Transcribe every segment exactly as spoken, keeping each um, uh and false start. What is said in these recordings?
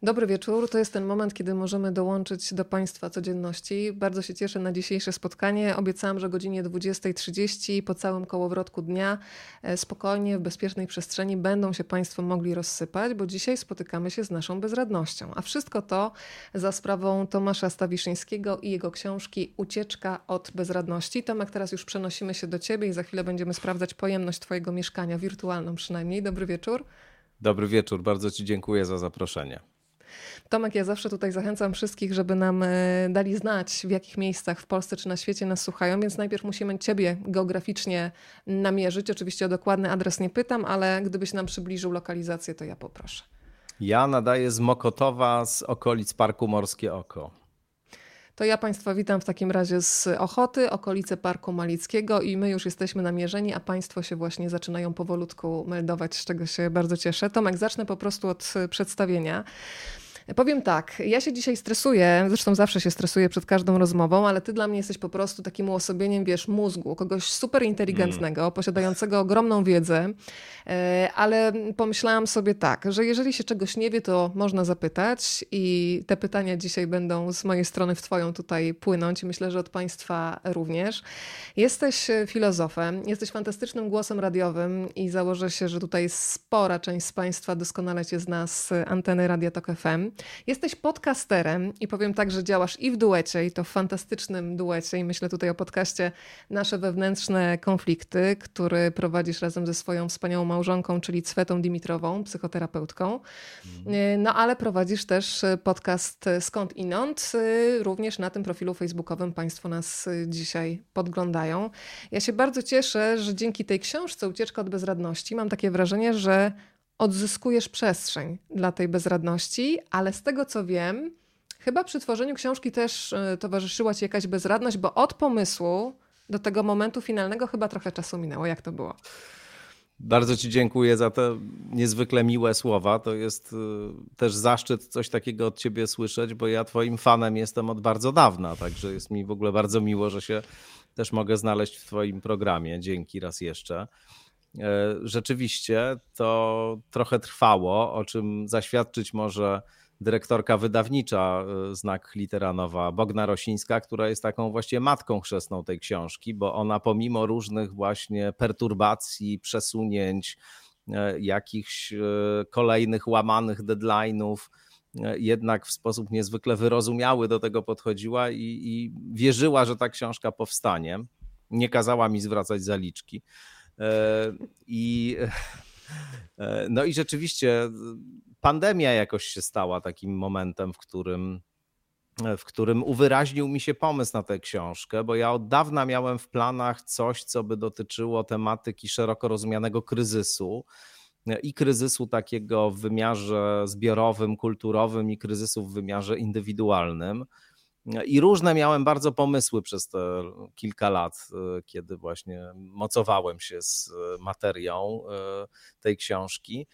Dobry wieczór. To jest ten moment, kiedy możemy dołączyć do Państwa codzienności. Bardzo się cieszę na dzisiejsze spotkanie. Obiecałam, że o godzinie dwudziestej trzydzieści po całym kołowrotku dnia spokojnie, w bezpiecznej przestrzeni będą się Państwo mogli rozsypać, bo dzisiaj spotykamy się z naszą bezradnością. A wszystko to za sprawą Tomasza Stawiszyńskiego i jego książki Ucieczka od bezradności. Tomek, teraz już przenosimy się do Ciebie i za chwilę będziemy sprawdzać pojemność Twojego mieszkania, wirtualną przynajmniej. Dobry wieczór. Dobry wieczór. Bardzo Ci dziękuję za zaproszenie. Tomek, ja zawsze tutaj zachęcam wszystkich, żeby nam dali znać, w jakich miejscach w Polsce czy na świecie nas słuchają, więc najpierw musimy Ciebie geograficznie namierzyć. Oczywiście o dokładny adres nie pytam, ale gdybyś nam przybliżył lokalizację, to ja poproszę. Ja nadaję z Mokotowa, z okolic Parku Morskie Oko. To ja Państwa witam w takim razie z Ochoty, okolice Parku Malickiego i my już jesteśmy namierzeni, a Państwo się właśnie zaczynają powolutku meldować, z czego się bardzo cieszę. Tomek, zacznę po prostu od przedstawienia. Powiem tak, ja się dzisiaj stresuję, zresztą zawsze się stresuję przed każdą rozmową, ale ty dla mnie jesteś po prostu takim uosobieniem, wiesz, mózgu, kogoś super inteligentnego, mm. posiadającego ogromną wiedzę, ale pomyślałam sobie tak, że jeżeli się czegoś nie wie, to można zapytać i te pytania dzisiaj będą z mojej strony w twoją tutaj płynąć i myślę, że od Państwa również. Jesteś filozofem, jesteś fantastycznym głosem radiowym i założę się, że tutaj spora część z Państwa doskonale cię zna z anteny Radia Tok F M. Jesteś podcasterem i powiem tak, że działasz i w duecie, i to w fantastycznym duecie i myślę tutaj o podcaście Nasze wewnętrzne konflikty, który prowadzisz razem ze swoją wspaniałą małżonką, czyli Cwetą Dimitrową, psychoterapeutką. No ale prowadzisz też podcast Skąd Inąd, również na tym profilu facebookowym Państwo nas dzisiaj podglądają. Ja się bardzo cieszę, że dzięki tej książce Ucieczka od bezradności mam takie wrażenie, że odzyskujesz przestrzeń dla tej bezradności, ale z tego co wiem, chyba przy tworzeniu książki też towarzyszyła ci jakaś bezradność, bo od pomysłu do tego momentu finalnego chyba trochę czasu minęło. Jak to było? Bardzo Ci dziękuję za te niezwykle miłe słowa. To jest też zaszczyt coś takiego od Ciebie słyszeć, bo ja Twoim fanem jestem od bardzo dawna, także jest mi w ogóle bardzo miło, że się też mogę znaleźć w Twoim programie. Dzięki raz jeszcze. Rzeczywiście to trochę trwało, o czym zaświadczyć może dyrektorka wydawnicza Znak Litera Nowa, Bogna Rosińska, która jest taką właściwie matką chrzestną tej książki, bo ona pomimo różnych właśnie perturbacji, przesunięć, jakichś kolejnych łamanych deadline'ów, jednak w sposób niezwykle wyrozumiały do tego podchodziła i, i wierzyła, że ta książka powstanie. Nie kazała mi zwracać zaliczki. I, no i rzeczywiście pandemia jakoś się stała takim momentem, w którym, w którym uwyraźnił mi się pomysł na tę książkę, bo ja od dawna miałem w planach coś, co by dotyczyło tematyki szeroko rozumianego kryzysu i kryzysu takiego w wymiarze zbiorowym, kulturowym i kryzysu w wymiarze indywidualnym. I różne miałem bardzo pomysły przez te kilka lat, kiedy właśnie mocowałem się z materią tej książki.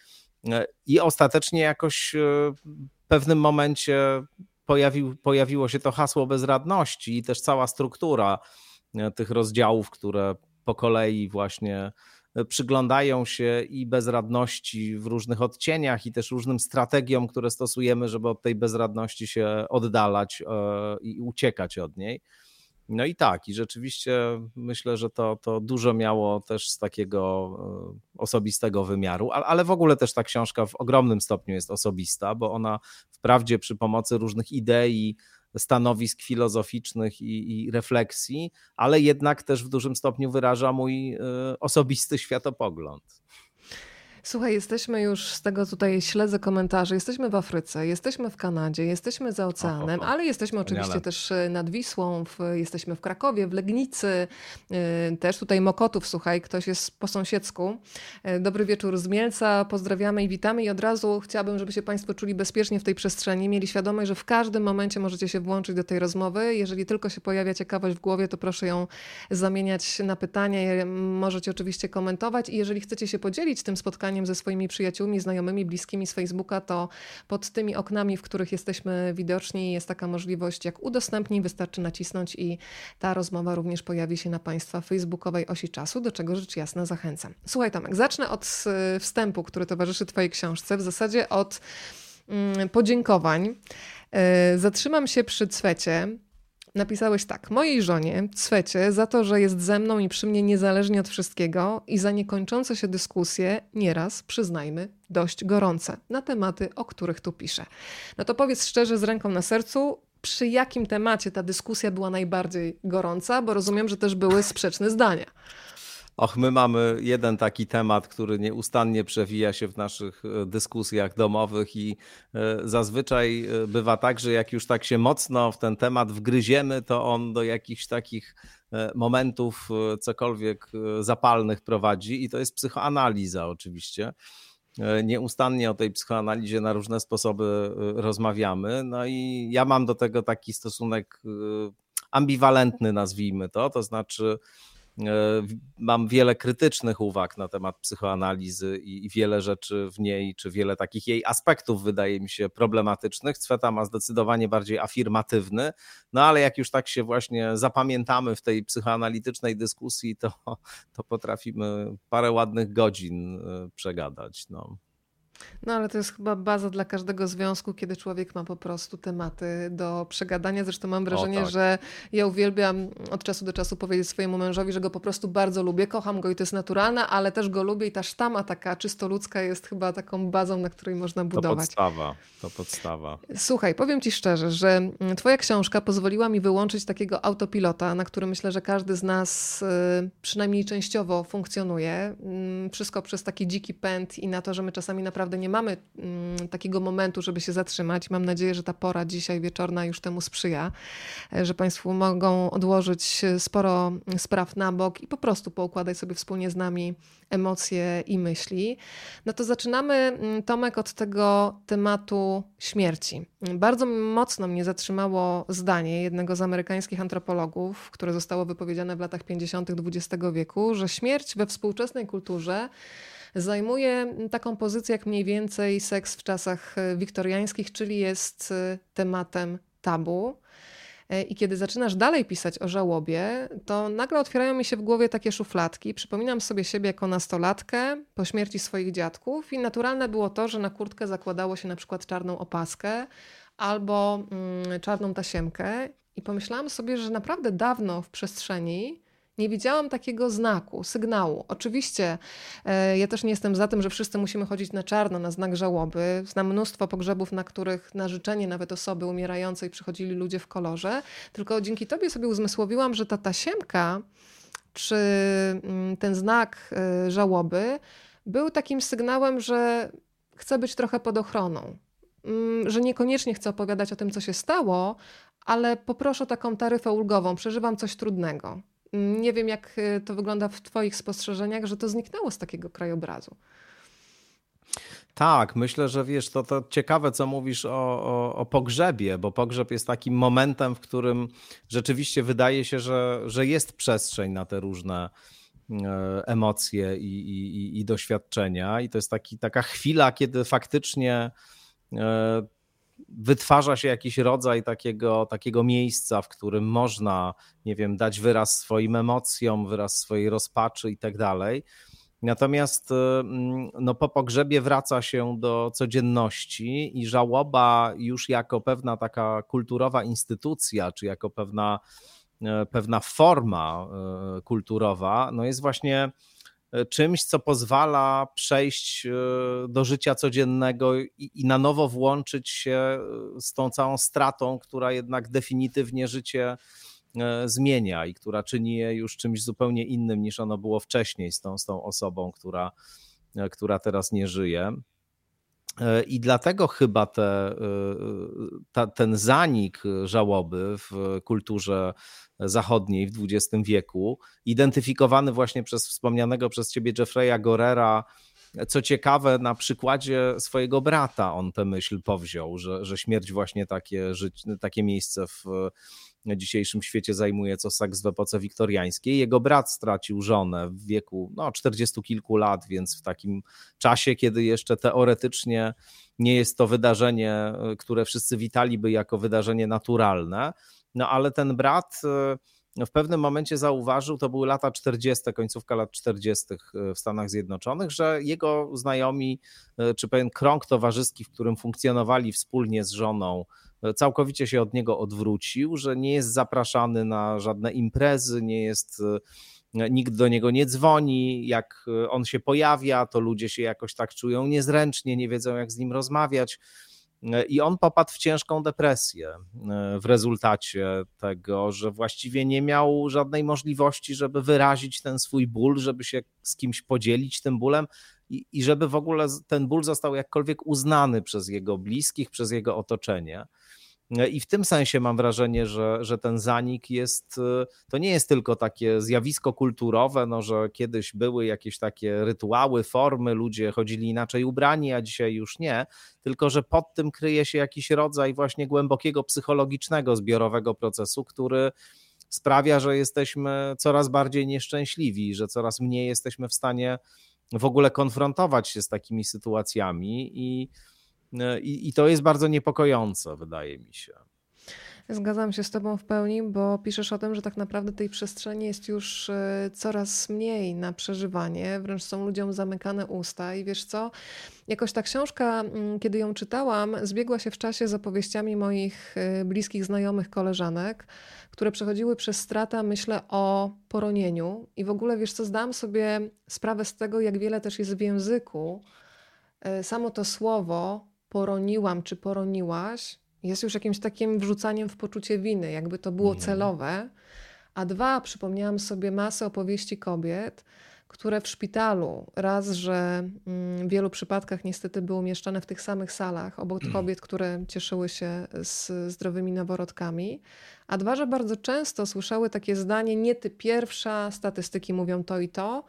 I ostatecznie jakoś w pewnym momencie pojawił, pojawiło się to hasło bezradności i też cała struktura tych rozdziałów, które po kolei właśnie przyglądają się i bezradności w różnych odcieniach i też różnym strategiom, które stosujemy, żeby od tej bezradności się oddalać i uciekać od niej. No i tak, i rzeczywiście myślę, że to, to dużo miało też z takiego osobistego wymiaru, ale w ogóle też ta książka w ogromnym stopniu jest osobista, bo ona wprawdzie przy pomocy różnych idei, stanowisk filozoficznych i, i refleksji, ale jednak też w dużym stopniu wyraża mój osobisty światopogląd. Słuchaj, jesteśmy już z tego tutaj, śledzę komentarze, jesteśmy w Afryce, jesteśmy w Kanadzie, jesteśmy za oceanem, ale jesteśmy oczywiście też nad Wisłą, w, jesteśmy w Krakowie, w Legnicy, yy, też tutaj Mokotów, słuchaj, ktoś jest po sąsiedzku. Yy, dobry wieczór z Mielca, pozdrawiamy i witamy i od razu chciałabym, żeby się Państwo czuli bezpiecznie w tej przestrzeni, mieli świadomość, że w każdym momencie możecie się włączyć do tej rozmowy. Jeżeli tylko się pojawia ciekawość w głowie, to proszę ją zamieniać na pytania, możecie oczywiście komentować i jeżeli chcecie się podzielić tym spotkaniem ze swoimi przyjaciółmi, znajomymi, bliskimi z Facebooka, to pod tymi oknami, w których jesteśmy widoczni, jest taka możliwość jak udostępnij, wystarczy nacisnąć i ta rozmowa również pojawi się na Państwa facebookowej osi czasu, do czego rzecz jasna zachęcam. Słuchaj Tomek, zacznę od wstępu, który towarzyszy Twojej książce, w zasadzie od podziękowań. Zatrzymam się przy Cwecie. Napisałeś tak: mojej żonie, Cwecie, za to, że jest ze mną i przy mnie niezależnie od wszystkiego i za niekończące się dyskusje, nieraz, przyznajmy, dość gorące, na tematy, o których tu piszę. No to powiedz szczerze, z ręką na sercu, przy jakim temacie ta dyskusja była najbardziej gorąca, bo rozumiem, że też były sprzeczne zdania. Och, my mamy jeden taki temat, który nieustannie przewija się w naszych dyskusjach domowych i zazwyczaj bywa tak, że jak już tak się mocno w ten temat wgryziemy, to on do jakichś takich momentów cokolwiek zapalnych prowadzi i to jest psychoanaliza oczywiście. Nieustannie o tej psychoanalizie na różne sposoby rozmawiamy. No i ja mam do tego taki stosunek ambiwalentny, nazwijmy to, to znaczy mam wiele krytycznych uwag na temat psychoanalizy i wiele rzeczy w niej, czy wiele takich jej aspektów wydaje mi się problematycznych. Cweta ma zdecydowanie bardziej afirmatywny, no ale jak już tak się właśnie zapamiętamy w tej psychoanalitycznej dyskusji, to, to potrafimy parę ładnych godzin przegadać. No. No ale to jest chyba baza dla każdego związku, kiedy człowiek ma po prostu tematy do przegadania. Zresztą mam wrażenie, O, tak. że ja uwielbiam od czasu do czasu powiedzieć swojemu mężowi, że go po prostu bardzo lubię, kocham go i to jest naturalne, ale też go lubię i ta sztama taka czysto ludzka jest chyba taką bazą, na której można budować. To podstawa, to podstawa. Słuchaj, powiem ci szczerze, że twoja książka pozwoliła mi wyłączyć takiego autopilota, na którym myślę, że każdy z nas przynajmniej częściowo funkcjonuje. Wszystko przez taki dziki pęd i na to, że my czasami naprawdę nie mamy takiego momentu, żeby się zatrzymać. Mam nadzieję, że ta pora dzisiaj wieczorna już temu sprzyja, że Państwo mogą odłożyć sporo spraw na bok i po prostu poukładać sobie wspólnie z nami emocje i myśli. No to zaczynamy, Tomek, od tego tematu śmierci. Bardzo mocno mnie zatrzymało zdanie jednego z amerykańskich antropologów, które zostało wypowiedziane w latach pięćdziesiątych dwudziestego wieku, że śmierć we współczesnej kulturze zajmuje taką pozycję jak mniej więcej seks w czasach wiktoriańskich, czyli jest tematem tabu. I kiedy zaczynasz dalej pisać o żałobie, to nagle otwierają mi się w głowie takie szufladki. Przypominam sobie siebie jako nastolatkę po śmierci swoich dziadków i naturalne było to, że na kurtkę zakładało się na przykład czarną opaskę albo mm, czarną tasiemkę i pomyślałam sobie, że naprawdę dawno w przestrzeni nie widziałam takiego znaku, sygnału. Oczywiście e, ja też nie jestem za tym, że wszyscy musimy chodzić na czarno, na znak żałoby. Znam mnóstwo pogrzebów, na których na życzenie nawet osoby umierającej przychodzili ludzie w kolorze. Tylko dzięki tobie sobie uzmysłowiłam, że ta tasiemka czy mm, ten znak e, żałoby był takim sygnałem, że chcę być trochę pod ochroną. Mm, że niekoniecznie chcę opowiadać o tym, co się stało, ale poproszę o taką taryfę ulgową. Przeżywam coś trudnego. Nie wiem, jak to wygląda w twoich spostrzeżeniach, że to zniknęło z takiego krajobrazu. Tak, myślę, że wiesz, to, to ciekawe, co mówisz o, o, o pogrzebie, bo pogrzeb jest takim momentem, w którym rzeczywiście wydaje się, że, że jest przestrzeń na te różne emocje i, i, i doświadczenia i to jest taki, taka chwila, kiedy faktycznie wytwarza się jakiś rodzaj takiego, takiego miejsca, w którym można, nie wiem, dać wyraz swoim emocjom, wyraz swojej rozpaczy i tak dalej. Natomiast no, po pogrzebie wraca się do codzienności i żałoba już jako pewna taka kulturowa instytucja, czy jako pewna, pewna forma kulturowa, no jest właśnie czymś, co pozwala przejść do życia codziennego i, i na nowo włączyć się z tą całą stratą, która jednak definitywnie życie zmienia i która czyni je już czymś zupełnie innym niż ono było wcześniej z tą, z tą osobą, która, która teraz nie żyje. I dlatego chyba te, ta, ten zanik żałoby w kulturze zachodniej w dwudziestym wieku, identyfikowany właśnie przez wspomnianego przez ciebie Jeffrey'a Gorera, co ciekawe, na przykładzie swojego brata on tę myśl powziął, że, że śmierć właśnie takie, takie miejsce w dzisiejszym świecie zajmuje, co seks w epoce wiktoriańskiej. Jego brat stracił żonę w wieku no, czterdziestu kilku lat, więc w takim czasie, kiedy jeszcze teoretycznie nie jest to wydarzenie, które wszyscy witaliby jako wydarzenie naturalne, no ale ten brat w pewnym momencie zauważył, to były lata czterdzieste, końcówka lat czterdziestych w Stanach Zjednoczonych, że jego znajomi, czy pewien krąg towarzyski, w którym funkcjonowali wspólnie z żoną, całkowicie się od niego odwrócił, że nie jest zapraszany na żadne imprezy, nie jest, nikt do niego nie dzwoni, jak on się pojawia, to ludzie się jakoś tak czują niezręcznie, nie wiedzą jak z nim rozmawiać. I on popadł w ciężką depresję w rezultacie tego, że właściwie nie miał żadnej możliwości, żeby wyrazić ten swój ból, żeby się z kimś podzielić tym bólem i, i żeby w ogóle ten ból został jakkolwiek uznany przez jego bliskich, przez jego otoczenie. I w tym sensie mam wrażenie, że, że ten zanik jest, to nie jest tylko takie zjawisko kulturowe, no, że kiedyś były jakieś takie rytuały, formy, ludzie chodzili inaczej ubrani, a dzisiaj już nie, tylko że pod tym kryje się jakiś rodzaj właśnie głębokiego psychologicznego, zbiorowego procesu, który sprawia, że jesteśmy coraz bardziej nieszczęśliwi, że coraz mniej jesteśmy w stanie w ogóle konfrontować się z takimi sytuacjami i I, I to jest bardzo niepokojące, wydaje mi się. Zgadzam się z tobą w pełni, bo piszesz o tym, że tak naprawdę tej przestrzeni jest już coraz mniej na przeżywanie, wręcz są ludziom zamykane usta i wiesz co, jakoś ta książka, kiedy ją czytałam, zbiegła się w czasie z opowieściami moich bliskich znajomych, koleżanek, które przechodziły przez stratę, myślę o poronieniu i w ogóle wiesz co, zdałam sobie sprawę z tego, jak wiele też jest w języku. Samo to słowo poroniłam czy poroniłaś jest już jakimś takim wrzucaniem w poczucie winy, jakby to było celowe. A dwa, przypomniałam sobie masę opowieści kobiet, które w szpitalu, raz, że w wielu przypadkach niestety były umieszczane w tych samych salach obok kobiet, które cieszyły się z zdrowymi noworodkami, a dwa, że bardzo często słyszały takie zdanie, nie ty pierwsza, statystyki mówią to i to,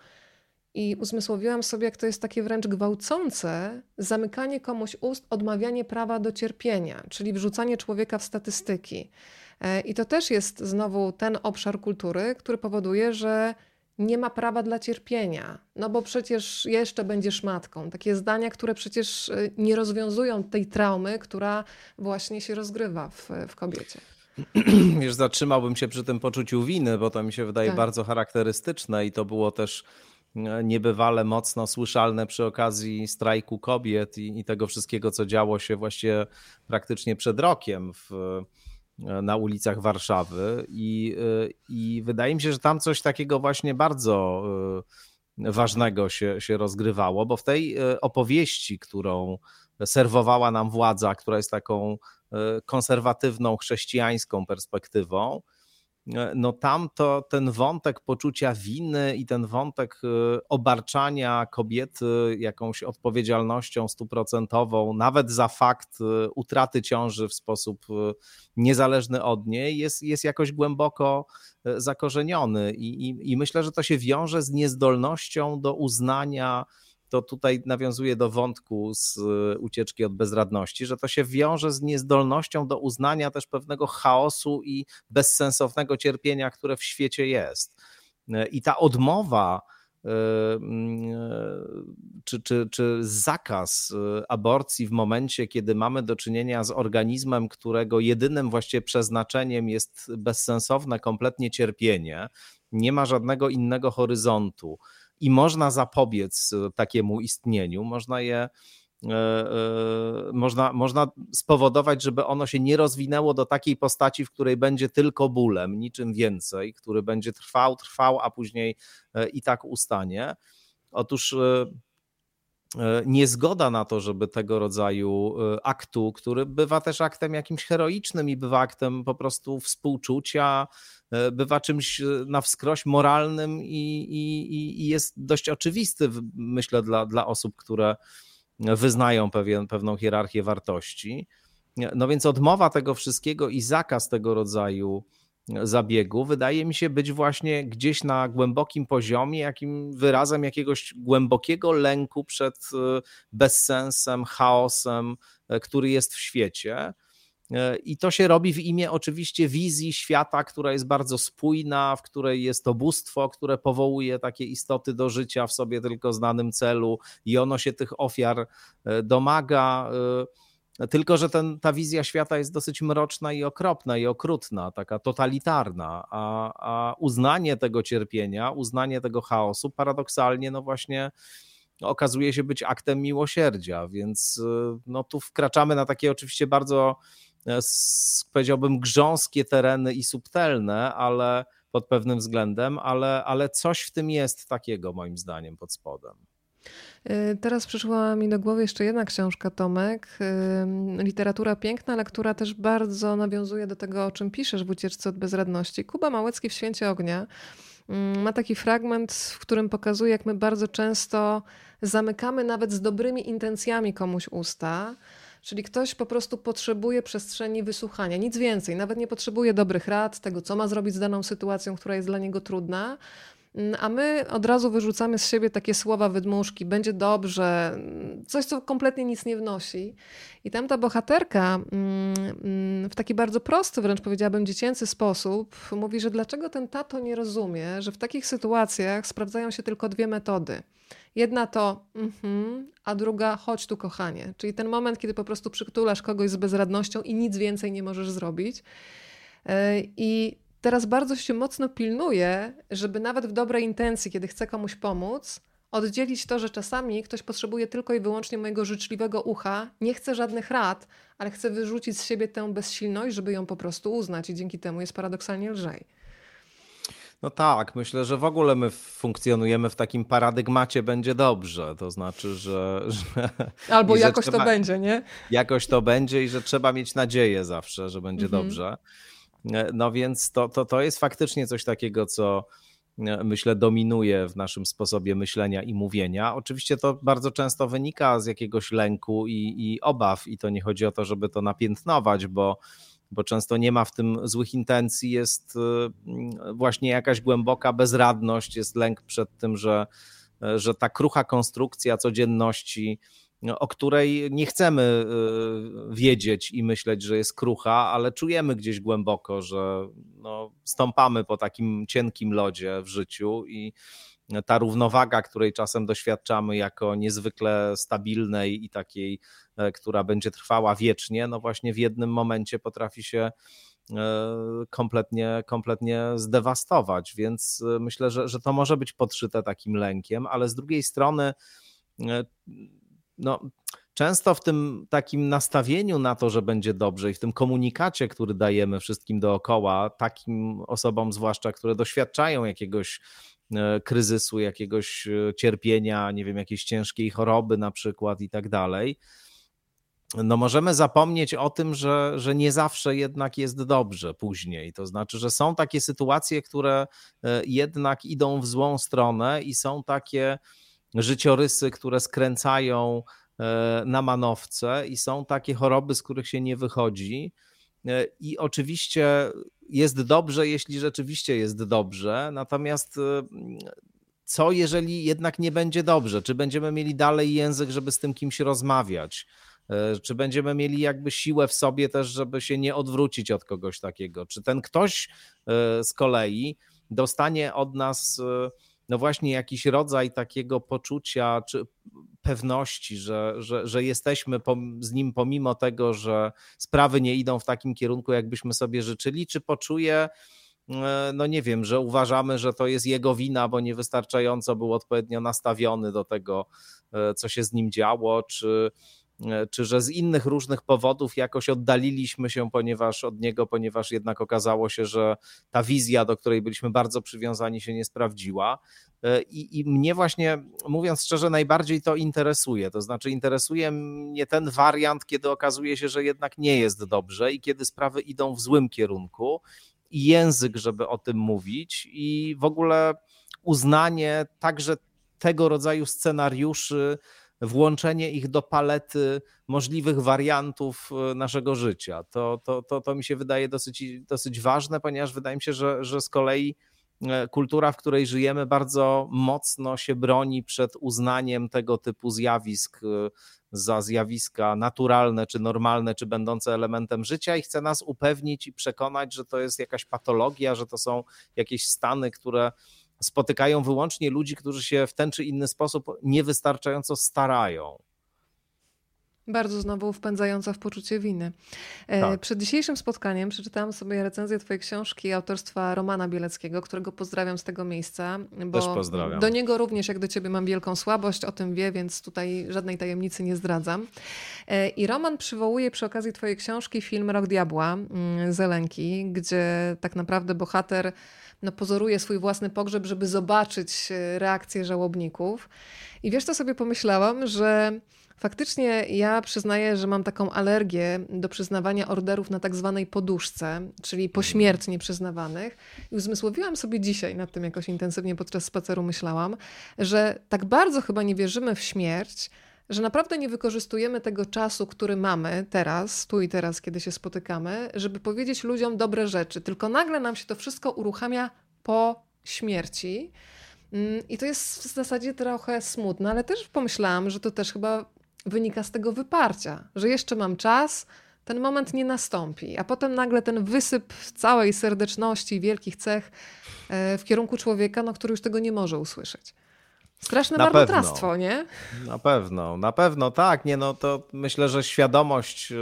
i uzmysłowiłam sobie, jak to jest takie wręcz gwałcące zamykanie komuś ust, odmawianie prawa do cierpienia, czyli wrzucanie człowieka w statystyki. I to też jest znowu ten obszar kultury, który powoduje, że nie ma prawa dla cierpienia, no bo przecież jeszcze będziesz matką. Takie zdania, które przecież nie rozwiązują tej traumy, która właśnie się rozgrywa w, w kobiecie. Wiesz, zatrzymałbym się przy tym poczuciu winy, bo to mi się wydaje tak. bardzo charakterystyczne i to było też niebywale mocno słyszalne przy okazji strajku kobiet i, i tego wszystkiego, co działo się właściwie praktycznie przed rokiem w, na ulicach Warszawy. I, I wydaje mi się, że tam coś takiego właśnie bardzo ważnego się, się rozgrywało, bo w tej opowieści, którą serwowała nam władza, która jest taką konserwatywną, chrześcijańską perspektywą, no tam to ten wątek poczucia winy i ten wątek obarczania kobiety jakąś odpowiedzialnością stuprocentową, nawet za fakt utraty ciąży w sposób niezależny od niej, jest, jest jakoś głęboko zakorzeniony i, i, i myślę, że to się wiąże z niezdolnością do uznania. To tutaj nawiązuje do wątku z ucieczki od bezradności, że to się wiąże z niezdolnością do uznania też pewnego chaosu i bezsensownego cierpienia, które w świecie jest. I ta odmowa czy, czy, czy zakaz aborcji w momencie, kiedy mamy do czynienia z organizmem, którego jedynym właściwie przeznaczeniem jest bezsensowne kompletnie cierpienie, nie ma żadnego innego horyzontu, i można zapobiec takiemu istnieniu, można je, można, można spowodować, żeby ono się nie rozwinęło do takiej postaci, w której będzie tylko bólem, niczym więcej, który będzie trwał, trwał, a później i tak ustanie. Otóż niezgoda na to, żeby tego rodzaju aktu, który bywa też aktem jakimś heroicznym i bywa aktem po prostu współczucia, bywa czymś na wskroś moralnym i, i, i jest dość oczywisty, myślę, dla, dla osób, które wyznają pewien, pewną hierarchię wartości. No więc odmowa tego wszystkiego i zakaz tego rodzaju zabiegu wydaje mi się być właśnie gdzieś na głębokim poziomie, jakim wyrazem jakiegoś głębokiego lęku przed bezsensem, chaosem, który jest w świecie. I to się robi w imię oczywiście wizji świata, która jest bardzo spójna, w której jest to bóstwo, które powołuje takie istoty do życia w sobie tylko znanym celu i ono się tych ofiar domaga. tylko że ten, ta wizja świata jest dosyć mroczna i okropna i okrutna, taka totalitarna, a, a uznanie tego cierpienia, uznanie tego chaosu paradoksalnie no właśnie okazuje się być aktem miłosierdzia, więc no tu wkraczamy na takie oczywiście bardzo, powiedziałbym, grząskie tereny i subtelne, ale pod pewnym względem, ale, ale coś w tym jest takiego moim zdaniem pod spodem. Teraz przyszła mi do głowy jeszcze jedna książka, Tomek. Literatura piękna, ale która też bardzo nawiązuje do tego, o czym piszesz w Ucieczce od bezradności. Kuba Małecki w Święcie ognia ma taki fragment, w którym pokazuje, jak my bardzo często zamykamy nawet z dobrymi intencjami komuś usta. Czyli ktoś po prostu potrzebuje przestrzeni wysłuchania, nic więcej. Nawet nie potrzebuje dobrych rad, tego, co ma zrobić z daną sytuacją, która jest dla niego trudna. A my od razu wyrzucamy z siebie takie słowa wydmuszki, będzie dobrze, coś, co kompletnie nic nie wnosi. I tam ta bohaterka w taki bardzo prosty, wręcz powiedziałabym dziecięcy sposób mówi, że dlaczego ten tato nie rozumie, że w takich sytuacjach sprawdzają się tylko dwie metody. Jedna to mhm, a druga chodź tu kochanie. Czyli ten moment, kiedy po prostu przytulasz kogoś z bezradnością i nic więcej nie możesz zrobić. I teraz bardzo się mocno pilnuję, żeby nawet w dobrej intencji, kiedy chcę komuś pomóc, oddzielić to, że czasami ktoś potrzebuje tylko i wyłącznie mojego życzliwego ucha, nie chce żadnych rad, ale chce wyrzucić z siebie tę bezsilność, żeby ją po prostu uznać i dzięki temu jest paradoksalnie lżej. No tak, myślę, że w ogóle my funkcjonujemy w takim paradygmacie będzie dobrze, to znaczy, że... że Albo jakoś trzeba, to będzie, nie? Jakoś to będzie i że trzeba mieć nadzieję zawsze, że będzie mhm. dobrze. No więc to, to, to jest faktycznie coś takiego, co myślę dominuje w naszym sposobie myślenia i mówienia. Oczywiście to bardzo często wynika z jakiegoś lęku i, i obaw i to nie chodzi o to, żeby to napiętnować, bo, bo często nie ma w tym złych intencji, jest właśnie jakaś głęboka bezradność, jest lęk przed tym, że, że ta krucha konstrukcja codzienności, o której nie chcemy wiedzieć i myśleć, że jest krucha, ale czujemy gdzieś głęboko, że no, stąpamy po takim cienkim lodzie w życiu i ta równowaga, której czasem doświadczamy jako niezwykle stabilnej i takiej, która będzie trwała wiecznie, no właśnie w jednym momencie potrafi się kompletnie, kompletnie zdewastować, więc myślę, że, że to może być podszyte takim lękiem, ale z drugiej strony no, często w tym takim nastawieniu na to, że będzie dobrze i w tym komunikacie, który dajemy wszystkim dookoła, takim osobom zwłaszcza, które doświadczają jakiegoś kryzysu, jakiegoś cierpienia, nie wiem, jakiejś ciężkiej choroby na przykład i tak dalej, no możemy zapomnieć o tym, że, że nie zawsze jednak jest dobrze później. To znaczy, że są takie sytuacje, które jednak idą w złą stronę i są takie życiorysy, które skręcają na manowce i są takie choroby, z których się nie wychodzi. I oczywiście jest dobrze, jeśli rzeczywiście jest dobrze, natomiast co jeżeli jednak nie będzie dobrze? Czy będziemy mieli dalej język, żeby z tym kimś rozmawiać? Czy będziemy mieli jakby siłę w sobie też, żeby się nie odwrócić od kogoś takiego? Czy ten ktoś z kolei dostanie od nas no właśnie jakiś rodzaj takiego poczucia czy pewności, że, że, że jesteśmy z nim pomimo tego, że sprawy nie idą w takim kierunku, jakbyśmy sobie życzyli, czy poczuje, no nie wiem, że uważamy, że to jest jego wina, bo niewystarczająco był odpowiednio nastawiony do tego, co się z nim działo, czy czy że z innych różnych powodów jakoś oddaliliśmy się ponieważ od niego, ponieważ jednak okazało się, że ta wizja, do której byliśmy bardzo przywiązani, się nie sprawdziła. I, i mnie właśnie, mówiąc szczerze, najbardziej to interesuje. To znaczy interesuje mnie ten wariant, kiedy okazuje się, że jednak nie jest dobrze i kiedy sprawy idą w złym kierunku i język, żeby o tym mówić i w ogóle uznanie także tego rodzaju scenariuszy, włączenie ich do palety możliwych wariantów naszego życia. To, to, to, to mi się wydaje dosyć, dosyć ważne, ponieważ wydaje mi się, że, że z kolei kultura, w której żyjemy, bardzo mocno się broni przed uznaniem tego typu zjawisk za zjawiska naturalne, czy normalne, czy będące elementem życia i chce nas upewnić i przekonać, że to jest jakaś patologia, że to są jakieś stany, które spotykają wyłącznie ludzi, którzy się w ten czy inny sposób niewystarczająco starają. Bardzo znowu wpędzająca w poczucie winy. Tak. Przed dzisiejszym spotkaniem przeczytałam sobie recenzję twojej książki autorstwa Romana Bieleckiego, którego pozdrawiam z tego miejsca, bo Też pozdrawiam. do niego również jak do ciebie mam wielką słabość, o tym wie, więc tutaj żadnej tajemnicy nie zdradzam. I Roman przywołuje przy okazji twojej książki film Rok Diabła Zelenki, gdzie tak naprawdę bohater no, pozoruje swój własny pogrzeb, żeby zobaczyć reakcję żałobników. I wiesz, co sobie pomyślałam, że faktycznie ja przyznaję, że mam taką alergię do przyznawania orderów na tak zwanej poduszce, czyli pośmiertnie przyznawanych. I uzmysłowiłam sobie dzisiaj, nad tym jakoś intensywnie podczas spaceru myślałam, że tak bardzo chyba nie wierzymy w śmierć, że naprawdę nie wykorzystujemy tego czasu, który mamy teraz, tu i teraz, kiedy się spotykamy, żeby powiedzieć ludziom dobre rzeczy. Tylko nagle nam się to wszystko uruchamia po śmierci. I to jest w zasadzie trochę smutne, ale też pomyślałam, że to też chyba wynika z tego wyparcia, że jeszcze mam czas, ten moment nie nastąpi, a potem nagle ten wysyp całej serdeczności, wielkich cech w kierunku człowieka, no, który już tego nie może usłyszeć. Straszne na marnotrawstwo, pewno. nie? Na pewno, na pewno tak. Nie, no to myślę, że świadomość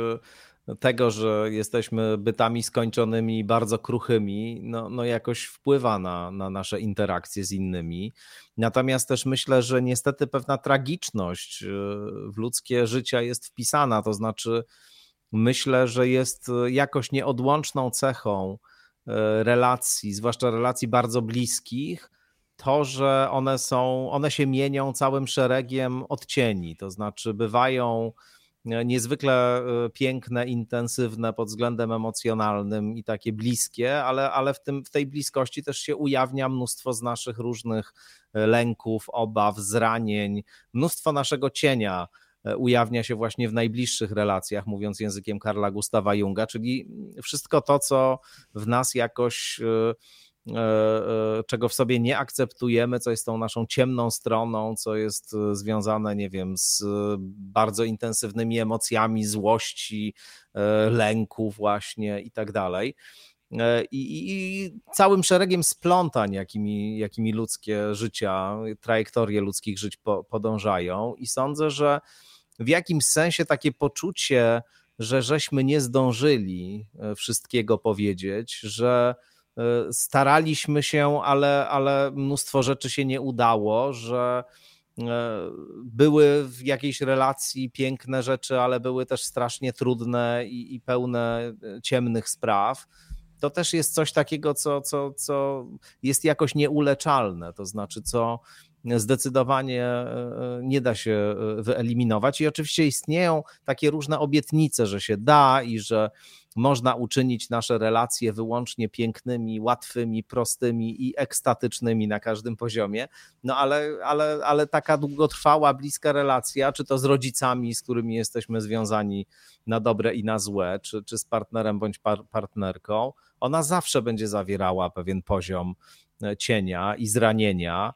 tego, że jesteśmy bytami skończonymi, bardzo kruchymi, no, no jakoś wpływa na, na nasze interakcje z innymi. Natomiast też myślę, że niestety pewna tragiczność w ludzkie życie jest wpisana, to znaczy myślę, że jest jakoś nieodłączną cechą relacji, zwłaszcza relacji bardzo bliskich, to, że one są, one się mienią całym szeregiem odcieni, to znaczy bywają niezwykle piękne, intensywne pod względem emocjonalnym i takie bliskie, ale, ale w, tym, w tej bliskości też się ujawnia mnóstwo z naszych różnych lęków, obaw, zranień, mnóstwo naszego cienia ujawnia się właśnie w najbliższych relacjach, mówiąc językiem Carla Gustawa Junga, czyli wszystko to, co w nas jakoś, czego w sobie nie akceptujemy, co jest tą naszą ciemną stroną, co jest związane, nie wiem, z bardzo intensywnymi emocjami złości, lęku właśnie i tak dalej. I, i całym szeregiem splątań, jakimi, jakimi ludzkie życia, trajektorie ludzkich żyć po, podążają i sądzę, że w jakimś sensie takie poczucie, że żeśmy nie zdążyli wszystkiego powiedzieć, że staraliśmy się, ale, ale mnóstwo rzeczy się nie udało, że były w jakiejś relacji piękne rzeczy, ale były też strasznie trudne i, i pełne ciemnych spraw. To też jest coś takiego, co, co, co jest jakoś nieuleczalne, to znaczy co zdecydowanie nie da się wyeliminować i oczywiście istnieją takie różne obietnice, że się da i że można uczynić nasze relacje wyłącznie pięknymi, łatwymi, prostymi i ekstatycznymi na każdym poziomie, no ale, ale, ale taka długotrwała, bliska relacja, czy to z rodzicami, z którymi jesteśmy związani na dobre i na złe, czy, czy z partnerem bądź par- partnerką, ona zawsze będzie zawierała pewien poziom cienia i zranienia.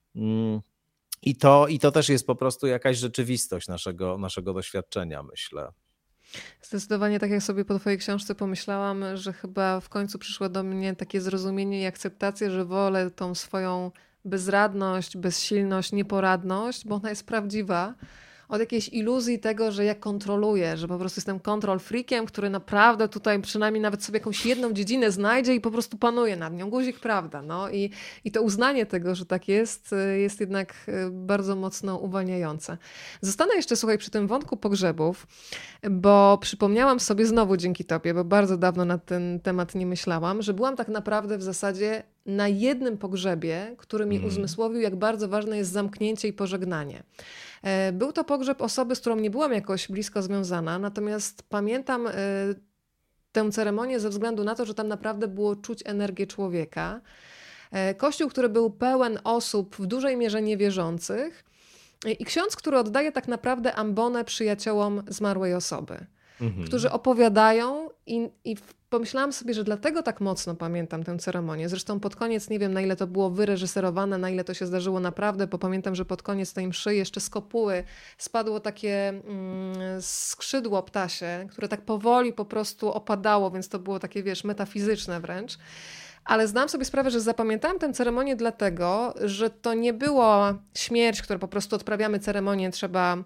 I to, i to też jest po prostu jakaś rzeczywistość naszego, naszego doświadczenia, myślę. Zdecydowanie tak jak sobie po twojej książce pomyślałam, że chyba w końcu przyszło do mnie takie zrozumienie i akceptacja, że wolę tą swoją bezradność, bezsilność, nieporadność, bo ona jest prawdziwa, od jakiejś iluzji tego, że ja kontroluję, że po prostu jestem control freakiem, który naprawdę tutaj przynajmniej nawet sobie jakąś jedną dziedzinę znajdzie i po prostu panuje nad nią. Guzik, prawda. No i, i to uznanie tego, że tak jest, jest jednak bardzo mocno uwalniające. Zostanę jeszcze, słuchaj, przy tym wątku pogrzebów, bo przypomniałam sobie znowu dzięki tobie, bo bardzo dawno na ten temat nie myślałam, że byłam tak naprawdę w zasadzie na jednym pogrzebie, który mi uzmysłowił, jak bardzo ważne jest zamknięcie i pożegnanie. Był to pogrzeb osoby, z którą nie byłam jakoś blisko związana, natomiast pamiętam tę ceremonię ze względu na to, że tam naprawdę było czuć energię człowieka. Kościół, który był pełen osób w dużej mierze niewierzących i ksiądz, który oddaje tak naprawdę ambonę przyjaciołom zmarłej osoby, mhm. którzy opowiadają i, i pomyślałam sobie, że dlatego tak mocno pamiętam tę ceremonię. Zresztą pod koniec, nie wiem na ile to było wyreżyserowane, na ile to się zdarzyło naprawdę, bo pamiętam, że pod koniec tej mszy jeszcze z kopuły spadło takie mm, skrzydło ptasie, które tak powoli po prostu opadało, więc to było takie, wiesz, metafizyczne wręcz. Ale zdałam sobie sprawę, że zapamiętałam tę ceremonię dlatego, że to nie była śmierć, którą po prostu odprawiamy ceremonię, trzeba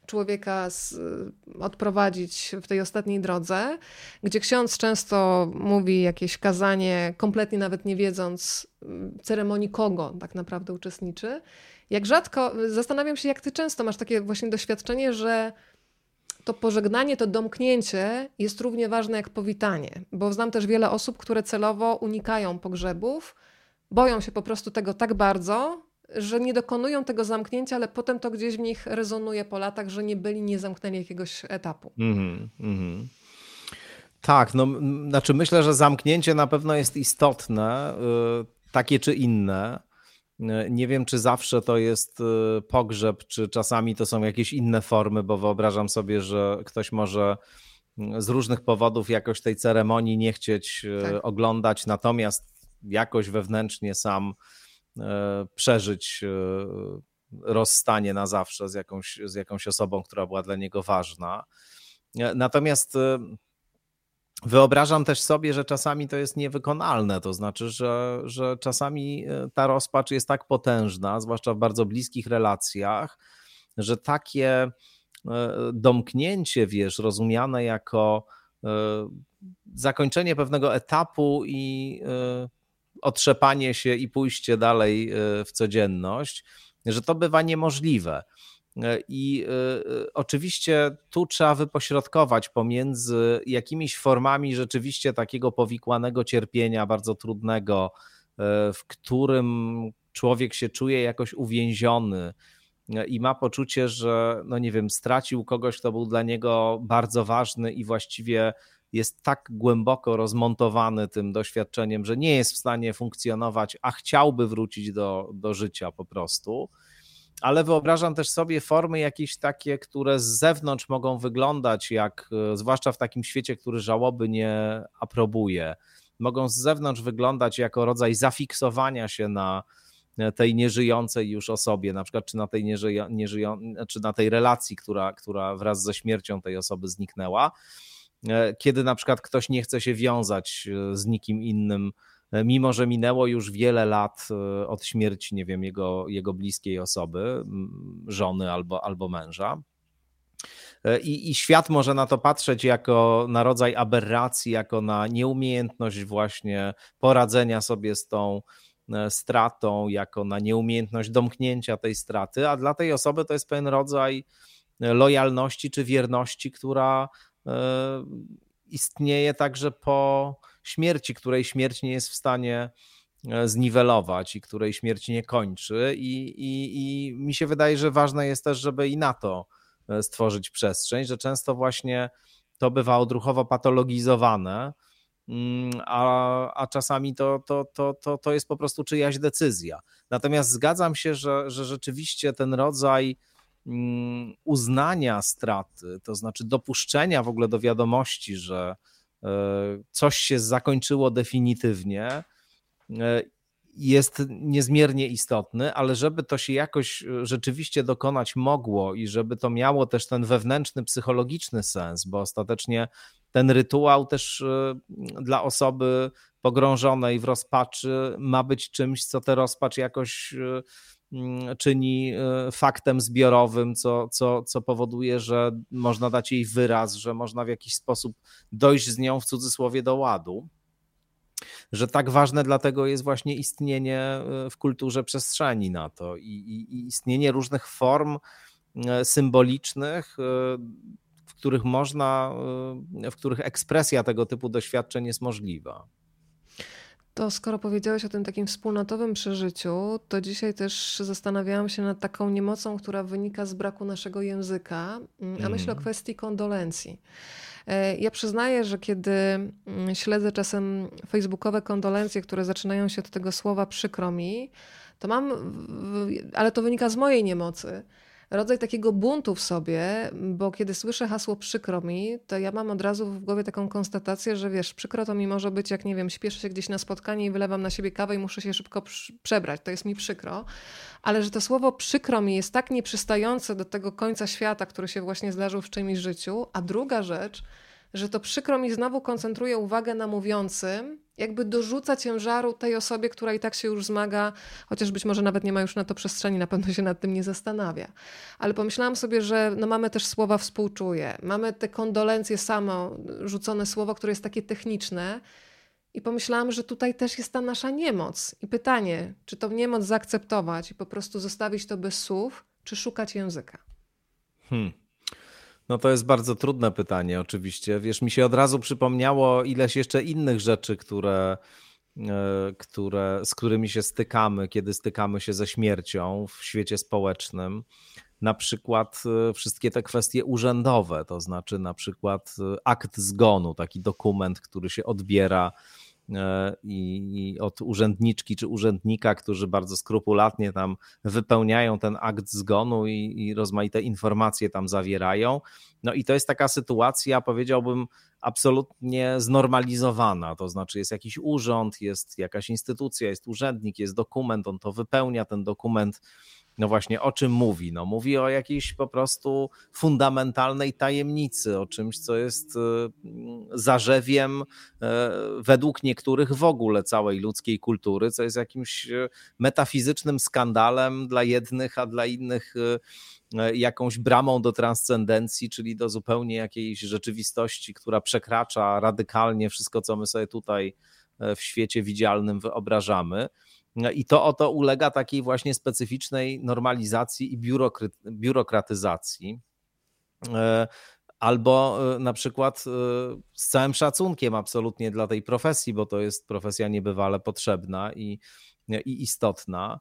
człowieka z, odprowadzić w tej ostatniej drodze, gdzie ksiądz często mówi jakieś kazanie, kompletnie nawet nie wiedząc ceremonii kogo tak naprawdę uczestniczy. Jak rzadko, zastanawiam się, jak ty często masz takie właśnie doświadczenie, że to pożegnanie, to domknięcie jest równie ważne jak powitanie. Bo znam też wiele osób, które celowo unikają pogrzebów, boją się po prostu tego tak bardzo, że nie dokonują tego zamknięcia, ale potem to gdzieś w nich rezonuje po latach, że nie byli, nie zamknęli jakiegoś etapu. Mm-hmm, mm-hmm. Tak, no znaczy myślę, że zamknięcie na pewno jest istotne, takie czy inne. Nie wiem, czy zawsze to jest pogrzeb, czy czasami to są jakieś inne formy, bo wyobrażam sobie, że ktoś może z różnych powodów jakoś tej ceremonii nie chcieć tak. oglądać, natomiast jakoś wewnętrznie sam przeżyć rozstanie na zawsze z jakąś, z jakąś osobą, która była dla niego ważna. Natomiast wyobrażam też sobie, że czasami to jest niewykonalne, to znaczy, że, że czasami ta rozpacz jest tak potężna, zwłaszcza w bardzo bliskich relacjach, że takie domknięcie, wiesz, rozumiane jako zakończenie pewnego etapu i otrzepanie się i pójście dalej w codzienność, że to bywa niemożliwe. I oczywiście tu trzeba wypośrodkować pomiędzy jakimiś formami rzeczywiście takiego powikłanego cierpienia, bardzo trudnego, w którym człowiek się czuje jakoś uwięziony i ma poczucie, że no nie wiem, stracił kogoś, kto był dla niego bardzo ważny i właściwie jest tak głęboko rozmontowany tym doświadczeniem, że nie jest w stanie funkcjonować, a chciałby wrócić do, do życia po prostu. Ale wyobrażam też sobie formy jakieś takie, które z zewnątrz mogą wyglądać jak, zwłaszcza w takim świecie, który żałoby nie aprobuje, mogą z zewnątrz wyglądać jako rodzaj zafiksowania się na tej nieżyjącej już osobie, na przykład czy na tej, nieżyją, nieżyją, czy na tej relacji, która, która wraz ze śmiercią tej osoby zniknęła, kiedy na przykład ktoś nie chce się wiązać z nikim innym, mimo że minęło już wiele lat od śmierci, nie wiem, jego, jego bliskiej osoby, żony albo, albo męża. I, I świat może na to patrzeć jako na rodzaj aberracji, jako na nieumiejętność właśnie poradzenia sobie z tą stratą, jako na nieumiejętność domknięcia tej straty, a dla tej osoby to jest pewien rodzaj lojalności czy wierności, która istnieje także po śmierci, której śmierć nie jest w stanie zniwelować i której śmierć nie kończy. I, i, i mi się wydaje, że ważne jest też, żeby i na to stworzyć przestrzeń, że często właśnie to bywa odruchowo patologizowane, a, a czasami to, to, to, to, to jest po prostu czyjaś decyzja. Natomiast zgadzam się, że, że rzeczywiście ten rodzaj uznania straty, to znaczy dopuszczenia w ogóle do wiadomości, że coś się zakończyło definitywnie, jest niezmiernie istotny, ale żeby to się jakoś rzeczywiście dokonać mogło i żeby to miało też ten wewnętrzny, psychologiczny sens, bo ostatecznie ten rytuał też dla osoby pogrążonej w rozpaczy ma być czymś, co tę rozpacz jakoś czyni faktem zbiorowym, co, co, co powoduje, że można dać jej wyraz, że można w jakiś sposób dojść z nią w cudzysłowie do ładu. Że tak ważne dlatego jest właśnie istnienie w kulturze przestrzeni na to i, i, i istnienie różnych form symbolicznych, w których można, w których ekspresja tego typu doświadczeń jest możliwa. To skoro powiedziałeś o tym takim wspólnotowym przeżyciu, to dzisiaj też zastanawiałam się nad taką niemocą, która wynika z braku naszego języka, a myślę o kwestii kondolencji. Ja przyznaję, że kiedy śledzę czasem facebookowe kondolencje, które zaczynają się od tego słowa przykro mi, to mam, ale to wynika z mojej niemocy, rodzaj takiego buntu w sobie, bo kiedy słyszę hasło przykro mi, to ja mam od razu w głowie taką konstatację, że wiesz, przykro to mi może być, jak nie wiem, śpieszę się gdzieś na spotkanie i wylewam na siebie kawę i muszę się szybko przebrać, to jest mi przykro, ale że to słowo przykro mi jest tak nieprzystające do tego końca świata, który się właśnie zdarzył w czyimś życiu, a druga rzecz, że to przykro mi znowu koncentruje uwagę na mówiącym, jakby dorzuca ciężaru tej osobie, która i tak się już zmaga, chociaż być może nawet nie ma już na to przestrzeni, na pewno się nad tym nie zastanawia. Ale pomyślałam sobie, że no mamy też słowa współczuję, mamy te kondolencje, samo rzucone słowo, które jest takie techniczne i pomyślałam, że tutaj też jest ta nasza niemoc. I pytanie, czy tą niemoc zaakceptować i po prostu zostawić to bez słów, czy szukać języka? Hmm. No to jest bardzo trudne pytanie oczywiście. Wiesz, mi się od razu przypomniało ileś jeszcze innych rzeczy, które, które, z którymi się stykamy, kiedy stykamy się ze śmiercią w świecie społecznym. Na przykład wszystkie te kwestie urzędowe, to znaczy na przykład akt zgonu, taki dokument, który się odbiera i od urzędniczki czy urzędnika, którzy bardzo skrupulatnie tam wypełniają ten akt zgonu i, i rozmaite informacje tam zawierają. No i to jest taka sytuacja, powiedziałbym, absolutnie znormalizowana, to znaczy jest jakiś urząd, jest jakaś instytucja, jest urzędnik, jest dokument, on to wypełnia, ten dokument no właśnie o czym mówi? No mówi o jakiejś po prostu fundamentalnej tajemnicy, o czymś, co jest zarzewiem według niektórych w ogóle całej ludzkiej kultury, co jest jakimś metafizycznym skandalem dla jednych, a dla innych jakąś bramą do transcendencji, czyli do zupełnie jakiejś rzeczywistości, która przekracza radykalnie wszystko, co my sobie tutaj w świecie widzialnym wyobrażamy. I to oto ulega takiej właśnie specyficznej normalizacji i biurokratyzacji. Albo na przykład z całym szacunkiem absolutnie dla tej profesji, bo to jest profesja niebywale potrzebna i, i istotna,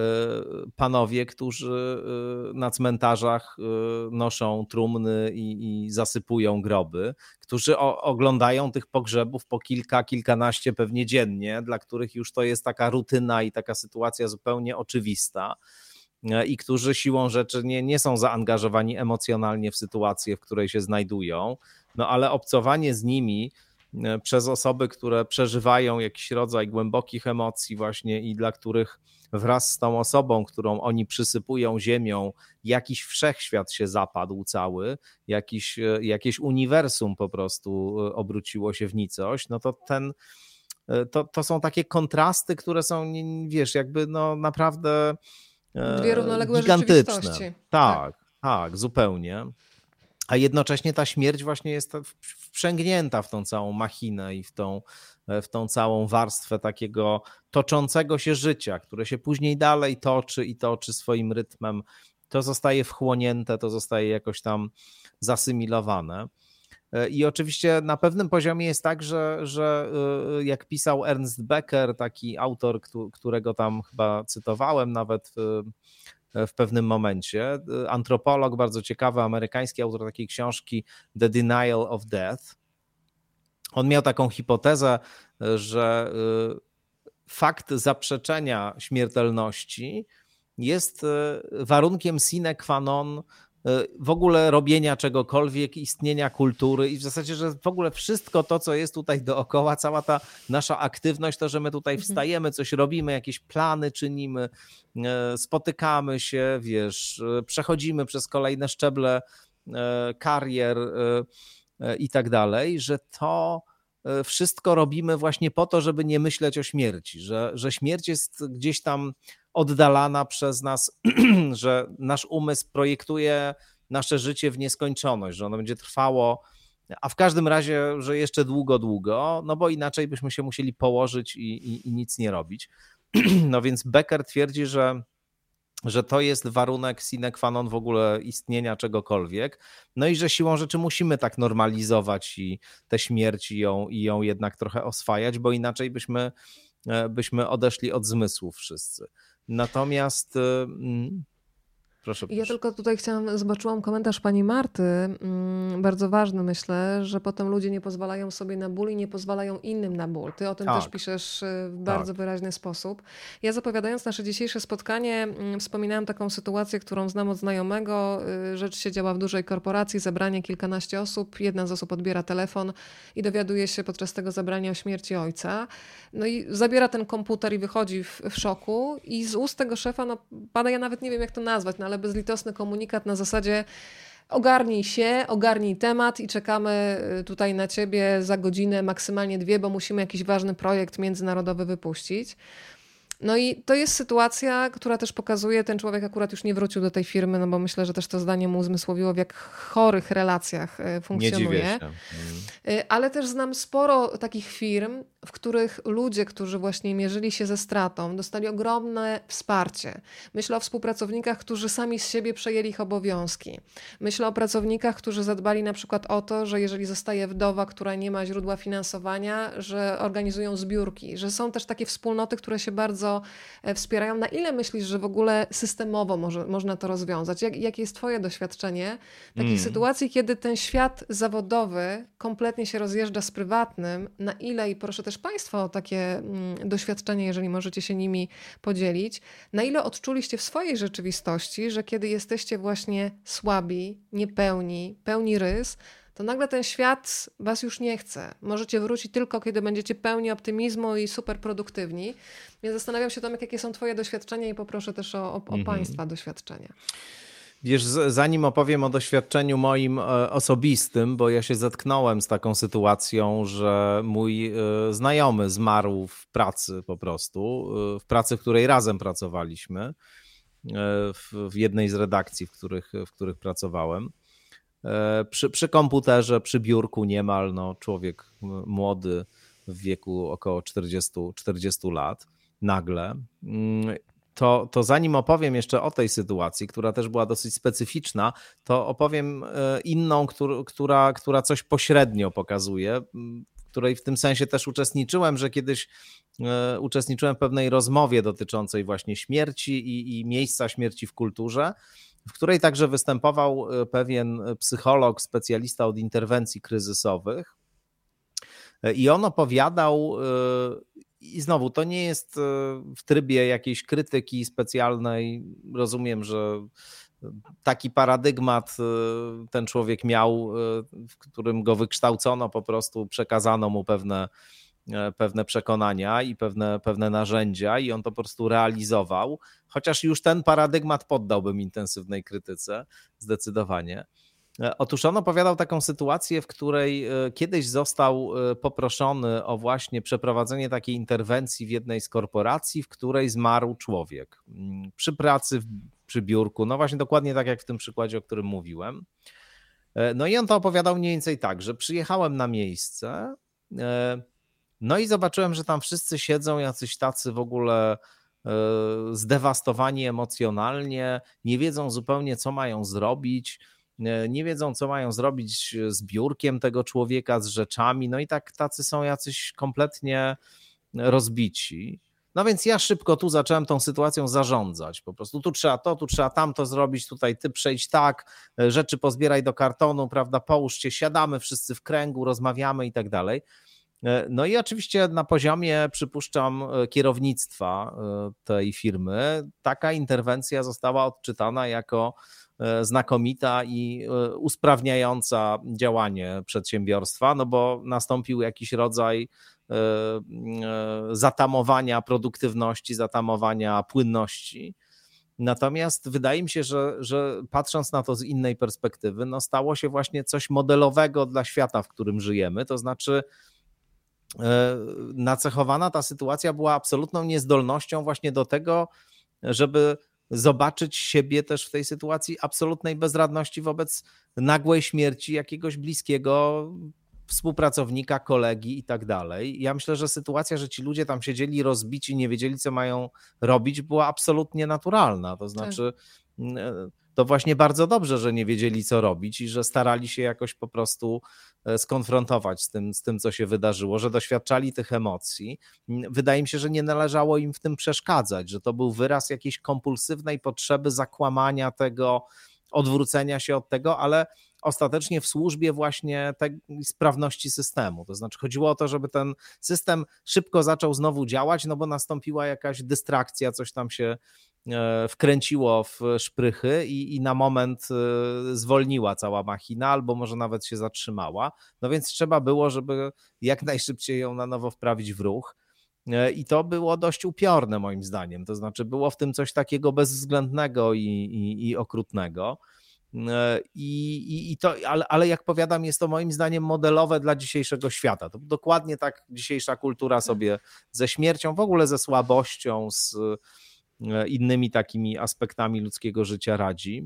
panowie, którzy na cmentarzach noszą trumny i, i zasypują groby, którzy o, oglądają tych pogrzebów po kilka, kilkanaście pewnie dziennie, dla których już to jest taka rutyna i taka sytuacja zupełnie oczywista i którzy siłą rzeczy nie, nie są zaangażowani emocjonalnie w sytuację, w której się znajdują, no ale obcowanie z nimi przez osoby, które przeżywają jakiś rodzaj głębokich emocji właśnie i dla których wraz z tą osobą, którą oni przysypują ziemią, jakiś wszechświat się zapadł cały, jakiś, jakieś uniwersum po prostu obróciło się w nicość, no to ten, to, to są takie kontrasty, które są, wiesz, jakby no naprawdę dwie równoległe gigantyczne. rzeczywistości. Tak, tak, tak, zupełnie. A jednocześnie ta śmierć właśnie jest wprzęgnięta w tą całą machinę i w tą, w tą całą warstwę takiego toczącego się życia, które się później dalej toczy i toczy swoim rytmem. To zostaje wchłonięte, to zostaje jakoś tam zasymilowane. I oczywiście na pewnym poziomie jest tak, że, że jak pisał Ernst Becker, taki autor, którego tam chyba cytowałem nawet w w pewnym momencie. Antropolog, bardzo ciekawy, amerykański autor takiej książki The Denial of Death. On miał taką hipotezę, że fakt zaprzeczenia śmiertelności jest warunkiem sine qua non w ogóle robienia czegokolwiek, istnienia kultury i w zasadzie, że w ogóle wszystko to, co jest tutaj dookoła, cała ta nasza aktywność, to, że my tutaj wstajemy, coś robimy, jakieś plany czynimy, spotykamy się, wiesz, przechodzimy przez kolejne szczeble karier i tak dalej, że to wszystko robimy właśnie po to, żeby nie myśleć o śmierci, że, że śmierć jest gdzieś tam oddalana przez nas, że nasz umysł projektuje nasze życie w nieskończoność, że ono będzie trwało, a w każdym razie, że jeszcze długo, długo, no bo inaczej byśmy się musieli położyć i, i, i nic nie robić. No więc Becker twierdzi, że że to jest warunek sine qua non w ogóle istnienia czegokolwiek, no i że siłą rzeczy musimy tak normalizować i tę śmierć i ją, i ją jednak trochę oswajać, bo inaczej byśmy, byśmy odeszli od zmysłów wszyscy. Natomiast... Proszę, proszę. Ja tylko tutaj chciałam, zobaczyłam komentarz pani Marty, bardzo ważny myślę, że potem ludzie nie pozwalają sobie na ból i nie pozwalają innym na ból. Ty o tym tak. też piszesz w bardzo tak. wyraźny sposób. Ja zapowiadając nasze dzisiejsze spotkanie wspominałam taką sytuację, którą znam od znajomego. Rzecz się działa w dużej korporacji, zebranie kilkanaście osób, jedna z osób odbiera telefon i dowiaduje się podczas tego zebrania o śmierci ojca. No i zabiera ten komputer i wychodzi w, w szoku i z ust tego szefa no, pada, ja nawet nie wiem jak to nazwać, no ale bezlitosny komunikat na zasadzie Ogarnij się, ogarnij temat i czekamy tutaj na ciebie za godzinę, maksymalnie dwie, bo musimy jakiś ważny projekt międzynarodowy wypuścić. No i to jest sytuacja, która też pokazuje, ten człowiek akurat już nie wrócił do tej firmy, no bo myślę, że też to zdanie mu uzmysłowiło, w jak chorych relacjach funkcjonuje. Nie dziwię się. Mm. Ale też znam sporo takich firm, w których ludzie, którzy właśnie mierzyli się ze stratą, dostali ogromne wsparcie. Myślę o współpracownikach, którzy sami z siebie przejęli ich obowiązki. Myślę o pracownikach, którzy zadbali na przykład o to, że jeżeli zostaje wdowa, która nie ma źródła finansowania, że organizują zbiórki, że są też takie wspólnoty, które się bardzo wspierają. Na ile myślisz, że w ogóle systemowo może, można to rozwiązać? Jak, jakie jest twoje doświadczenie takich mm. sytuacji, kiedy ten świat zawodowy kompletnie się rozjeżdża z prywatnym? Na ile, i proszę też państwa o takie mm, doświadczenie, jeżeli możecie się nimi podzielić, na ile odczuliście w swojej rzeczywistości, że kiedy jesteście właśnie słabi, niepełni, pełni rys, to nagle ten świat was już nie chce. Możecie wrócić tylko, kiedy będziecie pełni optymizmu i super produktywni. Więc zastanawiam się, Tomek, jakie są twoje doświadczenia i poproszę też o, o, o mm-hmm. państwa doświadczenia. Wiesz, zanim opowiem o doświadczeniu moim osobistym, bo ja się zetknąłem z taką sytuacją, że mój znajomy zmarł w pracy po prostu, w pracy, w której razem pracowaliśmy, w jednej z redakcji, w których, w których pracowałem. Przy, przy komputerze, przy biurku niemal, no, człowiek młody w wieku około czterdziestu, czterdziestu lat, nagle. To, to zanim opowiem jeszcze o tej sytuacji, która też była dosyć specyficzna, to opowiem inną, która, która coś pośrednio pokazuje, w której w tym sensie też uczestniczyłem, że kiedyś uczestniczyłem w pewnej rozmowie dotyczącej właśnie śmierci i, i miejsca śmierci w kulturze, w której także występował pewien psycholog, specjalista od interwencji kryzysowych i on opowiadał, i znowu to nie jest w trybie jakiejś krytyki specjalnej, rozumiem, że taki paradygmat ten człowiek miał, w którym go wykształcono, po prostu przekazano mu pewne, pewne przekonania i pewne, pewne narzędzia i on to po prostu realizował, chociaż już ten paradygmat poddałbym intensywnej krytyce, zdecydowanie. Otóż on opowiadał taką sytuację, w której kiedyś został poproszony o właśnie przeprowadzenie takiej interwencji w jednej z korporacji, w której zmarł człowiek przy pracy, przy biurku, no właśnie dokładnie tak jak w tym przykładzie, o którym mówiłem. No i on to opowiadał mniej więcej tak, że przyjechałem na miejsce, no i zobaczyłem, że tam wszyscy siedzą jacyś tacy w ogóle zdewastowani emocjonalnie, nie wiedzą zupełnie, co mają zrobić, nie wiedzą, co mają zrobić z biurkiem tego człowieka, z rzeczami, no i tak tacy są jacyś kompletnie rozbici. No więc ja szybko tu zacząłem tą sytuacją zarządzać, po prostu tu trzeba to, tu trzeba tamto zrobić, tutaj ty przejdź tak, rzeczy pozbieraj do kartonu, prawda, połóżcie, siadamy wszyscy w kręgu, rozmawiamy i tak dalej. No i oczywiście na poziomie, przypuszczam, kierownictwa tej firmy taka interwencja została odczytana jako znakomita i usprawniająca działanie przedsiębiorstwa, no bo nastąpił jakiś rodzaj zatamowania produktywności, zatamowania płynności. Natomiast wydaje mi się, że, że patrząc na to z innej perspektywy, no stało się właśnie coś modelowego dla świata, w którym żyjemy, to znaczy nacechowana ta sytuacja była absolutną niezdolnością właśnie do tego, żeby zobaczyć siebie też w tej sytuacji absolutnej bezradności wobec nagłej śmierci jakiegoś bliskiego współpracownika, kolegi i tak dalej. Ja myślę, że sytuacja, że ci ludzie tam siedzieli rozbici, nie wiedzieli, co mają robić, była absolutnie naturalna. To znaczy, tak. To właśnie bardzo dobrze, że nie wiedzieli, co robić i że starali się jakoś po prostu skonfrontować z tym, z tym, co się wydarzyło, że doświadczali tych emocji. Wydaje mi się, że nie należało im w tym przeszkadzać, że to był wyraz jakiejś kompulsywnej potrzeby zakłamania tego, odwrócenia się od tego, ale ostatecznie w służbie właśnie tej sprawności systemu. To znaczy chodziło o to, żeby ten system szybko zaczął znowu działać, no bo nastąpiła jakaś dystrakcja, coś tam się wkręciło w szprychy i, i na moment zwolniła cała machina, albo może nawet się zatrzymała. No więc trzeba było, żeby jak najszybciej ją na nowo wprawić w ruch. I to było dość upiorne moim zdaniem. To znaczy było w tym coś takiego bezwzględnego i, i, i okrutnego. I, i, i to, ale, ale jak powiadam, jest to moim zdaniem modelowe dla dzisiejszego świata. To dokładnie tak dzisiejsza kultura sobie ze śmiercią, w ogóle ze słabością, z innymi takimi aspektami ludzkiego życia radzi.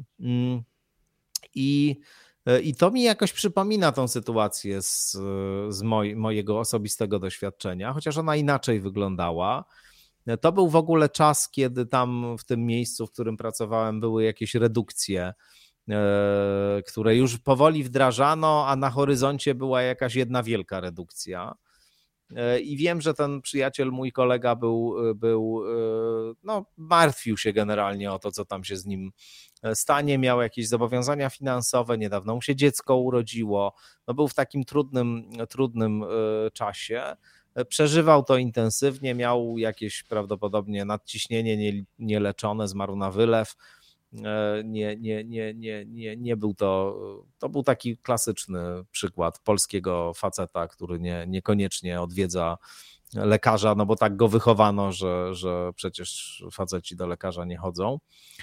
I, i to mi jakoś przypomina tą sytuację z, z moj, mojego osobistego doświadczenia, chociaż ona inaczej wyglądała. To był w ogóle czas, kiedy tam w tym miejscu, w którym pracowałem, były jakieś redukcje, które już powoli wdrażano, a na horyzoncie była jakaś jedna wielka redukcja. I wiem, że ten przyjaciel, mój kolega był, był, no, martwił się generalnie o to, co tam się z nim stanie, miał jakieś zobowiązania finansowe, niedawno mu się dziecko urodziło, no, był w takim trudnym, trudnym czasie. Przeżywał to intensywnie, miał jakieś prawdopodobnie nadciśnienie nieleczone, zmarł na wylew. Nie, nie, nie, nie, nie, nie był to, to był taki klasyczny przykład polskiego faceta, który nie, niekoniecznie odwiedza lekarza, no bo tak go wychowano, że, że przecież faceci do lekarza nie chodzą.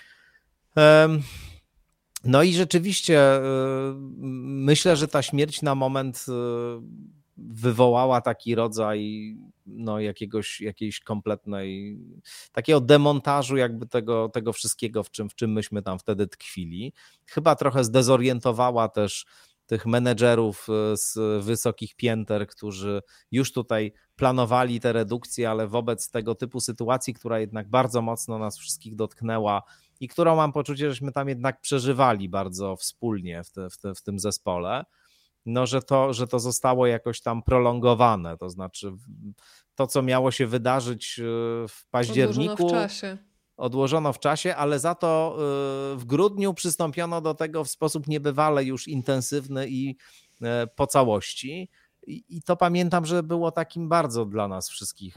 No i rzeczywiście myślę, że ta śmierć na moment wywołała taki rodzaj no, jakiegoś, jakiejś kompletnej, takiego demontażu jakby tego, tego wszystkiego, w czym, w czym myśmy tam wtedy tkwili. Chyba trochę zdezorientowała też tych menedżerów z wysokich pięter, którzy już tutaj planowali te redukcje, ale wobec tego typu sytuacji, która jednak bardzo mocno nas wszystkich dotknęła i którą mam poczucie, żeśmy tam jednak przeżywali bardzo wspólnie w, te, w, te, w tym zespole, no, że to, że to zostało jakoś tam prolongowane, to znaczy to, co miało się wydarzyć w październiku, odłożono w czasie, odłożono w czasie, ale za to w grudniu przystąpiono do tego w sposób niebywale już intensywny i po całości. I to pamiętam, że było takim bardzo dla nas wszystkich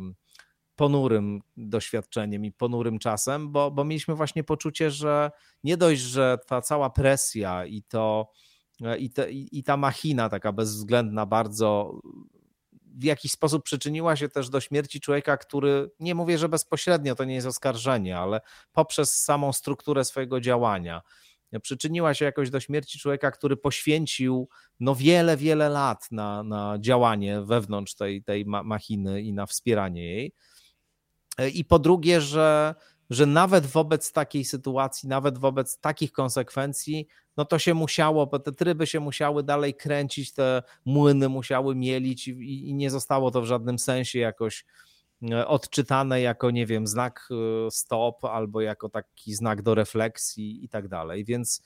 ponurym doświadczeniem i ponurym czasem, bo, bo mieliśmy właśnie poczucie, że nie dość, że ta cała presja i to I, te, i ta machina taka bezwzględna bardzo w jakiś sposób przyczyniła się też do śmierci człowieka, który, nie mówię, że bezpośrednio, to nie jest oskarżenie, ale poprzez samą strukturę swojego działania przyczyniła się jakoś do śmierci człowieka, który poświęcił no wiele, wiele lat na, na działanie wewnątrz tej, tej machiny i na wspieranie jej. I po drugie, że że nawet wobec takiej sytuacji, nawet wobec takich konsekwencji, no to się musiało, bo te tryby się musiały dalej kręcić, te młyny musiały mielić i, i nie zostało to w żadnym sensie jakoś odczytane jako, nie wiem, znak stop albo jako taki znak do refleksji i tak dalej, więc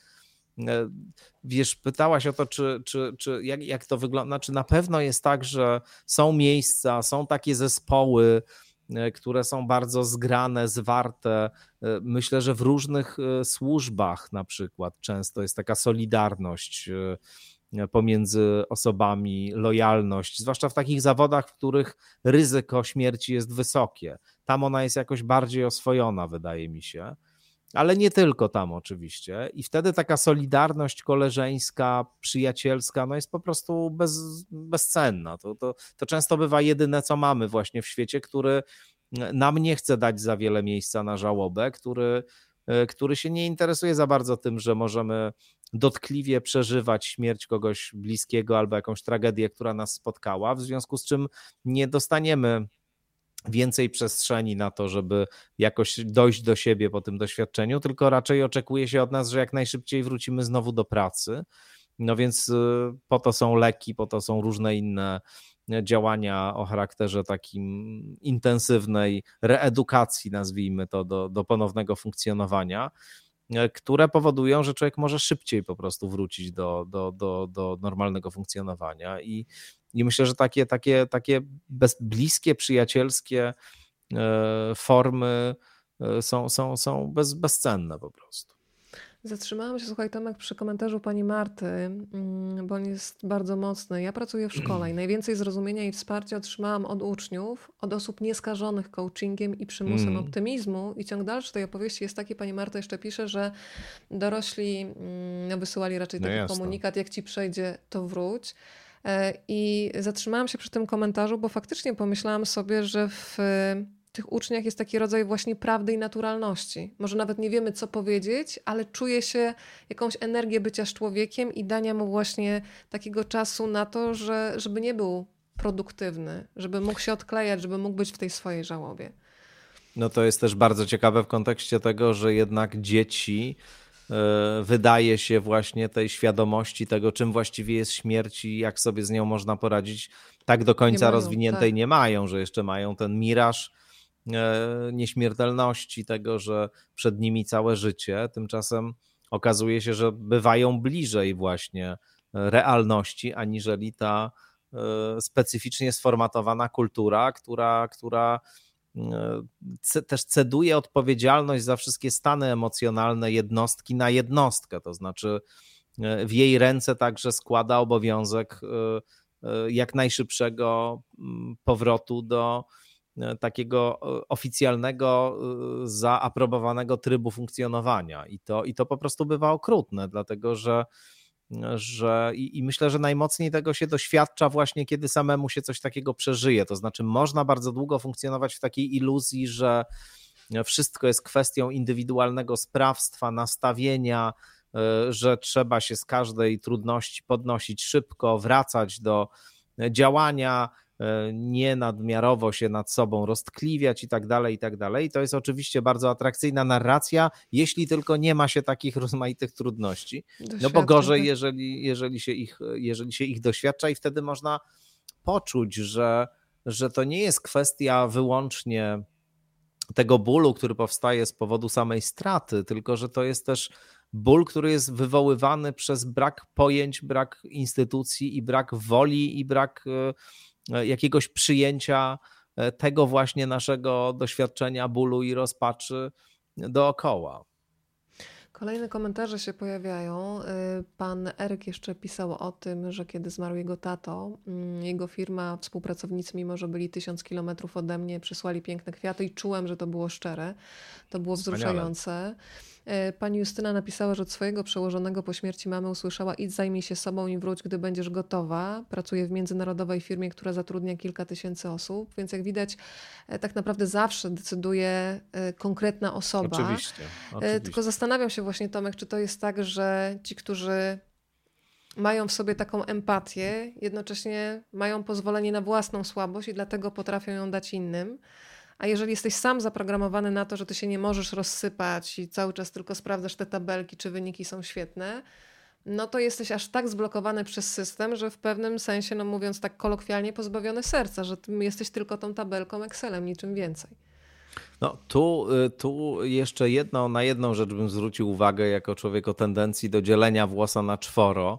wiesz, pytałaś o to, czy, czy, czy jak, jak to wygląda, czy na pewno jest tak, że są miejsca, są takie zespoły, które są bardzo zgrane, zwarte. Myślę, że w różnych służbach na przykład często jest taka solidarność pomiędzy osobami, lojalność, zwłaszcza w takich zawodach, w których ryzyko śmierci jest wysokie. Tam ona jest jakoś bardziej oswojona, wydaje mi się, ale nie tylko tam oczywiście. I wtedy taka solidarność koleżeńska, przyjacielska, no jest po prostu bez, bezcenna. To, to, to często bywa jedyne, co mamy właśnie w świecie, który nam nie chce dać za wiele miejsca na żałobę, który, który się nie interesuje za bardzo tym, że możemy dotkliwie przeżywać śmierć kogoś bliskiego albo jakąś tragedię, która nas spotkała, w związku z czym nie dostaniemy więcej przestrzeni na to, żeby jakoś dojść do siebie po tym doświadczeniu, tylko raczej oczekuje się od nas, że jak najszybciej wrócimy znowu do pracy. No więc po to są leki, po to są różne inne działania o charakterze takim intensywnej reedukacji, nazwijmy to, do, do ponownego funkcjonowania, które powodują, że człowiek może szybciej po prostu wrócić do, do, do, do normalnego funkcjonowania. I, i myślę, że takie, takie, takie bez, bliskie, przyjacielskie formy są, są, są bez, bezcenne po prostu. Zatrzymałam się, słuchaj, Tomek, przy komentarzu pani Marty, bo on jest bardzo mocny. Ja pracuję w szkole i najwięcej zrozumienia i wsparcia otrzymałam od uczniów, od osób nieskażonych coachingiem i przymusem mm. optymizmu. I ciąg dalszy tej opowieści jest taki, pani Marta jeszcze pisze, że dorośli no, wysyłali raczej taki no komunikat, jak ci przejdzie, to wróć. I zatrzymałam się przy tym komentarzu, bo faktycznie pomyślałam sobie, że w tych uczniach jest taki rodzaj właśnie prawdy i naturalności. Może nawet nie wiemy, co powiedzieć, ale czuje się jakąś energię bycia z człowiekiem i dania mu właśnie takiego czasu na to, że, żeby nie był produktywny, żeby mógł się odklejać, żeby mógł być w tej swojej żałobie. No to jest też bardzo ciekawe w kontekście tego, że jednak dzieci wydaje się właśnie tej świadomości tego, czym właściwie jest śmierć i jak sobie z nią można poradzić, tak do końca Nie mają, rozwiniętej tak. nie mają, że jeszcze mają ten miraż nieśmiertelności, tego, że przed nimi całe życie. Tymczasem okazuje się, że bywają bliżej właśnie realności, aniżeli ta specyficznie sformatowana kultura, która, która też ceduje odpowiedzialność za wszystkie stany emocjonalne jednostki na jednostkę, to znaczy w jej ręce także składa obowiązek jak najszybszego powrotu do takiego oficjalnego, zaaprobowanego trybu funkcjonowania i to, i to po prostu bywa okrutne, dlatego że że i, i myślę, że najmocniej tego się doświadcza właśnie, kiedy samemu się coś takiego przeżyje. To znaczy można bardzo długo funkcjonować w takiej iluzji, że wszystko jest kwestią indywidualnego sprawstwa, nastawienia, że trzeba się z każdej trudności podnosić szybko, wracać do działania, nie nadmiarowo się nad sobą roztkliwiać i tak dalej, i tak dalej. To jest oczywiście bardzo atrakcyjna narracja, jeśli tylko nie ma się takich rozmaitych trudności. No bo gorzej, jeżeli, jeżeli, się ich, jeżeli się ich doświadcza i wtedy można poczuć, że, że to nie jest kwestia wyłącznie tego bólu, który powstaje z powodu samej straty, tylko że to jest też ból, który jest wywoływany przez brak pojęć, brak instytucji i brak woli i brak jakiegoś przyjęcia tego właśnie naszego doświadczenia bólu i rozpaczy dookoła. Kolejne komentarze się pojawiają. Pan Eryk jeszcze pisał o tym, że kiedy zmarł jego tato, jego firma, współpracownicy, mimo że byli tysiąc kilometrów ode mnie, przysłali piękne kwiaty i czułem, że to było szczere. To było wzruszające. Pani Justyna napisała, że od swojego przełożonego po śmierci mamy usłyszała: idź, zajmij się sobą i wróć, gdy będziesz gotowa. Pracuje w międzynarodowej firmie, która zatrudnia kilka tysięcy osób, więc jak widać, tak naprawdę zawsze decyduje konkretna osoba. Oczywiście, oczywiście. Tylko zastanawiam się właśnie, Tomek, czy to jest tak, że ci, którzy mają w sobie taką empatię, jednocześnie mają pozwolenie na własną słabość i dlatego potrafią ją dać innym. A jeżeli jesteś sam zaprogramowany na to, że ty się nie możesz rozsypać i cały czas tylko sprawdzasz te tabelki, czy wyniki są świetne, no to jesteś aż tak zblokowany przez system, że w pewnym sensie, no mówiąc tak kolokwialnie, pozbawiony serca, że ty jesteś tylko tą tabelką Excelem, niczym więcej. No tu, tu jeszcze jedno, na jedną rzecz bym zwrócił uwagę jako człowiek o tendencji do dzielenia włosa na czworo,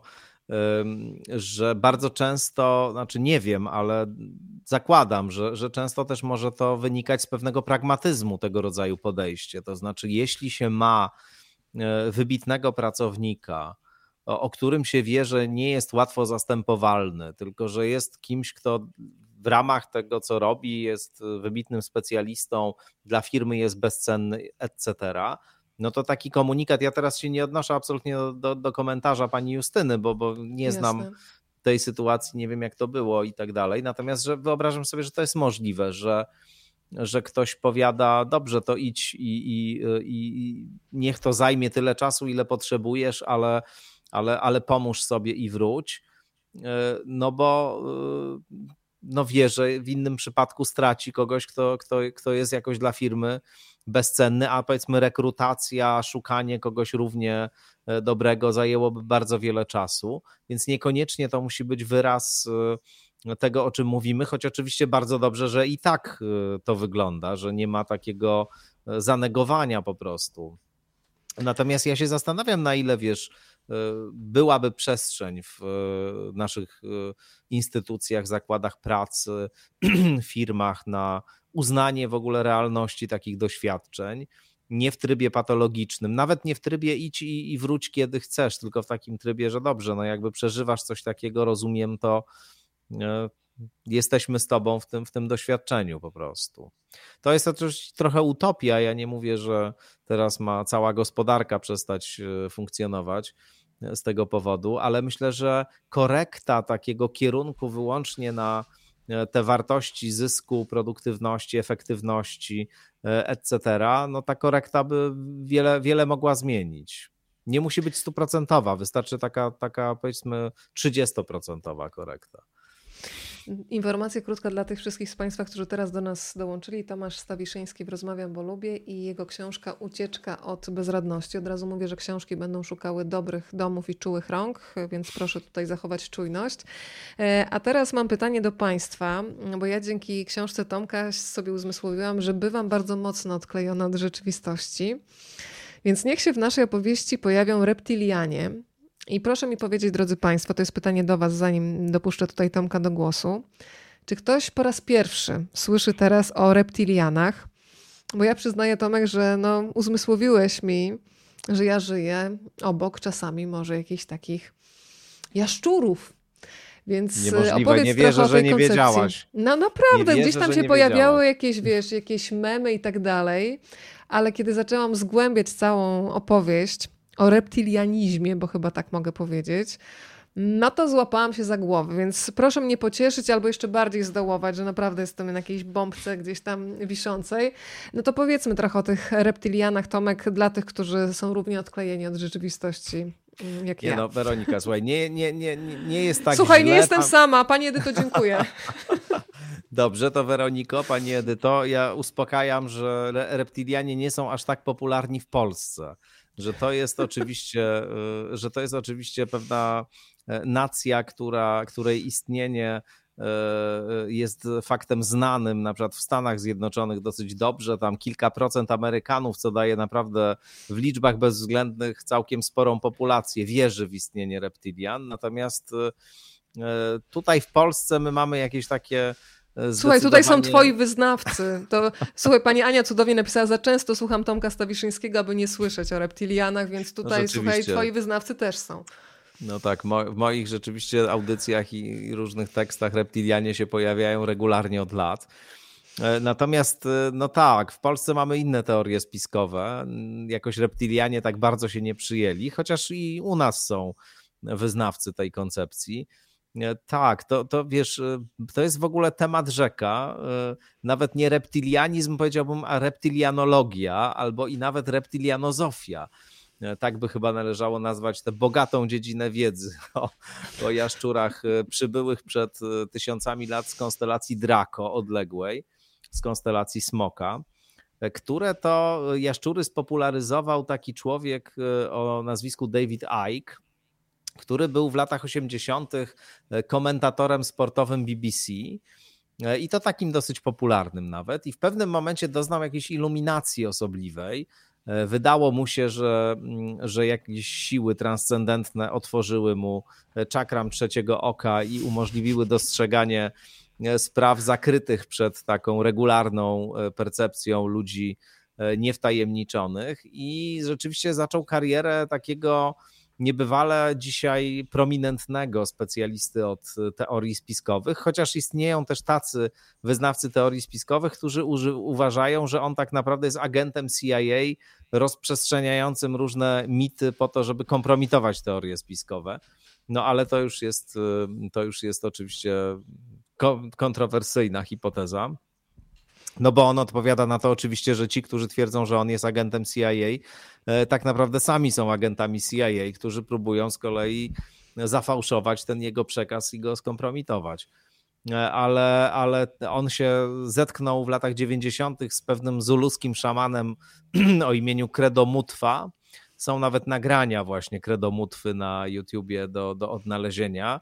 że bardzo często, znaczy nie wiem, ale zakładam, że, że często też może to wynikać z pewnego pragmatyzmu tego rodzaju podejście. To znaczy, jeśli się ma wybitnego pracownika, o, o którym się wie, że nie jest łatwo zastępowalny, tylko że jest kimś, kto w ramach tego, co robi, jest wybitnym specjalistą, dla firmy jest bezcenny, et cetera, no to taki komunikat, ja teraz się nie odnoszę absolutnie do, do, do komentarza pani Justyny, bo, bo nie Jasne. znam tej sytuacji, nie wiem jak to było i tak dalej, natomiast że wyobrażam sobie, że to jest możliwe, że, że ktoś powiada: dobrze, to idź i, i, i niech to zajmie tyle czasu, ile potrzebujesz, ale, ale, ale pomóż sobie i wróć, no bo no wie, że w innym przypadku straci kogoś, kto, kto, kto jest jakoś dla firmy bezcenny, a powiedzmy rekrutacja, szukanie kogoś równie dobrego zajęłoby bardzo wiele czasu, więc niekoniecznie to musi być wyraz tego, o czym mówimy, choć oczywiście bardzo dobrze, że i tak to wygląda, że nie ma takiego zanegowania po prostu. Natomiast ja się zastanawiam, na ile, wiesz, byłaby przestrzeń w naszych instytucjach, zakładach pracy, firmach na uznanie w ogóle realności takich doświadczeń, nie w trybie patologicznym, nawet nie w trybie idź i, i wróć kiedy chcesz, tylko w takim trybie, że dobrze, no jakby przeżywasz coś takiego, rozumiem to, jesteśmy z tobą w tym, w tym doświadczeniu po prostu. To jest oczywiście trochę utopia, ja nie mówię, że teraz ma cała gospodarka przestać funkcjonować z tego powodu, ale myślę, że korekta takiego kierunku wyłącznie na te wartości zysku, produktywności, efektywności, et cetera, no ta korekta by wiele, wiele mogła zmienić. Nie musi być stuprocentowa, wystarczy taka, taka powiedzmy trzydziestoprocentowa korekta. Informacja krótka dla tych wszystkich z Państwa, którzy teraz do nas dołączyli. Tomasz Stawiszyński w Rozmawiam, bo lubię i jego książka Ucieczka od bezradności. Od razu mówię, że książki będą szukały dobrych domów i czułych rąk, więc proszę tutaj zachować czujność. A teraz mam pytanie do Państwa, bo ja dzięki książce Tomka sobie uzmysłowiłam, że bywam bardzo mocno odklejona od rzeczywistości. Więc niech się w naszej opowieści pojawią reptilianie. I proszę mi powiedzieć, drodzy Państwo, to jest pytanie do Was, zanim dopuszczę tutaj Tomka do głosu. Czy ktoś po raz pierwszy słyszy teraz o reptilianach? Bo ja przyznaję, Tomek, że no, uzmysłowiłeś mi, że ja żyję obok czasami może jakichś takich jaszczurów. Więc Niemożliwe, opowiedz nie wierzę, trochę o tej że nie koncepcji. wiedziałaś. No naprawdę, wierzę, gdzieś tam że się nie pojawiały wiedziałaś. jakieś, wiesz, jakieś memy i tak dalej, ale kiedy zaczęłam zgłębiać całą opowieść o reptilianizmie, bo chyba tak mogę powiedzieć, no to złapałam się za głowę, więc proszę mnie pocieszyć albo jeszcze bardziej zdołować, że naprawdę jestem na jakiejś bombce gdzieś tam wiszącej. No to powiedzmy trochę o tych reptilianach, Tomek, dla tych, którzy są równie odklejeni od rzeczywistości jak Nie ja. no, Weronika, słuchaj, nie, nie, nie, nie jest tak Słuchaj, źle. nie jestem Tam... sama, Pani Edyto, dziękuję. Dobrze, to Weroniko, Pani Edyto, ja uspokajam, że reptilianie nie są aż tak popularni w Polsce, że to jest oczywiście, że to jest oczywiście pewna nacja, która, której istnienie jest faktem znanym, na przykład w Stanach Zjednoczonych dosyć dobrze, tam kilka procent Amerykanów, co daje naprawdę w liczbach bezwzględnych całkiem sporą populację, wierzy w istnienie reptilian, natomiast tutaj w Polsce my mamy jakieś takie Słuchaj, tutaj są twoi wyznawcy. To, słuchaj, pani Ania cudownie napisała, za często słucham Tomka Stawiszyńskiego, aby nie słyszeć o reptilianach, więc tutaj, no słuchaj, twoi wyznawcy też są. No tak, mo- w moich rzeczywiście audycjach i różnych tekstach reptilianie się pojawiają regularnie od lat. Natomiast no tak, w Polsce mamy inne teorie spiskowe. Jakoś reptilianie tak bardzo się nie przyjęli, chociaż i u nas są wyznawcy tej koncepcji. Tak, to, to wiesz, to jest w ogóle temat rzeka, nawet nie reptilianizm powiedziałbym, a reptilianologia albo i nawet reptilianozofia. Tak by chyba należało nazwać tę bogatą dziedzinę wiedzy o, o jaszczurach przybyłych przed tysiącami lat z konstelacji Draco odległej, z konstelacji Smoka, które to jaszczury spopularyzował taki człowiek o nazwisku David Icke, który był w latach osiemdziesiątych komentatorem sportowym B B C i to takim dosyć popularnym nawet i w pewnym momencie doznał jakiejś iluminacji osobliwej. Wydało mu się, że, że jakieś siły transcendentne otworzyły mu czakram trzeciego oka i umożliwiły dostrzeganie spraw zakrytych przed taką regularną percepcją ludzi niewtajemniczonych i rzeczywiście zaczął karierę takiego niebywale dzisiaj prominentnego specjalisty od teorii spiskowych, chociaż istnieją też tacy wyznawcy teorii spiskowych, którzy uży, uważają, że on tak naprawdę jest agentem C I A rozprzestrzeniającym różne mity po to, żeby kompromitować teorie spiskowe. No ale to już jest, to już jest oczywiście kontrowersyjna hipoteza. No bo on odpowiada na to oczywiście, że ci, którzy twierdzą, że on jest agentem C I A, tak naprawdę sami są agentami C I A, którzy próbują z kolei zafałszować ten jego przekaz i go skompromitować. Ale, ale on się zetknął w latach dziewięćdziesiątych z pewnym zuluskim szamanem o imieniu Credomutwa. Są nawet nagrania właśnie Credomutwy na YouTubie do, do odnalezienia.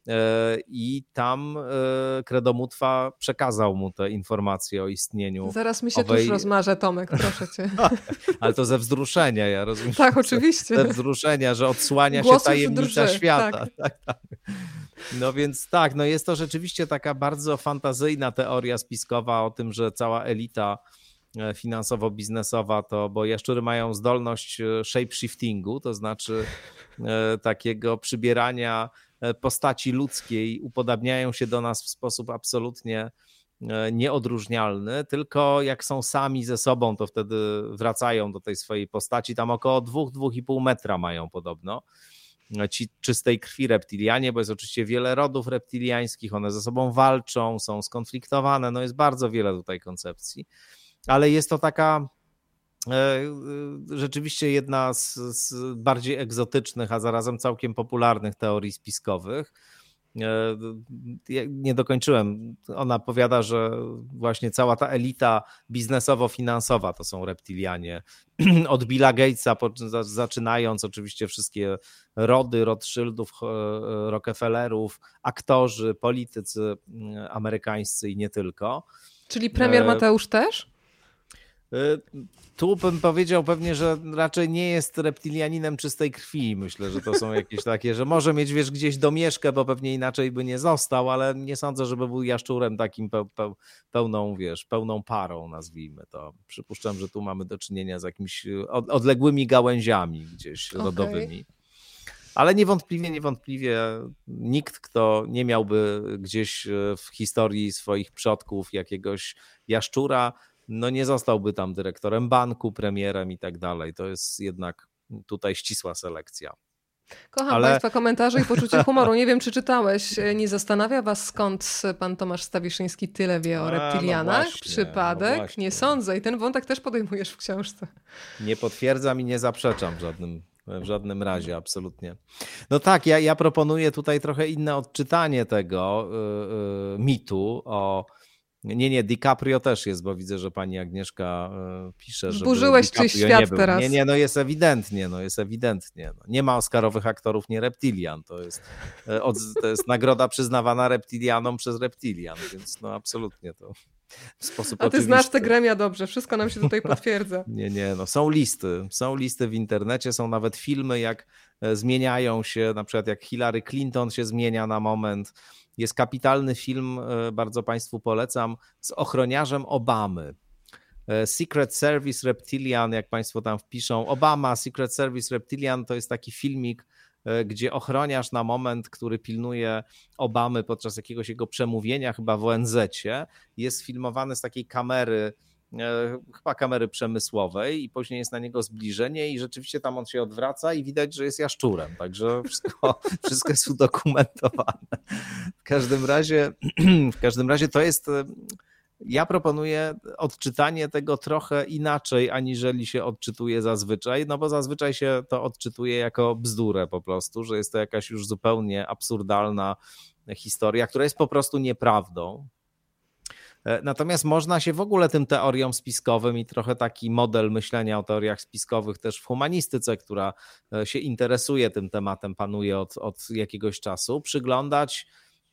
I tam Credomutwa przekazał mu te informacje o istnieniu. Zaraz mi się owej... tuż rozmarzę, Tomek, proszę cię. Ale to ze wzruszenia, ja rozumiem. Tak, oczywiście. Ze wzruszenia, że odsłania Głosów się tajemnica drży, świata. tak. Tak, tak. No więc tak, no jest to rzeczywiście taka bardzo fantazyjna teoria spiskowa o tym, że cała elita finansowo-biznesowa to, bo jaszczury mają zdolność shapeshiftingu, to znaczy takiego przybierania postaci ludzkiej, upodabniają się do nas w sposób absolutnie nieodróżnialny, tylko jak są sami ze sobą, to wtedy wracają do tej swojej postaci, tam około dwóch, dwóch i pół metra mają podobno ci czystej krwi reptilianie, bo jest oczywiście wiele rodów reptiliańskich, one ze sobą walczą, są skonfliktowane, no jest bardzo wiele tutaj koncepcji, ale jest to taka rzeczywiście jedna z, z bardziej egzotycznych, a zarazem całkiem popularnych teorii spiskowych. Ja nie dokończyłem. Ona powiada, że właśnie cała ta elita biznesowo-finansowa to są reptilianie. Od Billa Gatesa zaczynając oczywiście wszystkie rody Rothschildów, Rockefellerów, aktorzy, politycy amerykańscy i nie tylko. Czyli premier Mateusz też? Tu bym powiedział pewnie, że raczej nie jest reptilianinem czystej krwi. Myślę, że to są jakieś takie, że może mieć, wiesz, gdzieś domieszkę, bo pewnie inaczej by nie został, ale nie sądzę, żeby był jaszczurem takim pe, pe, pełną, wiesz, pełną parą, nazwijmy to. Przypuszczam, że tu mamy do czynienia z jakimiś odległymi gałęziami gdzieś rodowymi. Okay. Ale niewątpliwie, niewątpliwie nikt, kto nie miałby gdzieś w historii swoich przodków jakiegoś jaszczura, no nie zostałby tam dyrektorem banku, premierem i tak dalej. To jest jednak tutaj ścisła selekcja. Kocham Ale... Państwa komentarze i poczucie humoru. Nie wiem, czy czytałeś. Nie zastanawia Was, skąd pan Tomasz Stawiszyński tyle wie o reptilianach? No właśnie, Przypadek? No nie sądzę. I ten wątek też podejmujesz w książce. Nie potwierdzam i nie zaprzeczam w żadnym, w żadnym razie, absolutnie. No tak, ja, ja proponuję tutaj trochę inne odczytanie tego yy, yy, mitu o Nie, nie, DiCaprio też jest, bo widzę, że pani Agnieszka pisze, że zburzyłeś czyś świat nie teraz. Nie, nie, no jest ewidentnie, no jest ewidentnie. No. Nie ma oscarowych aktorów nie reptilian, to jest, to jest nagroda przyznawana reptilianom przez reptilian, więc no absolutnie to w sposób A ty oczywisty. Znasz te gremia dobrze, wszystko nam się tutaj potwierdza. Nie, nie, no są listy, są listy w internecie, są nawet filmy, jak zmieniają się, na przykład jak Hillary Clinton się zmienia na moment. Jest kapitalny film, bardzo Państwu polecam, z ochroniarzem Obamy. Secret Service Reptilian, jak Państwo tam wpiszą. Obama, Secret Service Reptilian to jest taki filmik, gdzie ochroniarz na moment, który pilnuje Obamy podczas jakiegoś jego przemówienia, chyba w O N zecie, jest filmowany z takiej kamery, chyba kamery przemysłowej i później jest na niego zbliżenie i rzeczywiście tam on się odwraca i widać, że jest jaszczurem, także wszystko, wszystko jest udokumentowane. W każdym razie, w każdym razie to jest, ja proponuję odczytanie tego trochę inaczej, aniżeli się odczytuje zazwyczaj, no bo zazwyczaj się to odczytuje jako bzdurę po prostu, że jest to jakaś już zupełnie absurdalna historia, która jest po prostu nieprawdą. Natomiast można się w ogóle tym teoriom spiskowym i trochę taki model myślenia o teoriach spiskowych też w humanistyce, która się interesuje tym tematem, panuje od, od jakiegoś czasu, przyglądać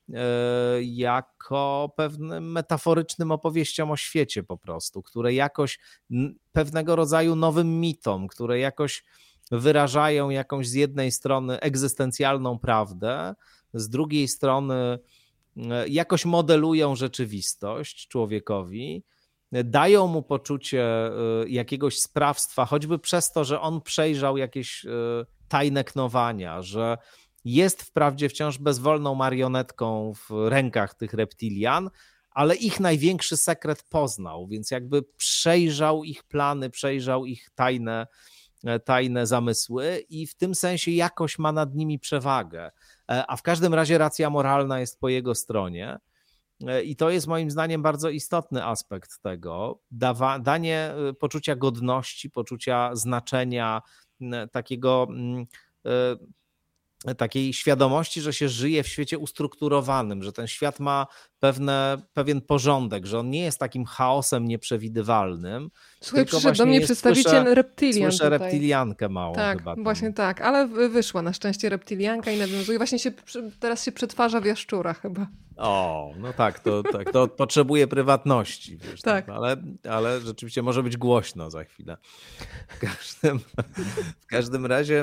jako pewnym metaforycznym opowieściom o świecie po prostu, które jakoś pewnego rodzaju nowym mitom, które jakoś wyrażają jakąś z jednej strony egzystencjalną prawdę, z drugiej strony jakoś modelują rzeczywistość człowiekowi, dają mu poczucie jakiegoś sprawstwa, choćby przez to, że on przejrzał jakieś tajne knowania, że jest wprawdzie wciąż bezwolną marionetką w rękach tych reptilian, ale ich największy sekret poznał, więc jakby przejrzał ich plany, przejrzał ich tajne, tajne zamysły i w tym sensie jakoś ma nad nimi przewagę. A w każdym razie racja moralna jest po jego stronie i to jest moim zdaniem bardzo istotny aspekt tego, dawa, danie poczucia godności, poczucia znaczenia, takiego, takiej świadomości, że się żyje w świecie ustrukturowanym, że ten świat ma pewne, pewien porządek, że on nie jest takim chaosem nieprzewidywalnym. Słuchaj, przyszedł do mnie przedstawiciel słyszę, reptilian Słyszę tutaj. reptiliankę małą tak, chyba. Tam. Właśnie tak, ale wyszła na szczęście reptilianka i nawiązuje. Właśnie się teraz się przetwarza w jaszczura chyba. O, no tak, to, tak, to potrzebuje prywatności. Wiesz, tak. tak, ale, ale rzeczywiście może być głośno za chwilę. W każdym, w każdym razie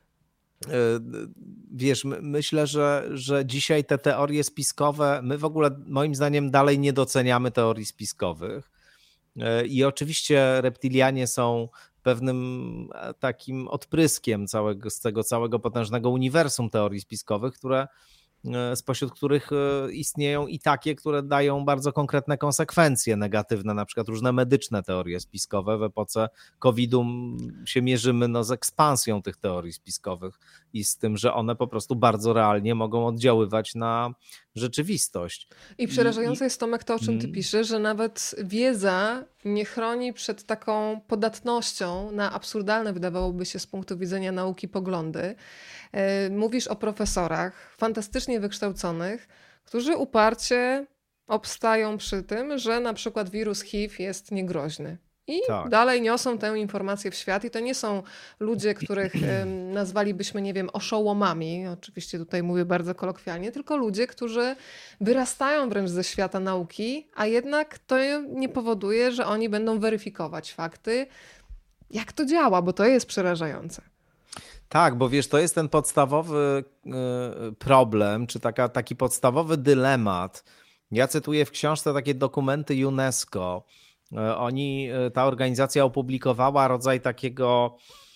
wiesz, myślę, że, że dzisiaj te teorie spiskowe, my w ogóle moim zdaniem dalej nie doceniamy teorii spiskowych i oczywiście reptilianie są pewnym takim odpryskiem całego, z tego całego potężnego uniwersum teorii spiskowych, które spośród których istnieją i takie, które dają bardzo konkretne konsekwencje negatywne, na przykład różne medyczne teorie spiskowe. W epoce kowida się mierzymy no, z ekspansją tych teorii spiskowych i z tym, że one po prostu bardzo realnie mogą oddziaływać na rzeczywistość. I przerażające I, jest, Tomek, to, o czym ty hmm. piszesz, że nawet wiedza nie chroni przed taką podatnością na absurdalne, wydawałoby się z punktu widzenia nauki, poglądy. Mówisz o profesorach fantastycznie wykształconych, którzy uparcie obstają przy tym, że na przykład wirus H I V jest niegroźny. I tak. dalej niosą tę informację w świat i to nie są ludzie, których nazwalibyśmy, nie wiem, oszołomami, oczywiście tutaj mówię bardzo kolokwialnie, tylko ludzie, którzy wyrastają wręcz ze świata nauki, a jednak to nie powoduje, że oni będą weryfikować fakty, jak to działa, bo to jest przerażające. Tak, bo wiesz, to jest ten podstawowy problem, czy taka, taki podstawowy dylemat. Ja cytuję w książce takie dokumenty UNESCO. Oni, ta organizacja opublikowała rodzaj takiego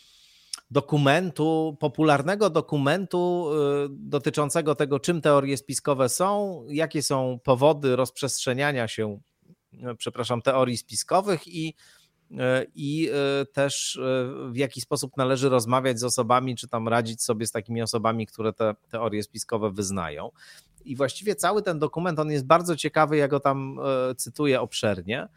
dokumentu, popularnego dokumentu dotyczącego tego, czym teorie spiskowe są, jakie są powody rozprzestrzeniania się, przepraszam, teorii spiskowych i i też w jaki sposób należy rozmawiać z osobami, czy tam radzić sobie z takimi osobami, które te teorie spiskowe wyznają. I właściwie cały ten dokument, on jest bardzo ciekawy, ja go tam cytuję obszernie.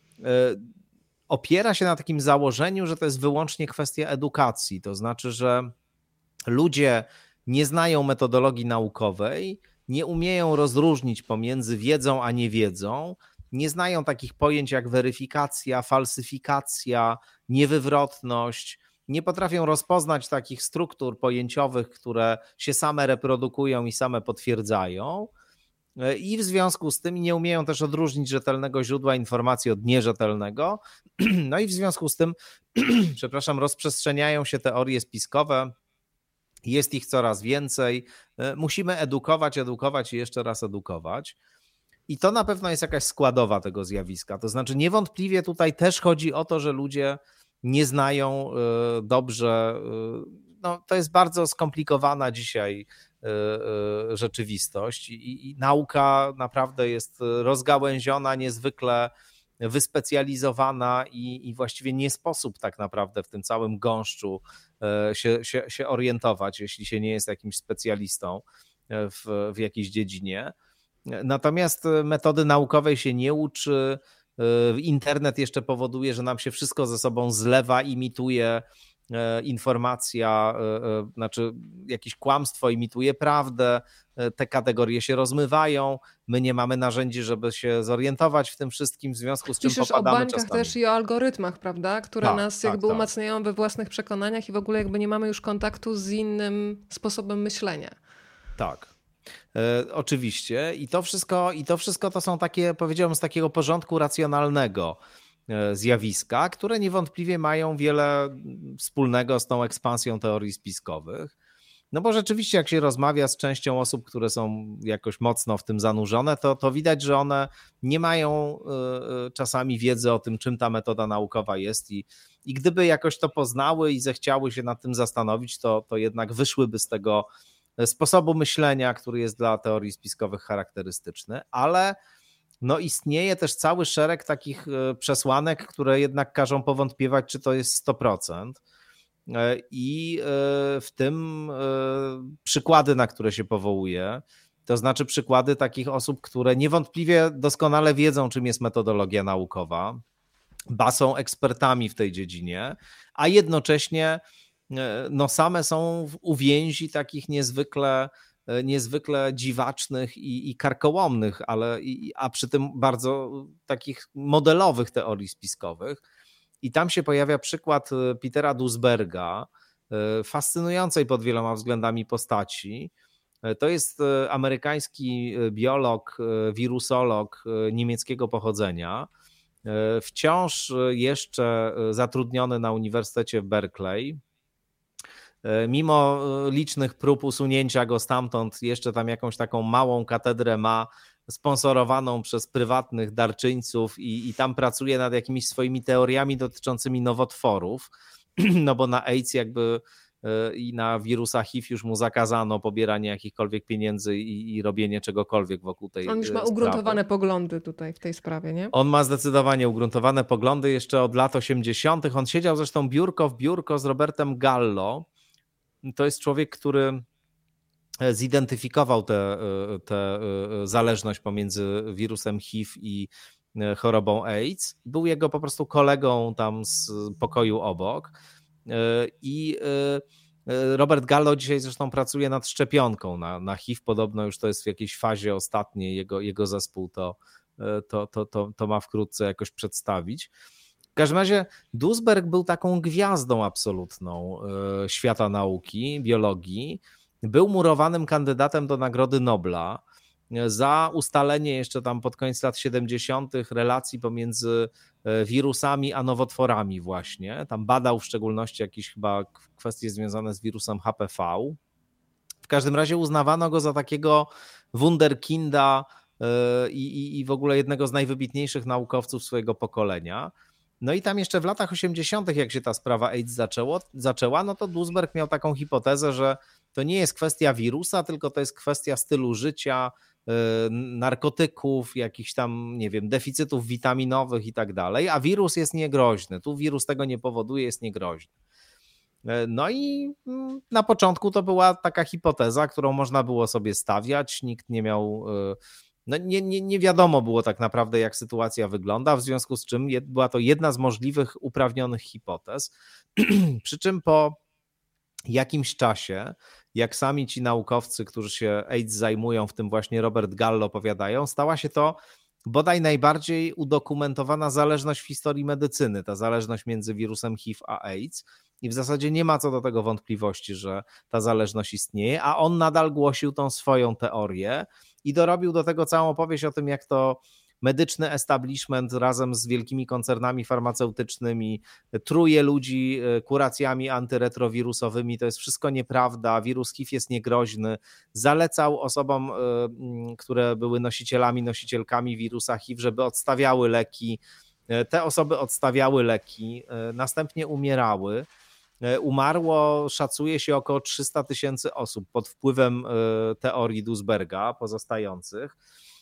Opiera się na takim założeniu, że to jest wyłącznie kwestia edukacji, to znaczy, że ludzie nie znają metodologii naukowej, nie umieją rozróżnić pomiędzy wiedzą a niewiedzą, nie znają takich pojęć jak weryfikacja, falsyfikacja, niewywrotność, nie potrafią rozpoznać takich struktur pojęciowych, które się same reprodukują i same potwierdzają i w związku z tym nie umieją też odróżnić rzetelnego źródła informacji od nierzetelnego. No i w związku z tym, przepraszam, rozprzestrzeniają się teorie spiskowe, jest ich coraz więcej, musimy edukować, edukować i jeszcze raz edukować. I to na pewno jest jakaś składowa tego zjawiska. To znaczy niewątpliwie tutaj też chodzi o to, że ludzie nie znają dobrze, no to jest bardzo skomplikowana dzisiaj rzeczywistość i, i nauka naprawdę jest rozgałęziona, niezwykle wyspecjalizowana i, i właściwie nie sposób tak naprawdę w tym całym gąszczu się, się, się orientować, jeśli się nie jest jakimś specjalistą w, w jakiejś dziedzinie. Natomiast metody naukowej się nie uczy, internet jeszcze powoduje, że nam się wszystko ze sobą zlewa, imituje informacja, znaczy jakieś kłamstwo imituje prawdę, te kategorie się rozmywają, my nie mamy narzędzi, żeby się zorientować w tym wszystkim, w związku z czym Piszesz popadamy o bańkach czasami. też i o algorytmach, prawda, które tak, nas jakby tak, umacniają tak. we własnych przekonaniach i w ogóle jakby nie mamy już kontaktu z innym sposobem myślenia. Tak. E, oczywiście i to wszystko i to wszystko to są takie, powiedziałbym, z takiego porządku racjonalnego zjawiska, które niewątpliwie mają wiele wspólnego z tą ekspansją teorii spiskowych. No bo rzeczywiście jak się rozmawia z częścią osób, które są jakoś mocno w tym zanurzone, to, to widać, że one nie mają y, czasami wiedzy o tym, czym ta metoda naukowa jest i, i gdyby jakoś to poznały i zechciały się nad tym zastanowić, to, to jednak wyszłyby z tego sposobu myślenia, który jest dla teorii spiskowych charakterystyczny, ale no istnieje też cały szereg takich przesłanek, które jednak każą powątpiewać, czy to jest sto procent. I w tym przykłady, na które się powołuje, to znaczy przykłady takich osób, które niewątpliwie doskonale wiedzą, czym jest metodologia naukowa, ba są ekspertami w tej dziedzinie, a jednocześnie no same są w uwięzi takich niezwykle niezwykle dziwacznych i, i karkołomnych, ale i, a przy tym bardzo takich modelowych teorii spiskowych. I tam się pojawia przykład Petera Duesberga, fascynującej pod wieloma względami postaci. To jest amerykański biolog, wirusolog niemieckiego pochodzenia, wciąż jeszcze zatrudniony na Uniwersytecie w Berkeley. Mimo licznych prób usunięcia go stamtąd, jeszcze tam jakąś taką małą katedrę ma, sponsorowaną przez prywatnych darczyńców i, i tam pracuje nad jakimiś swoimi teoriami dotyczącymi nowotworów, no bo na AIDS jakby i na wirusa H I V już mu zakazano pobieranie jakichkolwiek pieniędzy i, i robienie czegokolwiek wokół tej On już ma sprawy. ugruntowane poglądy tutaj w tej sprawie, nie? On ma zdecydowanie ugruntowane poglądy jeszcze od lat osiemdziesiątych. On siedział zresztą biurko w biurko z Robertem Gallo. To jest człowiek, który zidentyfikował tę te, te zależność pomiędzy wirusem H I V i chorobą AIDS. Był jego po prostu kolegą tam z pokoju obok. I Robert Gallo dzisiaj zresztą pracuje nad szczepionką na, na H I V. Podobno już to jest w jakiejś fazie ostatniej. Jego, jego zespół to, to, to, to, to ma wkrótce jakoś przedstawić. W każdym razie Duisberg był taką gwiazdą absolutną świata nauki, biologii. Był murowanym kandydatem do Nagrody Nobla za ustalenie jeszcze tam pod koniec lat siedemdziesiątych relacji pomiędzy wirusami a nowotworami właśnie. Tam badał w szczególności jakieś chyba kwestie związane z wirusem H P V. W każdym razie uznawano go za takiego wunderkinda i, i, i w ogóle jednego z najwybitniejszych naukowców swojego pokolenia. No i tam jeszcze w latach osiemdziesiątych, jak się ta sprawa AIDS zaczęło, zaczęła, no to Duisberg miał taką hipotezę, że to nie jest kwestia wirusa, tylko to jest kwestia stylu życia, narkotyków, jakichś tam, nie wiem, deficytów witaminowych i tak dalej, a wirus jest niegroźny. Tu wirus tego nie powoduje, jest niegroźny. No i na początku to była taka hipoteza, którą można było sobie stawiać, nikt nie miał... No nie, nie, nie wiadomo było tak naprawdę, jak sytuacja wygląda, w związku z czym była to jedna z możliwych uprawnionych hipotez. Przy czym po jakimś czasie, jak sami ci naukowcy, którzy się AIDS zajmują, w tym właśnie Robert Gallo powiadają, stała się to bodaj najbardziej udokumentowana zależność w historii medycyny, ta zależność między wirusem H I V a AIDS. I w zasadzie nie ma co do tego wątpliwości, że ta zależność istnieje, a on nadal głosił tą swoją teorię i dorobił do tego całą opowieść o tym, jak to medyczny establishment razem z wielkimi koncernami farmaceutycznymi truje ludzi kuracjami antyretrowirusowymi. To jest wszystko nieprawda, wirus H I V jest niegroźny. Zalecał osobom, które były nosicielami, nosicielkami wirusa H I V, żeby odstawiały leki. Te osoby odstawiały leki, następnie umierały. Umarło, szacuje się, około trzysta tysięcy osób pod wpływem teorii Duisberga pozostających,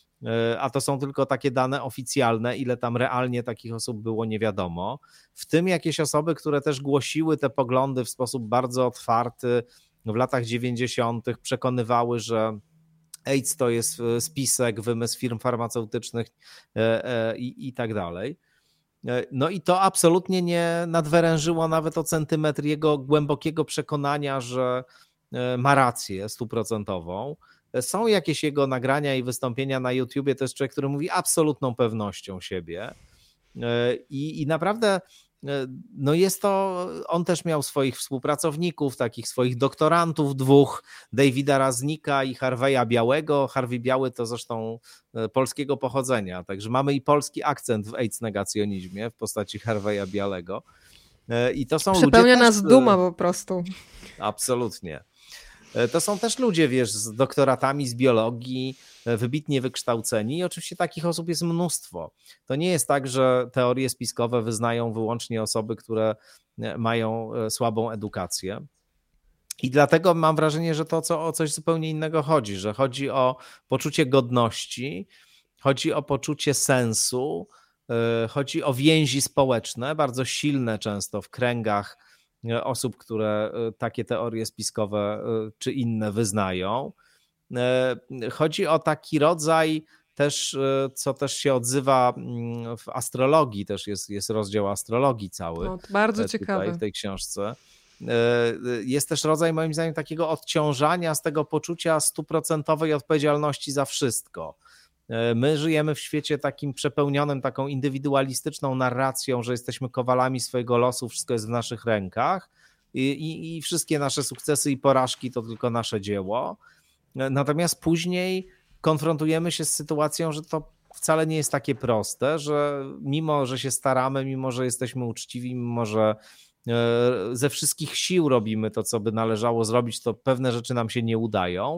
a to są tylko takie dane oficjalne, ile tam realnie takich osób było nie wiadomo. W tym jakieś osoby, które też głosiły te poglądy w sposób bardzo otwarty w latach dziewięćdziesiątych, przekonywały, że AIDS to jest spisek, wymysł firm farmaceutycznych i, i tak dalej. No i to absolutnie nie nadwyrężyło nawet o centymetr jego głębokiego przekonania, że ma rację stuprocentową. Są jakieś jego nagrania i wystąpienia na YouTubie, to jest człowiek, który mówi absolutną pewnością siebie i, i naprawdę no jest to, on też miał swoich współpracowników, takich swoich doktorantów dwóch, Davida Raznika i Harveya Białego. Harvey Biały to zresztą polskiego pochodzenia, także mamy i polski akcent w AIDS negacjonizmie w postaci Harveya Białego. I to są Przepełnia ludzie nas też, duma po prostu. Absolutnie. To są też ludzie, wiesz, z doktoratami z biologii, wybitnie wykształceni i oczywiście takich osób jest mnóstwo. To nie jest tak, że teorie spiskowe wyznają wyłącznie osoby, które mają słabą edukację. I dlatego mam wrażenie, że to co, o coś zupełnie innego chodzi, że chodzi o poczucie godności, chodzi o poczucie sensu, chodzi o więzi społeczne, bardzo silne często w kręgach osób, które takie teorie spiskowe czy inne wyznają. Chodzi o taki rodzaj też, co też się odzywa w astrologii, też jest, jest rozdział astrologii cały. O, bardzo tutaj ciekawe. W tej książce. Jest też rodzaj, moim zdaniem, takiego odciążania z tego poczucia stuprocentowej odpowiedzialności za wszystko. My żyjemy w świecie takim przepełnionym taką indywidualistyczną narracją, że jesteśmy kowalami swojego losu, wszystko jest w naszych rękach i, i, i wszystkie nasze sukcesy i porażki to tylko nasze dzieło. Natomiast później konfrontujemy się z sytuacją, że to wcale nie jest takie proste, że mimo, że się staramy, mimo, że jesteśmy uczciwi, mimo, że ze wszystkich sił robimy to, co by należało zrobić, to pewne rzeczy nam się nie udają.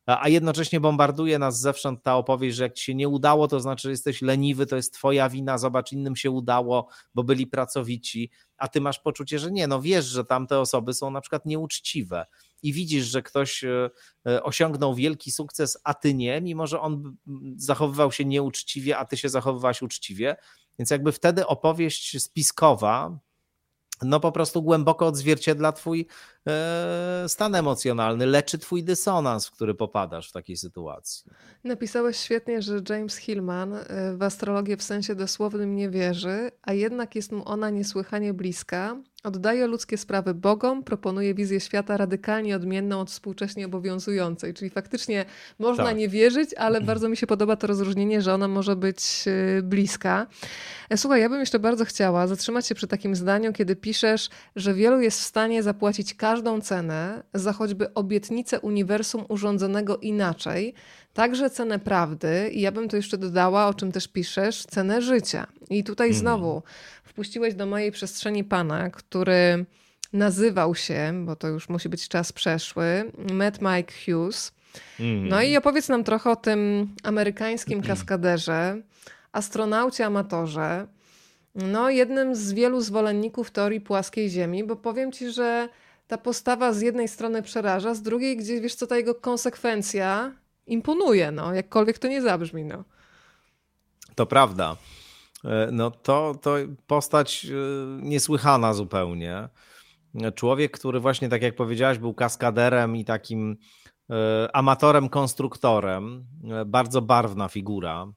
a jednocześnie bombarduje nas zewsząd ta opowieść, że jak ci się nie udało, to znaczy, że jesteś leniwy, to jest twoja wina, zobacz, innym się udało, bo byli pracowici, a ty masz poczucie, że nie, no wiesz, że tamte osoby są na przykład nieuczciwe i widzisz, że ktoś osiągnął wielki sukces, a ty nie, mimo że on zachowywał się nieuczciwie, a ty się zachowywałaś uczciwie, więc jakby wtedy opowieść spiskowa no po prostu głęboko odzwierciedla twój e, stan emocjonalny, leczy twój dysonans, w który popadasz w takiej sytuacji. Napisałeś świetnie, że James Hillman w astrologię w sensie dosłownym nie wierzy, a jednak jest mu ona niesłychanie bliska. Oddaje ludzkie sprawy bogom, proponuje wizję świata radykalnie odmienną od współcześnie obowiązującej. Czyli faktycznie można tak. nie wierzyć, ale bardzo mi się podoba to rozróżnienie, że ona może być bliska. Słuchaj, ja bym jeszcze bardzo chciała zatrzymać się przy takim zdaniu, kiedy piszesz, że wielu jest w stanie zapłacić każdą cenę za choćby obietnicę uniwersum urządzonego inaczej, także cenę prawdy i ja bym tu jeszcze dodała, o czym też piszesz, cenę życia. I tutaj mm. znowu wpuściłeś do mojej przestrzeni pana, który nazywał się, bo to już musi być czas przeszły, Mad Mike Hughes. Mm. No i opowiedz nam trochę o tym amerykańskim kaskaderze, astronaucie amatorze, no jednym z wielu zwolenników teorii płaskiej Ziemi, bo powiem ci, że ta postawa z jednej strony przeraża, z drugiej gdzieś, wiesz co, ta jego konsekwencja imponuje, no, jakkolwiek to nie zabrzmi, no. To prawda. No to, to postać niesłychana zupełnie. Człowiek, który właśnie, tak jak powiedziałaś, był kaskaderem i takim amatorem, konstruktorem. Bardzo barwna figura.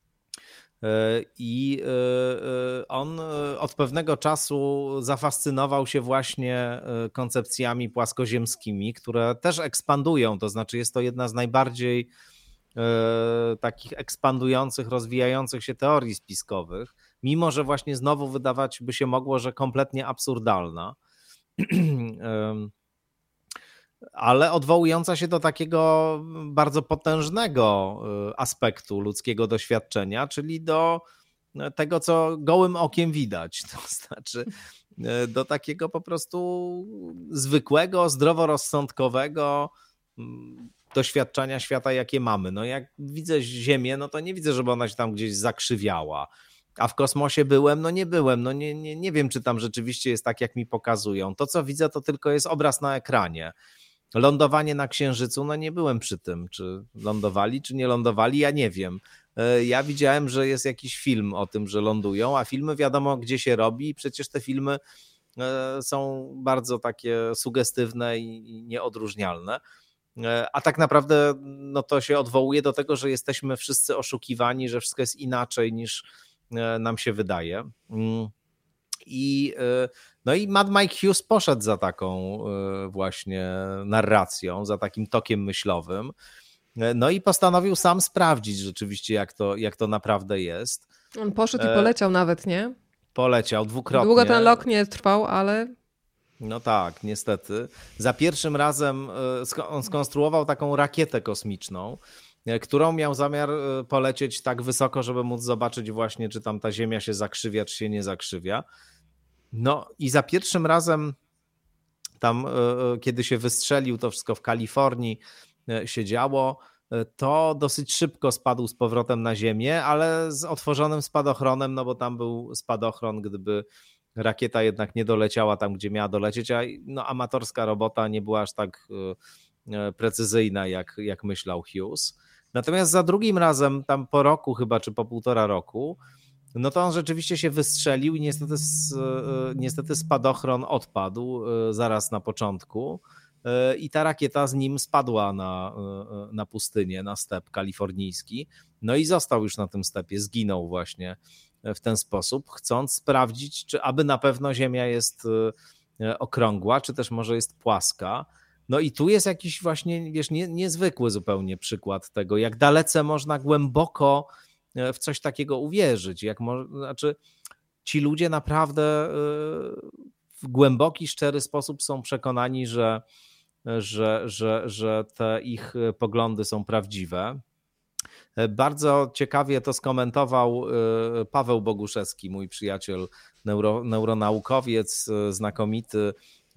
I on od pewnego czasu zafascynował się właśnie koncepcjami płaskoziemskimi, które też ekspandują, to znaczy jest to jedna z najbardziej takich ekspandujących, rozwijających się teorii spiskowych, mimo że właśnie znowu wydawać by się mogło, że kompletnie absurdalna, ale odwołująca się do takiego bardzo potężnego aspektu ludzkiego doświadczenia, czyli do tego, co gołym okiem widać, to znaczy do takiego po prostu zwykłego, zdroworozsądkowego doświadczenia świata, jakie mamy. No jak widzę Ziemię, no to nie widzę, żeby ona się tam gdzieś zakrzywiała. A w kosmosie byłem, no nie byłem, no nie, nie, nie wiem, czy tam rzeczywiście jest tak, jak mi pokazują. To, co widzę, to tylko jest obraz na ekranie. Lądowanie na Księżycu, no nie byłem przy tym, czy lądowali, czy nie lądowali, ja nie wiem. Ja widziałem, że jest jakiś film o tym, że lądują, a filmy wiadomo, gdzie się robi i przecież te filmy są bardzo takie sugestywne i nieodróżnialne. A tak naprawdę no to się odwołuje do tego, że jesteśmy wszyscy oszukiwani, że wszystko jest inaczej niż nam się wydaje. I, no i Mad Mike Hughes poszedł za taką właśnie narracją, za takim tokiem myślowym. No i postanowił sam sprawdzić rzeczywiście, jak to, jak to naprawdę jest. On poszedł i poleciał nawet, nie? Poleciał dwukrotnie. Długo ten lot nie trwał, ale... No tak, niestety. Za pierwszym razem on skonstruował taką rakietę kosmiczną, którą miał zamiar polecieć tak wysoko, żeby móc zobaczyć właśnie, czy tam ta Ziemia się zakrzywia, czy się nie zakrzywia. No i za pierwszym razem tam, kiedy się wystrzelił, to wszystko w Kalifornii się działo, to dosyć szybko spadł z powrotem na Ziemię, ale z otworzonym spadochronem, no bo tam był spadochron, gdyby rakieta jednak nie doleciała tam, gdzie miała dolecieć, a no, amatorska robota nie była aż tak precyzyjna, jak, jak myślał Hughes. Natomiast za drugim razem, tam po roku chyba, czy po półtora roku, no to on rzeczywiście się wystrzelił i niestety, niestety spadochron odpadł zaraz na początku i ta rakieta z nim spadła na, na pustynię, na step kalifornijski. No i został już na tym stepie, zginął właśnie w ten sposób, chcąc sprawdzić, czy aby na pewno Ziemia jest okrągła, czy też może jest płaska. No i tu jest jakiś właśnie, wiesz, nie, niezwykły zupełnie przykład tego, jak dalece można głęboko w coś takiego uwierzyć. Jak mo- znaczy, ci ludzie naprawdę w głęboki, szczery sposób są przekonani, że, że, że, że te ich poglądy są prawdziwe. Bardzo ciekawie to skomentował Paweł Boguszewski, mój przyjaciel, neuro, neuronaukowiec, znakomity,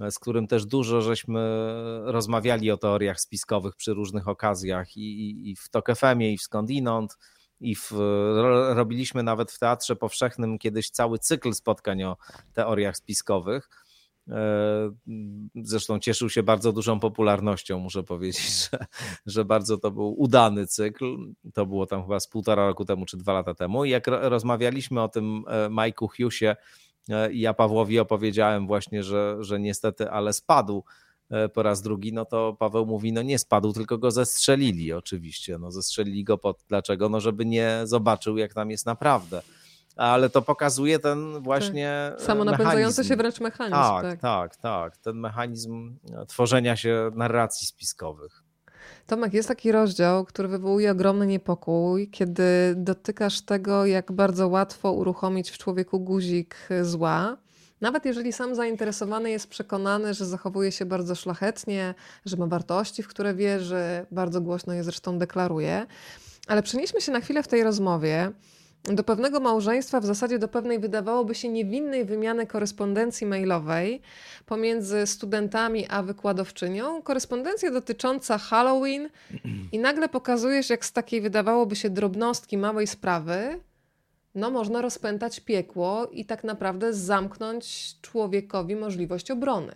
z którym też dużo żeśmy rozmawiali o teoriach spiskowych przy różnych okazjach i, i, i w Tok F M ie, i w Skądinąd, i w, robiliśmy nawet w Teatrze Powszechnym kiedyś cały cykl spotkań o teoriach spiskowych. Zresztą cieszył się bardzo dużą popularnością, muszę powiedzieć, że, że bardzo to był udany cykl. To było tam chyba z półtora roku temu czy dwa lata temu. I jak rozmawialiśmy o tym Mike'u Hughesie, i ja Pawłowi opowiedziałem właśnie, że, że niestety, ale spadł po raz drugi, no to Paweł mówi, no nie spadł, tylko go zestrzelili oczywiście. No zestrzelili go pod, dlaczego? No żeby nie zobaczył, jak tam jest naprawdę. Ale to pokazuje ten właśnie tak. Samonapędzający się wręcz mechanizm. Tak, tak, tak, tak. Ten mechanizm tworzenia się narracji spiskowych. Tomek, jest taki rozdział, który wywołuje ogromny niepokój, kiedy dotykasz tego, jak bardzo łatwo uruchomić w człowieku guzik zła. Nawet jeżeli sam zainteresowany jest przekonany, że zachowuje się bardzo szlachetnie, że ma wartości, w które wierzy, bardzo głośno je zresztą deklaruje. Ale przenieśmy się na chwilę w tej rozmowie do pewnego małżeństwa, w zasadzie do pewnej wydawałoby się niewinnej wymiany korespondencji mailowej pomiędzy studentami a wykładowczynią. Korespondencja dotycząca Halloween i nagle pokazujesz, jak z takiej wydawałoby się drobnostki, małej sprawy, no można rozpętać piekło i tak naprawdę zamknąć człowiekowi możliwość obrony.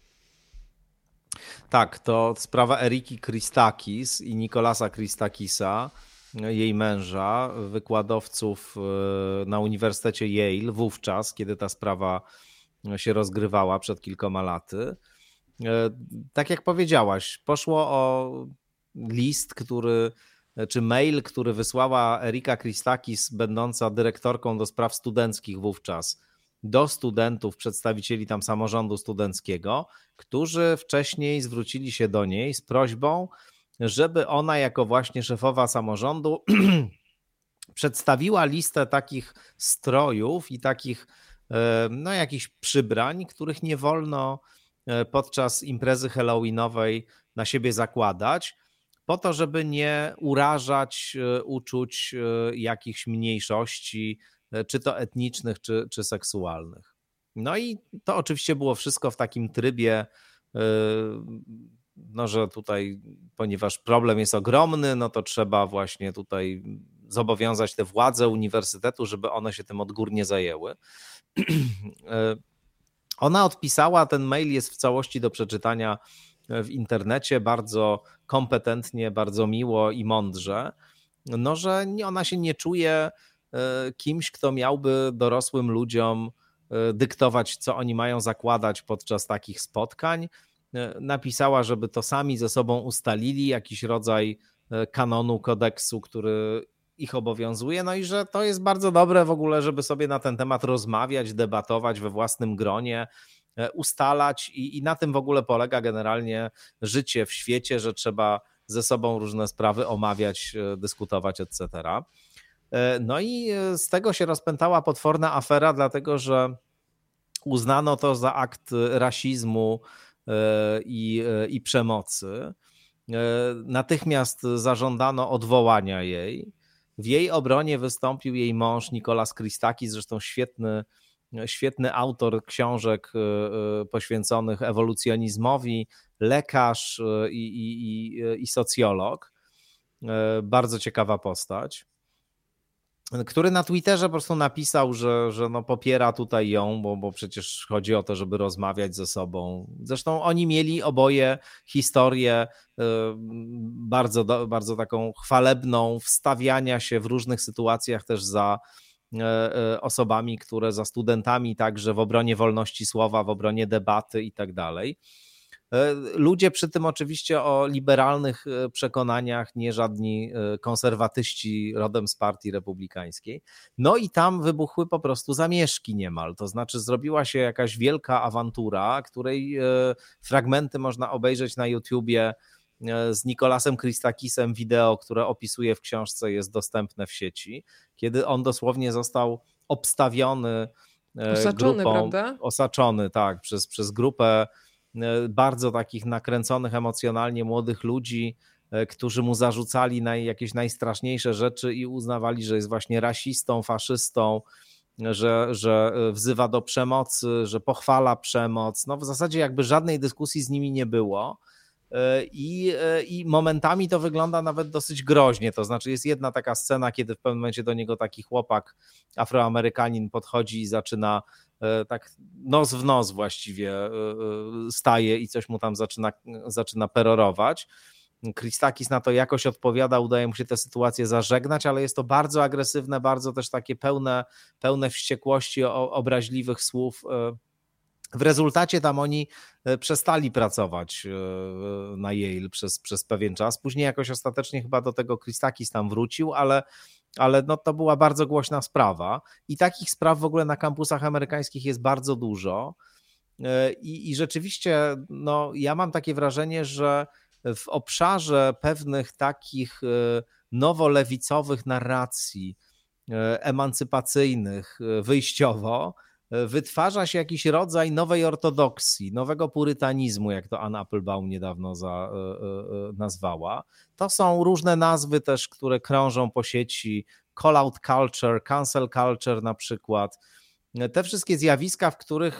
Tak, to sprawa Eriki Christakis i Nicolasa Christakisa, jej męża, wykładowców na Uniwersytecie Yale wówczas, kiedy ta sprawa się rozgrywała przed kilkoma laty. Tak jak powiedziałaś, poszło o list, który, czy mail, który wysłała Erika Christakis, będąca dyrektorką do spraw studenckich wówczas, do studentów, przedstawicieli tam samorządu studenckiego, którzy wcześniej zwrócili się do niej z prośbą, żeby ona jako właśnie szefowa samorządu przedstawiła listę takich strojów i takich no jakichś przybrań, których nie wolno podczas imprezy halloweenowej na siebie zakładać, po to, żeby nie urażać uczuć jakichś mniejszości, czy to etnicznych, czy, czy seksualnych. No i to oczywiście było wszystko w takim trybie, no że tutaj, ponieważ problem jest ogromny, no to trzeba właśnie tutaj zobowiązać te władze uniwersytetu, żeby one się tym odgórnie zajęły. Ona odpisała, ten mail jest w całości do przeczytania w internecie, bardzo kompetentnie, bardzo miło i mądrze, no że ona się nie czuje kimś, kto miałby dorosłym ludziom dyktować, co oni mają zakładać podczas takich spotkań. Napisała, żeby to sami ze sobą ustalili, jakiś rodzaj kanonu, kodeksu, który ich obowiązuje, no i że to jest bardzo dobre w ogóle, żeby sobie na ten temat rozmawiać, debatować we własnym gronie, ustalać i, i na tym w ogóle polega generalnie życie w świecie, że trzeba ze sobą różne sprawy omawiać, dyskutować, et cetera. No i z tego się rozpętała potworna afera, dlatego że uznano to za akt rasizmu i, i przemocy. Natychmiast zażądano odwołania jej. W jej obronie wystąpił jej mąż Nicolas Christakis, zresztą świetny, świetny autor książek poświęconych ewolucjonizmowi, lekarz i, i, i socjolog. Bardzo ciekawa postać, który na Twitterze po prostu napisał, że, że no popiera tutaj ją, bo, bo przecież chodzi o to, żeby rozmawiać ze sobą. Zresztą oni mieli oboje historię bardzo, bardzo taką chwalebną, wstawiania się w różnych sytuacjach też za osobami, które za studentami także w obronie wolności słowa, w obronie debaty i tak dalej. Ludzie przy tym oczywiście o liberalnych przekonaniach, nie żadni konserwatyści rodem z partii republikańskiej. No i tam wybuchły po prostu zamieszki niemal, to znaczy zrobiła się jakaś wielka awantura, której fragmenty można obejrzeć na YouTubie z Nicolasem Christakisem, wideo, które opisuje w książce, jest dostępne w sieci, kiedy on dosłownie został obstawiony osaczony, grupą, prawda? Osaczony, tak, przez, przez grupę bardzo takich nakręconych emocjonalnie młodych ludzi, którzy mu zarzucali naj, jakieś najstraszniejsze rzeczy i uznawali, że jest właśnie rasistą, faszystą że, że wzywa do przemocy, że pochwala przemoc. No w zasadzie jakby żadnej dyskusji z nimi nie było. I, I momentami to wygląda nawet dosyć groźnie, to znaczy jest jedna taka scena, kiedy w pewnym momencie do niego taki chłopak, Afroamerykanin podchodzi i zaczyna tak nos w nos właściwie staje i coś mu tam zaczyna, zaczyna perorować. Christakis na to jakoś odpowiada, udaje mu się tę sytuację zażegnać, ale jest to bardzo agresywne, bardzo też takie pełne, pełne wściekłości, obraźliwych słów. W rezultacie tam oni przestali pracować na Yale przez, przez pewien czas. Później jakoś ostatecznie chyba do tego Christakis tam wrócił, ale, ale no to była bardzo głośna sprawa. I takich spraw w ogóle na kampusach amerykańskich jest bardzo dużo. I, i rzeczywiście no, ja mam takie wrażenie, że w obszarze pewnych takich nowolewicowych narracji emancypacyjnych wyjściowo wytwarza się jakiś rodzaj nowej ortodoksji, nowego purytanizmu, jak to Ann Applebaum niedawno za, nazwała. To są różne nazwy też, które krążą po sieci, call-out culture, cancel culture na przykład. Te wszystkie zjawiska, w których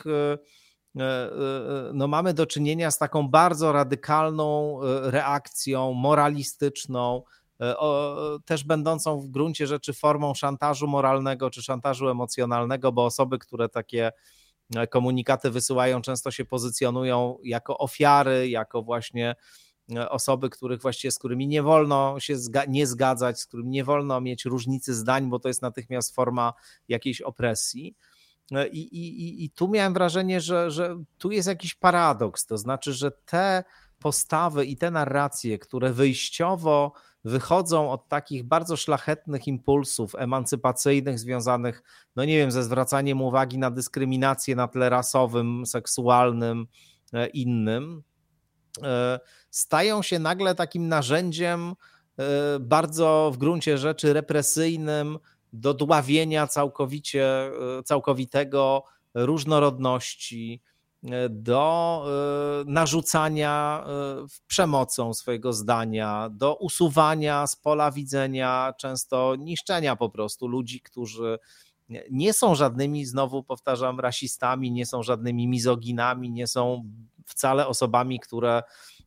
no, mamy do czynienia z taką bardzo radykalną reakcją moralistyczną, też będącą w gruncie rzeczy formą szantażu moralnego czy szantażu emocjonalnego, bo osoby, które takie komunikaty wysyłają, często się pozycjonują jako ofiary, jako właśnie osoby, których właściwie z którymi nie wolno się zga- nie zgadzać, z którymi nie wolno mieć różnicy zdań, bo to jest natychmiast forma jakiejś opresji. I, i, i tu miałem wrażenie, że, że tu jest jakiś paradoks, to znaczy, że te postawy i te narracje, które wyjściowo wychodzą od takich bardzo szlachetnych impulsów emancypacyjnych związanych, no nie wiem, ze zwracaniem uwagi na dyskryminację na tle rasowym, seksualnym, innym, stają się nagle takim narzędziem bardzo w gruncie rzeczy represyjnym do dławienia całkowicie, całkowitego różnorodności, do narzucania przemocą swojego zdania, do usuwania z pola widzenia, często niszczenia po prostu ludzi, którzy nie są żadnymi, znowu powtarzam, rasistami, nie są żadnymi mizoginami, nie są wcale osobami, które,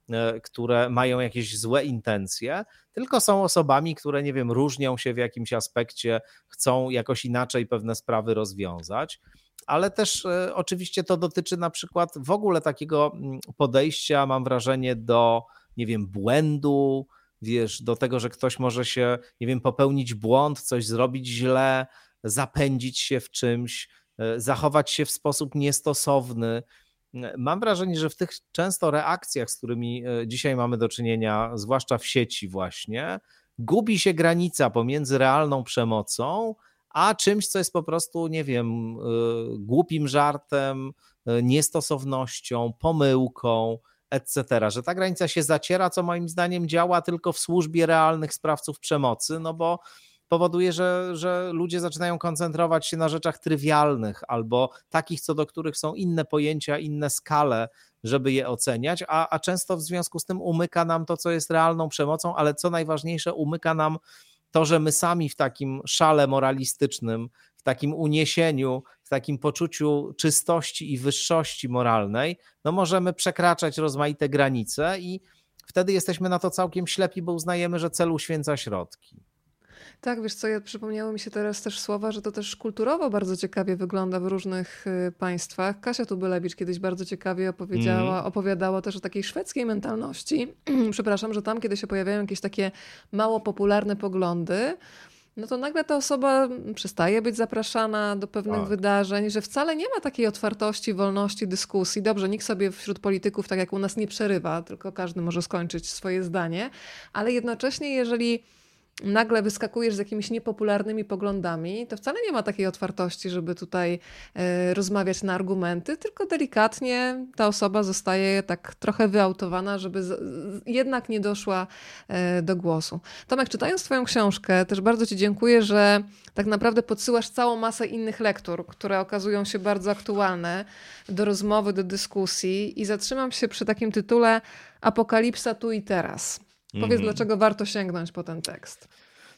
które mają jakieś złe intencje, tylko są osobami, które, nie wiem, różnią się w jakimś aspekcie, chcą jakoś inaczej pewne sprawy rozwiązać. Ale też oczywiście to dotyczy na przykład w ogóle takiego podejścia, mam wrażenie, do, nie wiem, błędu, wiesz, do tego, że ktoś może się, nie wiem, popełnić błąd, coś zrobić źle, zapędzić się w czymś, zachować się w sposób niestosowny. Mam wrażenie, że w tych często reakcjach, z którymi dzisiaj mamy do czynienia, zwłaszcza w sieci właśnie, gubi się granica pomiędzy realną przemocą a czymś, co jest po prostu, nie wiem, głupim żartem, niestosownością, pomyłką, et cetera. Że ta granica się zaciera, co moim zdaniem działa tylko w służbie realnych sprawców przemocy, no bo powoduje, że, że ludzie zaczynają koncentrować się na rzeczach trywialnych albo takich, co do których są inne pojęcia, inne skale, żeby je oceniać, a, a często w związku z tym umyka nam to, co jest realną przemocą, ale co najważniejsze, umyka nam to, że my sami w takim szale moralistycznym, w takim uniesieniu, w takim poczuciu czystości i wyższości moralnej, no możemy przekraczać rozmaite granice i wtedy jesteśmy na to całkiem ślepi, bo uznajemy, że cel uświęca środki. Tak, wiesz co, ja przypomniało mi się teraz też słowa, że to też kulturowo bardzo ciekawie wygląda w różnych państwach. Kasia Tubylewicz kiedyś bardzo ciekawie opowiedziała, mm. opowiadała też o takiej szwedzkiej mentalności. Przepraszam, że tam, kiedy się pojawiają jakieś takie mało popularne poglądy, no to nagle ta osoba przestaje być zapraszana do pewnych tak. wydarzeń, że wcale nie ma takiej otwartości, wolności, dyskusji. Dobrze, nikt sobie wśród polityków, tak jak u nas, nie przerywa, tylko każdy może skończyć swoje zdanie, ale jednocześnie jeżeli nagle wyskakujesz z jakimiś niepopularnymi poglądami, to wcale nie ma takiej otwartości, żeby tutaj y, rozmawiać na argumenty, tylko delikatnie ta osoba zostaje tak trochę wyautowana, żeby z, z, jednak nie doszła y, do głosu. Tomek, czytając twoją książkę, też bardzo ci dziękuję, że tak naprawdę podsyłasz całą masę innych lektur, które okazują się bardzo aktualne do rozmowy, do dyskusji i zatrzymam się przy takim tytule Apokalipsa tu i teraz. Powiedz, mm-hmm. dlaczego warto sięgnąć po ten tekst.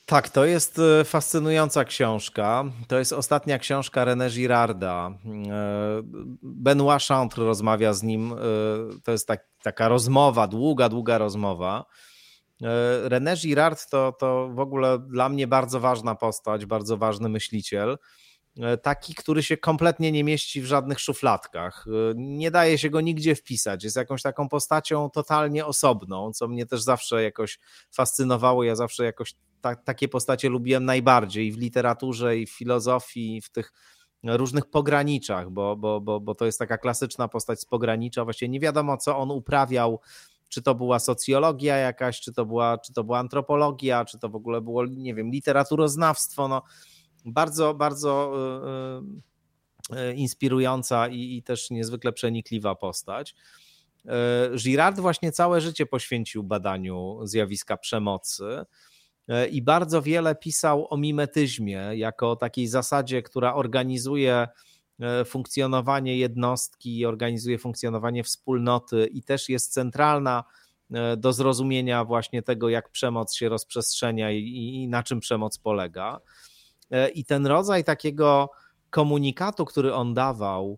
Tak, to jest fascynująca książka. To jest ostatnia książka René Girarda. Benoît Chantre rozmawia z nim. To jest tak, taka rozmowa, długa, długa rozmowa. René Girard to, to w ogóle dla mnie bardzo ważna postać, bardzo ważny myśliciel. Taki, który się kompletnie nie mieści w żadnych szufladkach. Nie daje się go nigdzie wpisać. Jest jakąś taką postacią totalnie osobną, co mnie też zawsze jakoś fascynowało. Ja zawsze jakoś ta, takie postacie lubiłem najbardziej w literaturze i w filozofii, i w tych różnych pograniczach, bo, bo, bo, bo to jest taka klasyczna postać z pogranicza. Właściwie nie wiadomo, co on uprawiał, czy to była socjologia jakaś, czy to była, czy to była antropologia, czy to w ogóle było, nie wiem, literaturoznawstwo. No, bardzo, bardzo inspirująca i, i też niezwykle przenikliwa postać. Girard właśnie całe życie poświęcił badaniu zjawiska przemocy i bardzo wiele pisał o mimetyzmie jako o takiej zasadzie, która organizuje funkcjonowanie jednostki, organizuje funkcjonowanie wspólnoty i też jest centralna do zrozumienia właśnie tego, jak przemoc się rozprzestrzenia i, i na czym przemoc polega. I ten rodzaj takiego komunikatu, który on dawał,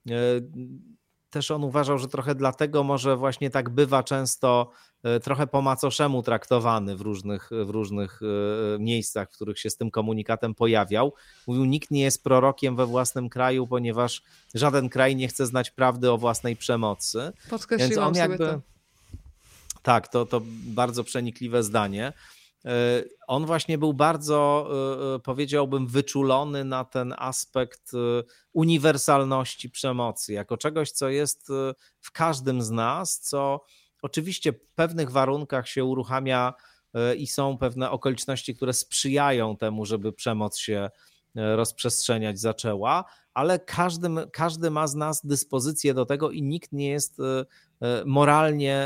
też on uważał, że trochę dlatego może właśnie tak bywa często trochę po macoszemu traktowany w różnych, w różnych miejscach, w których się z tym komunikatem pojawiał. Mówił, nikt nie jest prorokiem we własnym kraju, ponieważ żaden kraj nie chce znać prawdy o własnej przemocy. Podkreśliłam Więc on jakby, sobie to. Tak, to, to bardzo przenikliwe zdanie. On właśnie był bardzo, powiedziałbym, wyczulony na ten aspekt uniwersalności przemocy, jako czegoś, co jest w każdym z nas, co oczywiście w pewnych warunkach się uruchamia i są pewne okoliczności, które sprzyjają temu, żeby przemoc się rozprzestrzeniać zaczęła, ale każdy, każdy ma z nas dyspozycję do tego i nikt nie jest moralnie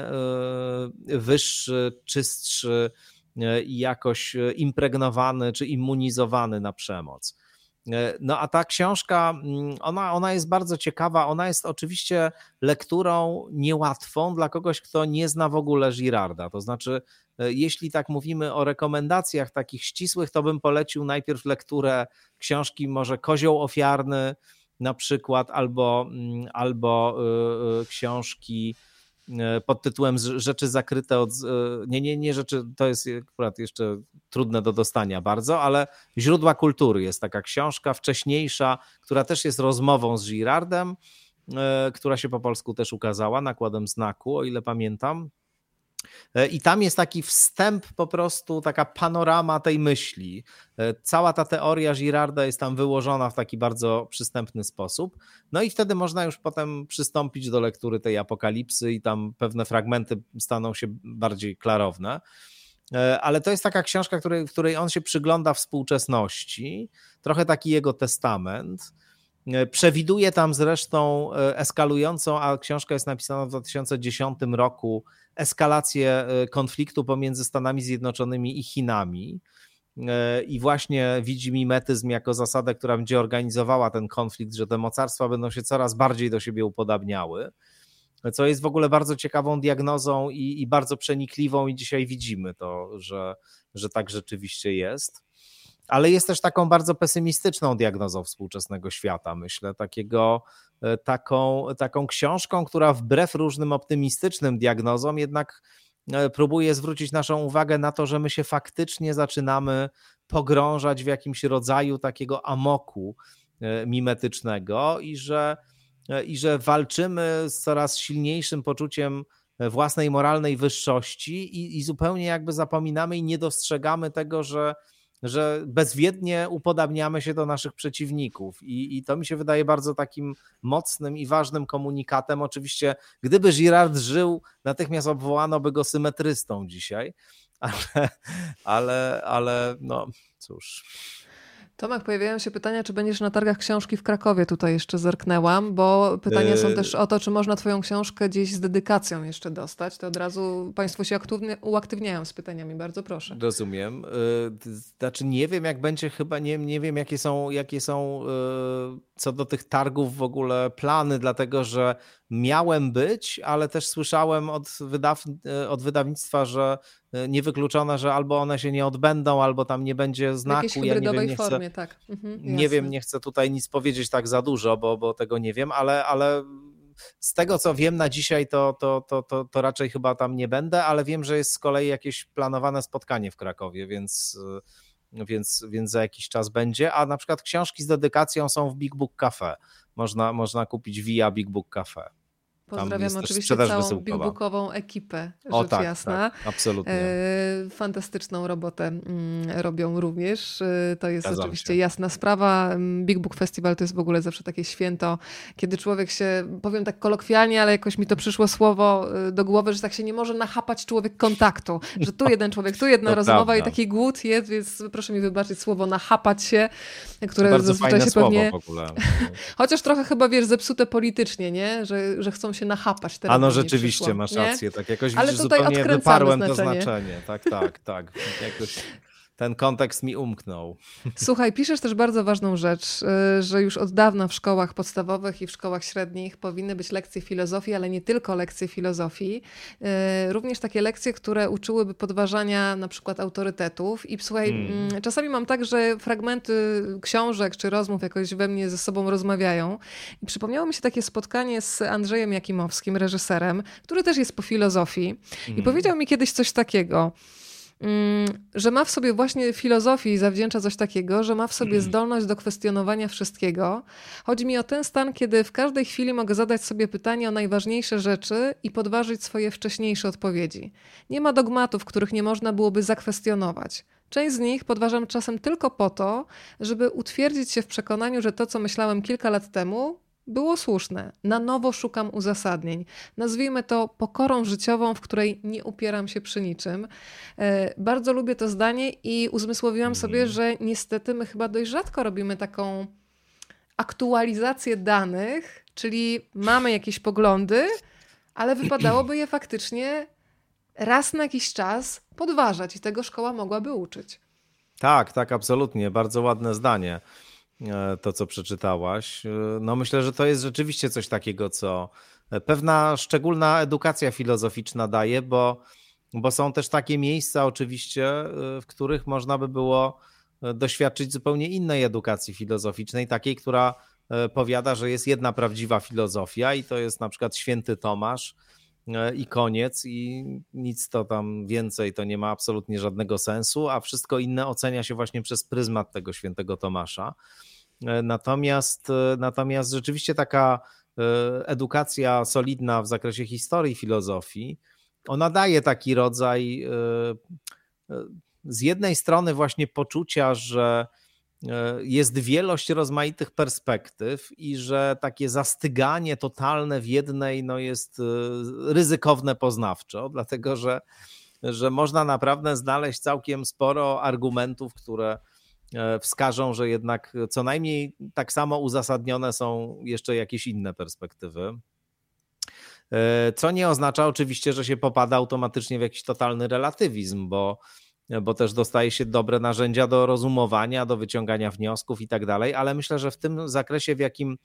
wyższy, czystszy i jakoś impregnowany czy immunizowany na przemoc. No a ta książka, ona, ona jest bardzo ciekawa, ona jest oczywiście lekturą niełatwą dla kogoś, kto nie zna w ogóle Girarda, to znaczy jeśli tak mówimy o rekomendacjach takich ścisłych, to bym polecił najpierw lekturę książki może Kozioł ofiarny na przykład, albo, albo książki pod tytułem Rzeczy zakryte od... Nie, nie, nie rzeczy, to jest akurat jeszcze trudne do dostania bardzo, ale Źródła kultury jest taka książka wcześniejsza, która też jest rozmową z Girardem, która się po polsku też ukazała nakładem Znaku, o ile pamiętam. I tam jest taki wstęp, po prostu taka panorama tej myśli. Cała ta teoria Girarda jest tam wyłożona w taki bardzo przystępny sposób. No i wtedy można już potem przystąpić do lektury tej apokalipsy i tam pewne fragmenty staną się bardziej klarowne. Ale to jest taka książka, której, w której on się przygląda współczesności, trochę taki jego testament. Przewiduje tam zresztą eskalującą, a książka jest napisana w dwa tysiące dziesiątym roku, eskalację konfliktu pomiędzy Stanami Zjednoczonymi i Chinami i właśnie widzi mimetyzm jako zasadę, która będzie organizowała ten konflikt, że te mocarstwa będą się coraz bardziej do siebie upodabniały, co jest w ogóle bardzo ciekawą diagnozą i, i bardzo przenikliwą i dzisiaj widzimy to, że, że tak rzeczywiście jest. Ale jest też taką bardzo pesymistyczną diagnozą współczesnego świata, myślę, takiego, taką, taką książką, która wbrew różnym optymistycznym diagnozom jednak próbuje zwrócić naszą uwagę na to, że my się faktycznie zaczynamy pogrążać w jakimś rodzaju takiego amoku mimetycznego i że, i że walczymy z coraz silniejszym poczuciem własnej moralnej wyższości i, i zupełnie jakby zapominamy i nie dostrzegamy tego, że że bezwiednie upodabniamy się do naszych przeciwników i, i to mi się wydaje bardzo takim mocnym i ważnym komunikatem. Oczywiście gdyby Girard żył, natychmiast obwołano by go symetrystą dzisiaj, ale, ale, ale no cóż... Tomek, pojawiają się pytania, czy będziesz na targach książki w Krakowie, tutaj jeszcze zerknęłam, bo pytania są też o to, czy można twoją książkę gdzieś z dedykacją jeszcze dostać, to od razu państwo się aktywnie, uaktywniają z pytaniami, bardzo proszę. Rozumiem, znaczy nie wiem jak będzie, chyba nie, nie wiem jakie są, jakie są co do tych targów w ogóle plany, dlatego że miałem być, ale też słyszałem od, wydaw, od wydawnictwa, że niewykluczone, że albo one się nie odbędą, albo tam nie będzie znaku. W jakiejś hybrydowej ja nie wiem, nie chcę, formie, tak. Mhm, nie wiem, nie chcę tutaj nic powiedzieć tak za dużo, bo, bo tego nie wiem, ale, ale z tego co wiem na dzisiaj, to, to, to, to, to raczej chyba tam nie będę, ale wiem, że jest z kolei jakieś planowane spotkanie w Krakowie, więc, więc, więc za jakiś czas będzie, a na przykład książki z dedykacją są w Big Book Cafe. Można, można kupić via Big Book Cafe. Pozdrawiam oczywiście całą Big Bookową ekipę, o, rzecz tak, jasna. Tak, absolutnie. E, fantastyczną robotę mm, robią również. E, to jest Zgadzam oczywiście się. jasna sprawa. Big Book Festival to jest w ogóle zawsze takie święto, kiedy człowiek się, powiem tak kolokwialnie, ale jakoś mi to przyszło słowo do głowy, że tak się nie może nachapać człowiek kontaktu. Że tu jeden człowiek, tu jedna to rozmowa prawda. I taki głód jest, więc proszę mi wybaczyć słowo nachapać się, które bardzo zazwyczaj fajne się słowo pewnie... w ogóle. Chociaż trochę chyba, wiesz, zepsute politycznie, nie? Że, że chcą się nachapać. Teraz A no rzeczywiście, przyszło, masz nie? rację, tak jakoś Ale widzisz, tutaj zupełnie odkręcamy wyparłem znaczenie. to znaczenie. Tak, tak, tak. Jakoś ten kontekst mi umknął. Słuchaj, piszesz też bardzo ważną rzecz, że już od dawna w szkołach podstawowych i w szkołach średnich powinny być lekcje filozofii, ale nie tylko lekcje filozofii, również takie lekcje, które uczyłyby podważania na przykład autorytetów. I słuchaj, hmm. czasami mam tak, że fragmenty książek czy rozmów jakoś we mnie ze sobą rozmawiają. I przypomniało mi się takie spotkanie z Andrzejem Jakimowskim, reżyserem, który też jest po filozofii. Hmm. I powiedział mi kiedyś coś takiego, że ma w sobie właśnie filozofii i zawdzięcza coś takiego, że ma w sobie zdolność do kwestionowania wszystkiego. Chodzi mi o ten stan, kiedy w każdej chwili mogę zadać sobie pytanie o najważniejsze rzeczy i podważyć swoje wcześniejsze odpowiedzi. Nie ma dogmatów, których nie można byłoby zakwestionować. Część z nich podważam czasem tylko po to, żeby utwierdzić się w przekonaniu, że to, co myślałem kilka lat temu, było słuszne. Na nowo szukam uzasadnień. Nazwijmy to pokorą życiową, w której nie upieram się przy niczym. Bardzo lubię to zdanie i uzmysłowiłam sobie, że niestety my chyba dość rzadko robimy taką aktualizację danych, czyli mamy jakieś poglądy, ale wypadałoby je faktycznie raz na jakiś czas podważać i tego szkoła mogłaby uczyć. Tak, tak, absolutnie. Bardzo ładne zdanie. To, co przeczytałaś. No myślę, że to jest rzeczywiście coś takiego, co pewna szczególna edukacja filozoficzna daje, bo, bo są też takie miejsca oczywiście, w których można by było doświadczyć zupełnie innej edukacji filozoficznej, takiej, która powiada, że jest jedna prawdziwa filozofia i to jest na przykład święty Tomasz i koniec i nic to tam więcej, to nie ma absolutnie żadnego sensu, a wszystko inne ocenia się właśnie przez pryzmat tego świętego Tomasza. Natomiast, natomiast rzeczywiście taka edukacja solidna w zakresie historii filozofii, ona daje taki rodzaj z jednej strony właśnie poczucia, że jest wielość rozmaitych perspektyw i że takie zastyganie totalne w jednej no jest ryzykowne poznawczo, dlatego że, że można naprawdę znaleźć całkiem sporo argumentów, które wskażą, że jednak co najmniej tak samo uzasadnione są jeszcze jakieś inne perspektywy. Co nie oznacza oczywiście, że się popada automatycznie w jakiś totalny relatywizm, bo bo też dostaje się dobre narzędzia do rozumowania, do wyciągania wniosków i tak dalej, ale myślę, że w tym zakresie, w jakim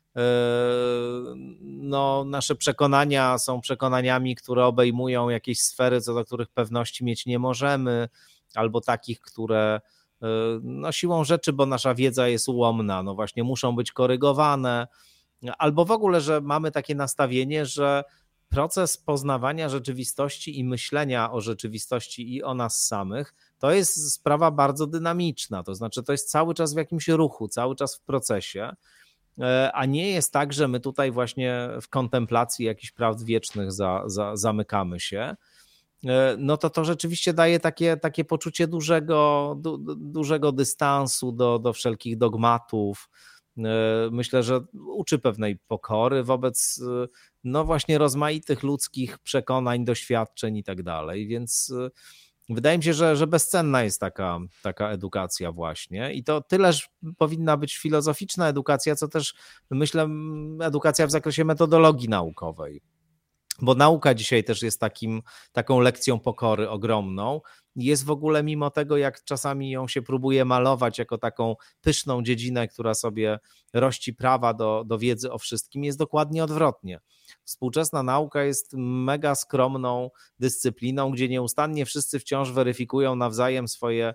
no, nasze przekonania są przekonaniami, które obejmują jakieś sfery, co do których pewności mieć nie możemy, albo takich, które no, siłą rzeczy, bo nasza wiedza jest ułomna, no właśnie muszą być korygowane, albo w ogóle, że mamy takie nastawienie, że proces poznawania rzeczywistości i myślenia o rzeczywistości i o nas samych, to jest sprawa bardzo dynamiczna, to znaczy to jest cały czas w jakimś ruchu, cały czas w procesie, a nie jest tak, że my tutaj właśnie w kontemplacji jakichś prawd wiecznych za, za, zamykamy się, no to to rzeczywiście daje takie, takie poczucie dużego, du, dużego dystansu do, do wszelkich dogmatów. Myślę, że uczy pewnej pokory wobec no właśnie rozmaitych ludzkich przekonań, doświadczeń i tak dalej, więc wydaje mi się, że, że bezcenna jest taka, taka edukacja właśnie i to tyleż powinna być filozoficzna edukacja, co też myślę edukacja w zakresie metodologii naukowej. Bo nauka dzisiaj też jest takim, taką lekcją pokory ogromną jest w ogóle, mimo tego jak czasami ją się próbuje malować jako taką pyszną dziedzinę, która sobie rości prawa do, do wiedzy o wszystkim, jest dokładnie odwrotnie. Współczesna nauka jest mega skromną dyscypliną, gdzie nieustannie wszyscy wciąż weryfikują nawzajem swoje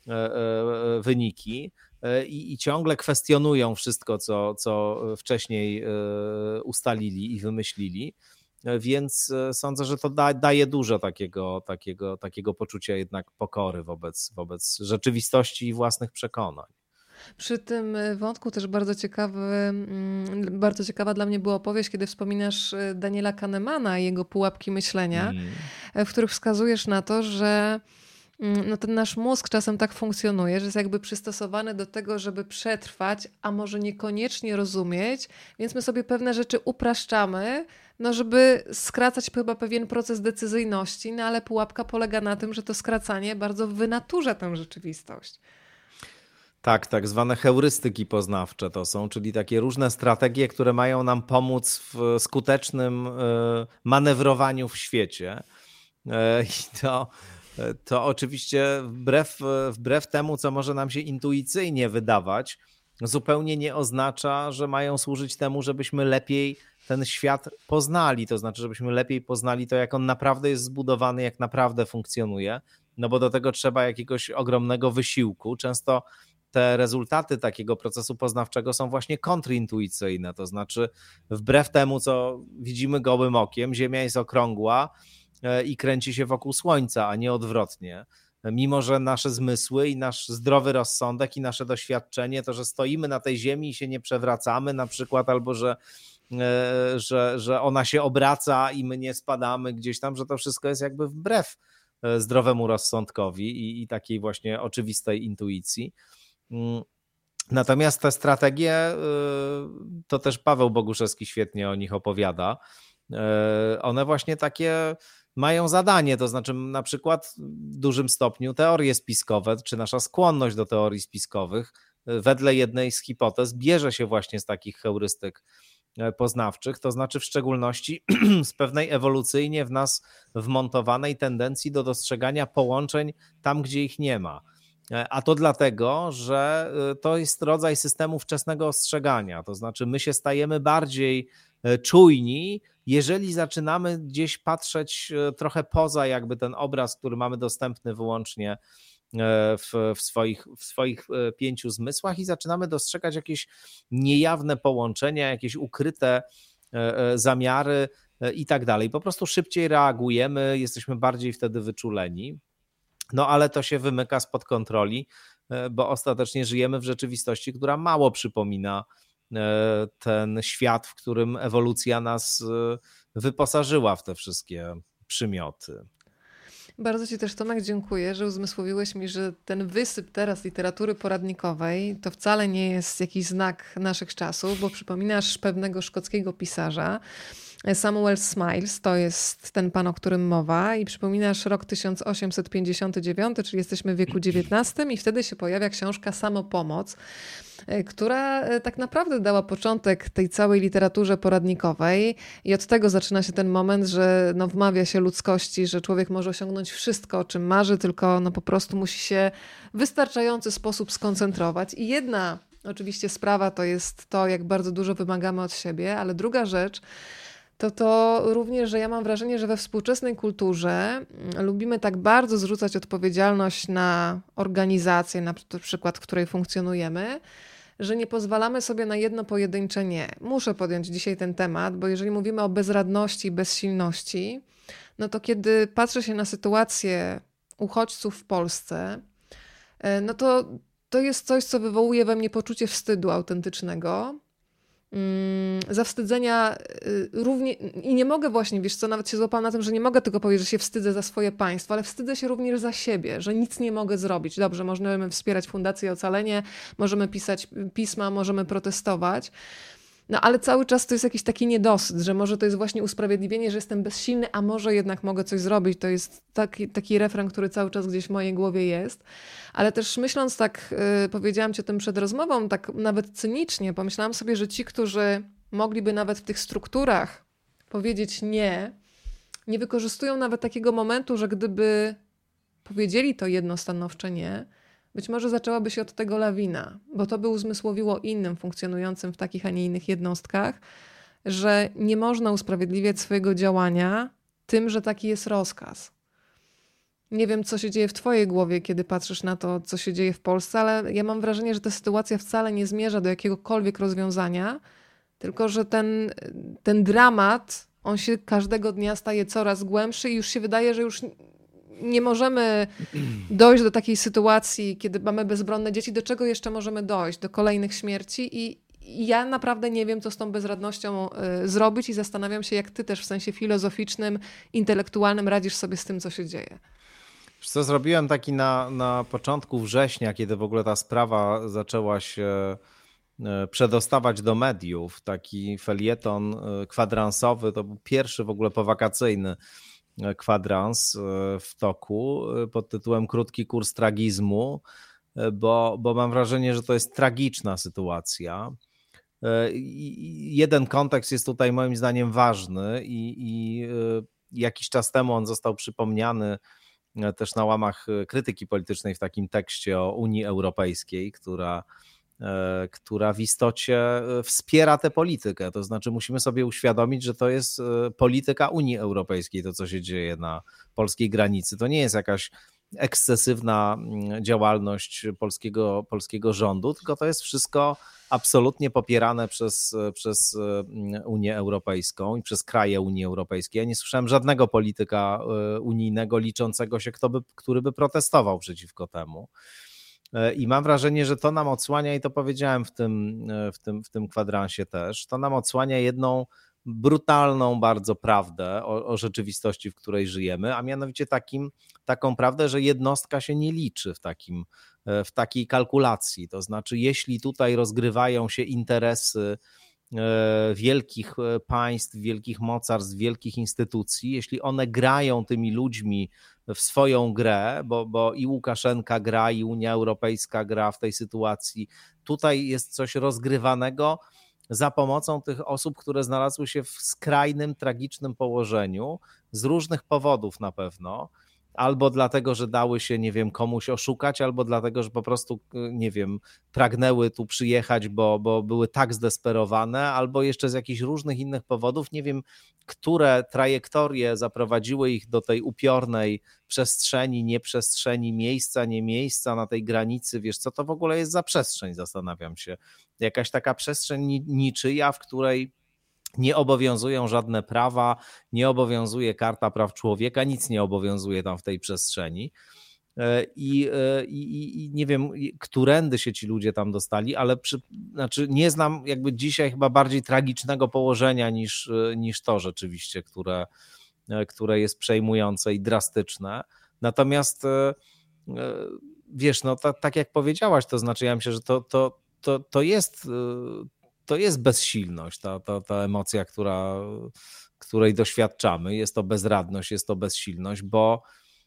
wyniki i, i ciągle kwestionują wszystko, co, co wcześniej ustalili i wymyślili. Więc sądzę, że to da, daje dużo takiego, takiego, takiego poczucia jednak pokory wobec, wobec rzeczywistości i własnych przekonań. Przy tym wątku też bardzo ciekawy, bardzo ciekawa dla mnie była opowieść, kiedy wspominasz Daniela Kahnemana i jego pułapki myślenia, mm. w których wskazujesz na to, że no ten nasz mózg czasem tak funkcjonuje, że jest jakby przystosowany do tego, żeby przetrwać, a może niekoniecznie rozumieć, więc my sobie pewne rzeczy upraszczamy, no żeby skracać chyba pewien proces decyzyjności, no ale pułapka polega na tym, że to skracanie bardzo wynaturza tę rzeczywistość. Tak, tak zwane heurystyki poznawcze to są, czyli takie różne strategie, które mają nam pomóc w skutecznym manewrowaniu w świecie. I to, to oczywiście wbrew, wbrew temu, co może nam się intuicyjnie wydawać, zupełnie nie oznacza, że mają służyć temu, żebyśmy lepiej ten świat poznali, to znaczy, żebyśmy lepiej poznali to, jak on naprawdę jest zbudowany, jak naprawdę funkcjonuje, no bo do tego trzeba jakiegoś ogromnego wysiłku. Często te rezultaty takiego procesu poznawczego są właśnie kontrintuicyjne, to znaczy wbrew temu, co widzimy gołym okiem, Ziemia jest okrągła i kręci się wokół Słońca, a nie odwrotnie. Mimo że nasze zmysły i nasz zdrowy rozsądek i nasze doświadczenie, to, że stoimy na tej ziemi i się nie przewracamy na przykład, albo że, że, że ona się obraca i my nie spadamy gdzieś tam, że to wszystko jest jakby wbrew zdrowemu rozsądkowi i, i takiej właśnie oczywistej intuicji. Natomiast te strategie, to też Paweł Boguszewski świetnie o nich opowiada, one właśnie takie mają zadanie, to znaczy na przykład w dużym stopniu teorie spiskowe, czy nasza skłonność do teorii spiskowych wedle jednej z hipotez bierze się właśnie z takich heurystyk poznawczych, to znaczy w szczególności z pewnej ewolucyjnie w nas wmontowanej tendencji do dostrzegania połączeń tam, gdzie ich nie ma. A to dlatego, że to jest rodzaj systemu wczesnego ostrzegania, to znaczy my się stajemy bardziej czujni, jeżeli zaczynamy gdzieś patrzeć trochę poza jakby ten obraz, który mamy dostępny wyłącznie w, w, swoich, w swoich pięciu zmysłach i zaczynamy dostrzegać jakieś niejawne połączenia, jakieś ukryte zamiary i tak dalej. Po prostu szybciej reagujemy, jesteśmy bardziej wtedy wyczuleni. No ale to się wymyka spod kontroli, bo ostatecznie żyjemy w rzeczywistości, która mało przypomina ten świat, w którym ewolucja nas wyposażyła w te wszystkie przymioty. Bardzo Ci też, Tomek, dziękuję, że uzmysłowiłeś mi, że ten wysyp teraz literatury poradnikowej to wcale nie jest jakiś znak naszych czasów, bo przypominasz pewnego szkockiego pisarza, Samuel Smiles, to jest ten pan, o którym mowa, i przypominasz rok tysiąc osiemset pięćdziesiąty dziewiąty, czyli jesteśmy w wieku dziewiętnastym i wtedy się pojawia książka Samopomoc, która tak naprawdę dała początek tej całej literaturze poradnikowej i od tego zaczyna się ten moment, że no wmawia się ludzkości, że człowiek może osiągnąć wszystko, o czym marzy, tylko no po prostu musi się w wystarczający sposób skoncentrować. I jedna oczywiście sprawa to jest to, jak bardzo dużo wymagamy od siebie, ale druga rzecz to to również, że ja mam wrażenie, że we współczesnej kulturze lubimy tak bardzo zrzucać odpowiedzialność na organizację, na przykład, w której funkcjonujemy, że nie pozwalamy sobie na jedno pojedyncze nie. Muszę podjąć dzisiaj ten temat, bo jeżeli mówimy o bezradności i bezsilności, no to kiedy patrzę się na sytuację uchodźców w Polsce, no to to jest coś, co wywołuje we mnie poczucie wstydu autentycznego, zawstydzenia równie i nie mogę właśnie, wiesz co, nawet się złapałam na tym, że nie mogę tylko powiedzieć, że się wstydzę za swoje państwo, ale wstydzę się również za siebie, że nic nie mogę zrobić. Dobrze, możemy wspierać Fundację Ocalenie, możemy pisać pisma, możemy protestować, no ale cały czas to jest jakiś taki niedosyt, że może to jest właśnie usprawiedliwienie, że jestem bezsilny, a może jednak mogę coś zrobić. To jest taki, taki refren, który cały czas gdzieś w mojej głowie jest. Ale też myśląc tak, yy, powiedziałam Ci o tym przed rozmową, tak nawet cynicznie, pomyślałam sobie, że ci, którzy mogliby nawet w tych strukturach powiedzieć nie, nie wykorzystują nawet takiego momentu, że gdyby powiedzieli to jedno stanowcze nie, być może zaczęłaby się od tego lawina, bo to by uzmysłowiło innym funkcjonującym w takich, a nie innych jednostkach, że nie można usprawiedliwiać swojego działania tym, że taki jest rozkaz. Nie wiem, co się dzieje w twojej głowie, kiedy patrzysz na to, co się dzieje w Polsce, ale ja mam wrażenie, że ta sytuacja wcale nie zmierza do jakiegokolwiek rozwiązania, tylko że ten, ten dramat, on się każdego dnia staje coraz głębszy i już się wydaje, że już nie możemy dojść do takiej sytuacji, kiedy mamy bezbronne dzieci. Do czego jeszcze możemy dojść? Do kolejnych śmierci i I ja naprawdę nie wiem, co z tą bezradnością y, zrobić i zastanawiam się, jak ty też w sensie filozoficznym, intelektualnym radzisz sobie z tym, co się dzieje. Wiesz co, zrobiłem taki na, na początku września, kiedy w ogóle ta sprawa zaczęła się przedostawać do mediów, taki felieton kwadransowy, to był pierwszy w ogóle powakacyjny kwadrans w toku pod tytułem Krótki kurs tragizmu, bo, bo mam wrażenie, że to jest tragiczna sytuacja. I jeden kontekst jest tutaj moim zdaniem ważny i, i jakiś czas temu on został przypomniany też na łamach krytyki politycznej w takim tekście o Unii Europejskiej, która, która w istocie wspiera tę politykę. To znaczy musimy sobie uświadomić, że to jest polityka Unii Europejskiej, to co się dzieje na polskiej granicy. To nie jest jakaś ekscesywna działalność polskiego, polskiego rządu, tylko to jest wszystko absolutnie popierane przez, przez Unię Europejską i przez kraje Unii Europejskiej. Ja nie słyszałem żadnego polityka unijnego liczącego się, kto by, który by protestował przeciwko temu. I mam wrażenie, że to nam odsłania, i to powiedziałem w tym, w tym, w tym kwadransie też, to nam odsłania jedną brutalną bardzo prawdę o, o rzeczywistości, w której żyjemy, a mianowicie takim, taką prawdę, że jednostka się nie liczy w, takim, w takiej kalkulacji. To znaczy, jeśli tutaj rozgrywają się interesy wielkich państw, wielkich mocarstw, wielkich instytucji, jeśli one grają tymi ludźmi w swoją grę, bo, bo i Łukaszenka gra, i Unia Europejska gra w tej sytuacji, tutaj jest coś rozgrywanego za pomocą tych osób, które znalazły się w skrajnym, tragicznym położeniu, z różnych powodów na pewno, albo dlatego, że dały się, nie wiem, komuś oszukać, albo dlatego, że po prostu, nie wiem, pragnęły tu przyjechać, bo, bo były tak zdesperowane, albo jeszcze z jakichś różnych innych powodów. Nie wiem, które trajektorie zaprowadziły ich do tej upiornej przestrzeni, nieprzestrzeni, miejsca, nie miejsca na tej granicy. Wiesz, co to w ogóle jest za przestrzeń, zastanawiam się. Jakaś taka przestrzeń niczyja, w której nie obowiązują żadne prawa, nie obowiązuje Karta Praw Człowieka, nic nie obowiązuje tam w tej przestrzeni. I, i, i nie wiem, którędy się ci ludzie tam dostali, ale przy, znaczy nie znam jakby dzisiaj chyba bardziej tragicznego położenia niż, niż to rzeczywiście, które, które jest przejmujące i drastyczne. Natomiast wiesz, no ta, tak jak powiedziałaś, to znaczy ja myślę, że to, to, to, to jest... To jest bezsilność, ta, ta, ta emocja, która, której doświadczamy. Jest to bezradność, jest to bezsilność, bo,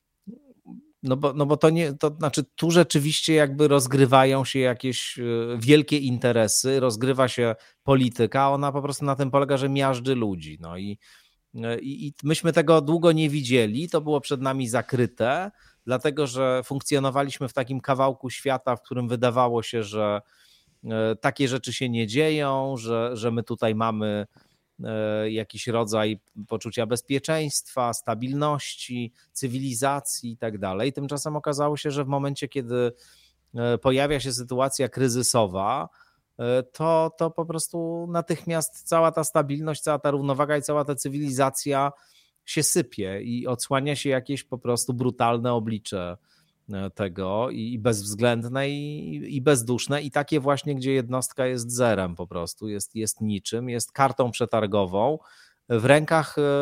no bo, no bo to nie, to znaczy tu rzeczywiście jakby rozgrywają się jakieś wielkie interesy, rozgrywa się polityka, ona po prostu na tym polega, że miażdży ludzi. No i, i, i myśmy tego długo nie widzieli, to było przed nami zakryte, dlatego że funkcjonowaliśmy w takim kawałku świata, w którym wydawało się, że takie rzeczy się nie dzieją, że, że my tutaj mamy jakiś rodzaj poczucia bezpieczeństwa, stabilności, cywilizacji i tak dalej. Tymczasem okazało się, że w momencie, kiedy pojawia się sytuacja kryzysowa, to, to po prostu natychmiast cała ta stabilność, cała ta równowaga i cała ta cywilizacja się sypie i odsłania się jakieś po prostu brutalne oblicze tego i bezwzględne i, i bezduszne i takie właśnie, gdzie jednostka jest zerem po prostu, jest, jest niczym, jest kartą przetargową w rękach y,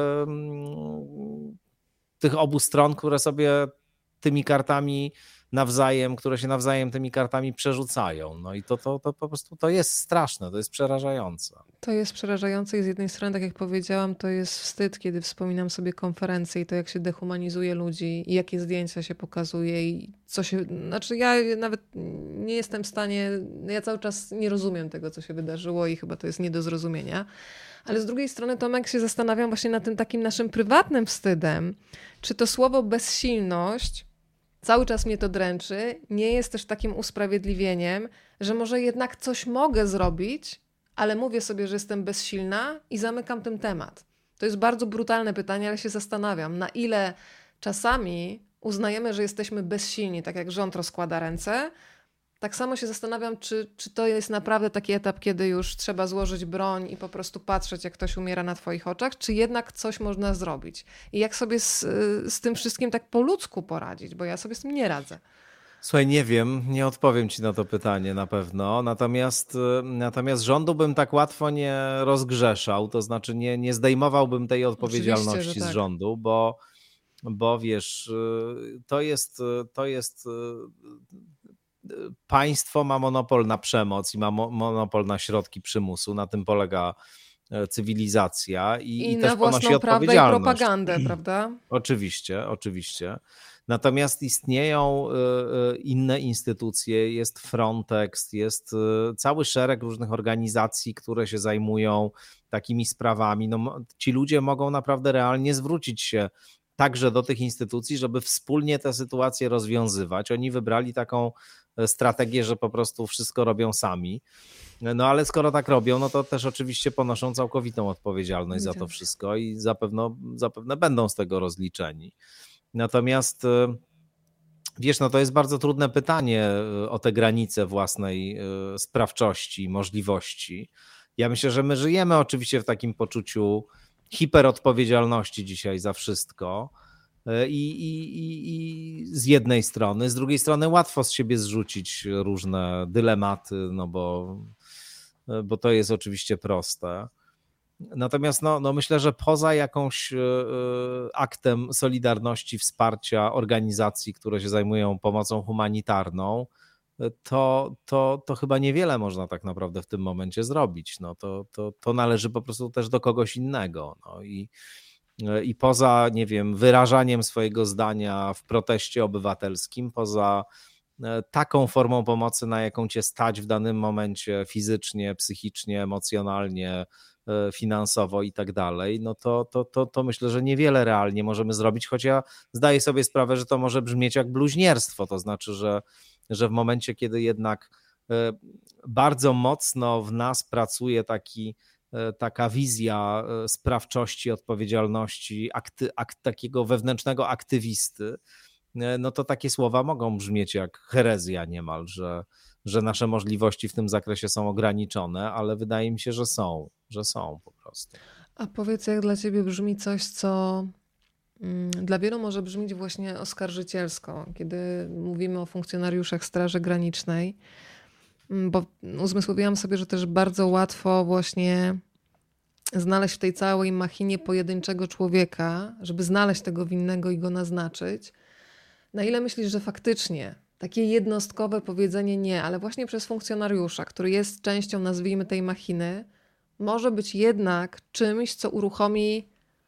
tych obu stron, które sobie tymi kartami nawzajem, które się nawzajem tymi kartami przerzucają. No i to, to, to po prostu to jest straszne, to jest przerażające. To jest przerażające i z jednej strony, tak jak powiedziałam, to jest wstyd, kiedy wspominam sobie konferencje i to, jak się dehumanizuje ludzi i jakie zdjęcia się pokazuje i co się... Znaczy ja nawet nie jestem w stanie... Ja cały czas nie rozumiem tego, co się wydarzyło i chyba to jest nie do zrozumienia. Ale z drugiej strony, Tomek, się zastanawiam właśnie nad tym takim naszym prywatnym wstydem. Czy to słowo bezsilność cały czas mnie to dręczy, nie jest też takim usprawiedliwieniem, że może jednak coś mogę zrobić, ale mówię sobie, że jestem bezsilna i zamykam ten temat. To jest bardzo brutalne pytanie, ale się zastanawiam, na ile czasami uznajemy, że jesteśmy bezsilni, tak jak rząd rozkłada ręce. Tak samo się zastanawiam, czy, czy to jest naprawdę taki etap, kiedy już trzeba złożyć broń i po prostu patrzeć, jak ktoś umiera na twoich oczach, czy jednak coś można zrobić. I jak sobie z, z tym wszystkim tak po ludzku poradzić, bo ja sobie z tym nie radzę. Słuchaj, nie wiem, nie odpowiem ci na to pytanie na pewno, natomiast, natomiast rządu bym tak łatwo nie rozgrzeszał, to znaczy nie, nie zdejmowałbym tej odpowiedzialności tak. z rządu, bo, bo wiesz, to jest, to jest państwo ma monopol na przemoc i ma mo- monopol na środki przymusu, na tym polega cywilizacja i, I, i na też ponosi własną prawdę i odpowiedzialność. propagandę, prawda? Oczywiście, oczywiście. Natomiast istnieją inne instytucje, jest Frontex, jest cały szereg różnych organizacji, które się zajmują takimi sprawami. No, ci ludzie mogą naprawdę realnie zwrócić się także do tych instytucji, żeby wspólnie te sytuacje rozwiązywać. Oni wybrali taką strategię, że po prostu wszystko robią sami. No ale skoro tak robią, no to też oczywiście ponoszą całkowitą odpowiedzialność za to wszystko i zapewne, zapewne będą z tego rozliczeni. Natomiast wiesz, no to jest bardzo trudne pytanie o te granice własnej sprawczości, możliwości. Ja myślę, że my żyjemy oczywiście w takim poczuciu hiperodpowiedzialności dzisiaj za wszystko i, i, i, i z jednej strony, z drugiej strony łatwo z siebie zrzucić różne dylematy, no bo, bo to jest oczywiście proste. Natomiast no, no myślę, że poza jakąś aktem solidarności, wsparcia organizacji, które się zajmują pomocą humanitarną, to, to, to chyba niewiele można tak naprawdę w tym momencie zrobić. No to, to, to należy po prostu też do kogoś innego. No i, i poza, nie wiem, wyrażaniem swojego zdania w proteście obywatelskim, poza taką formą pomocy, na jaką cię stać w danym momencie fizycznie, psychicznie, emocjonalnie, finansowo i tak dalej, no to, to, to, to myślę, że niewiele realnie możemy zrobić, choć ja zdaję sobie sprawę, że to może brzmieć jak bluźnierstwo, to znaczy, że, że w momencie, kiedy jednak bardzo mocno w nas pracuje taki, taka wizja sprawczości, odpowiedzialności, akty, akt, takiego wewnętrznego aktywisty, no to takie słowa mogą brzmieć jak herezja niemal, że, że nasze możliwości w tym zakresie są ograniczone, ale wydaje mi się, że są, że są po prostu. A powiedz, jak dla ciebie brzmi coś, co dla wielu może brzmieć właśnie oskarżycielsko, kiedy mówimy o funkcjonariuszach Straży Granicznej, bo uzmysłowiłam sobie, że też bardzo łatwo właśnie znaleźć w tej całej machinie pojedynczego człowieka, żeby znaleźć tego winnego i go naznaczyć. Na ile myślisz, że faktycznie takie jednostkowe powiedzenie nie, ale właśnie przez funkcjonariusza, który jest częścią, nazwijmy, tej machiny, może być jednak czymś, co uruchomi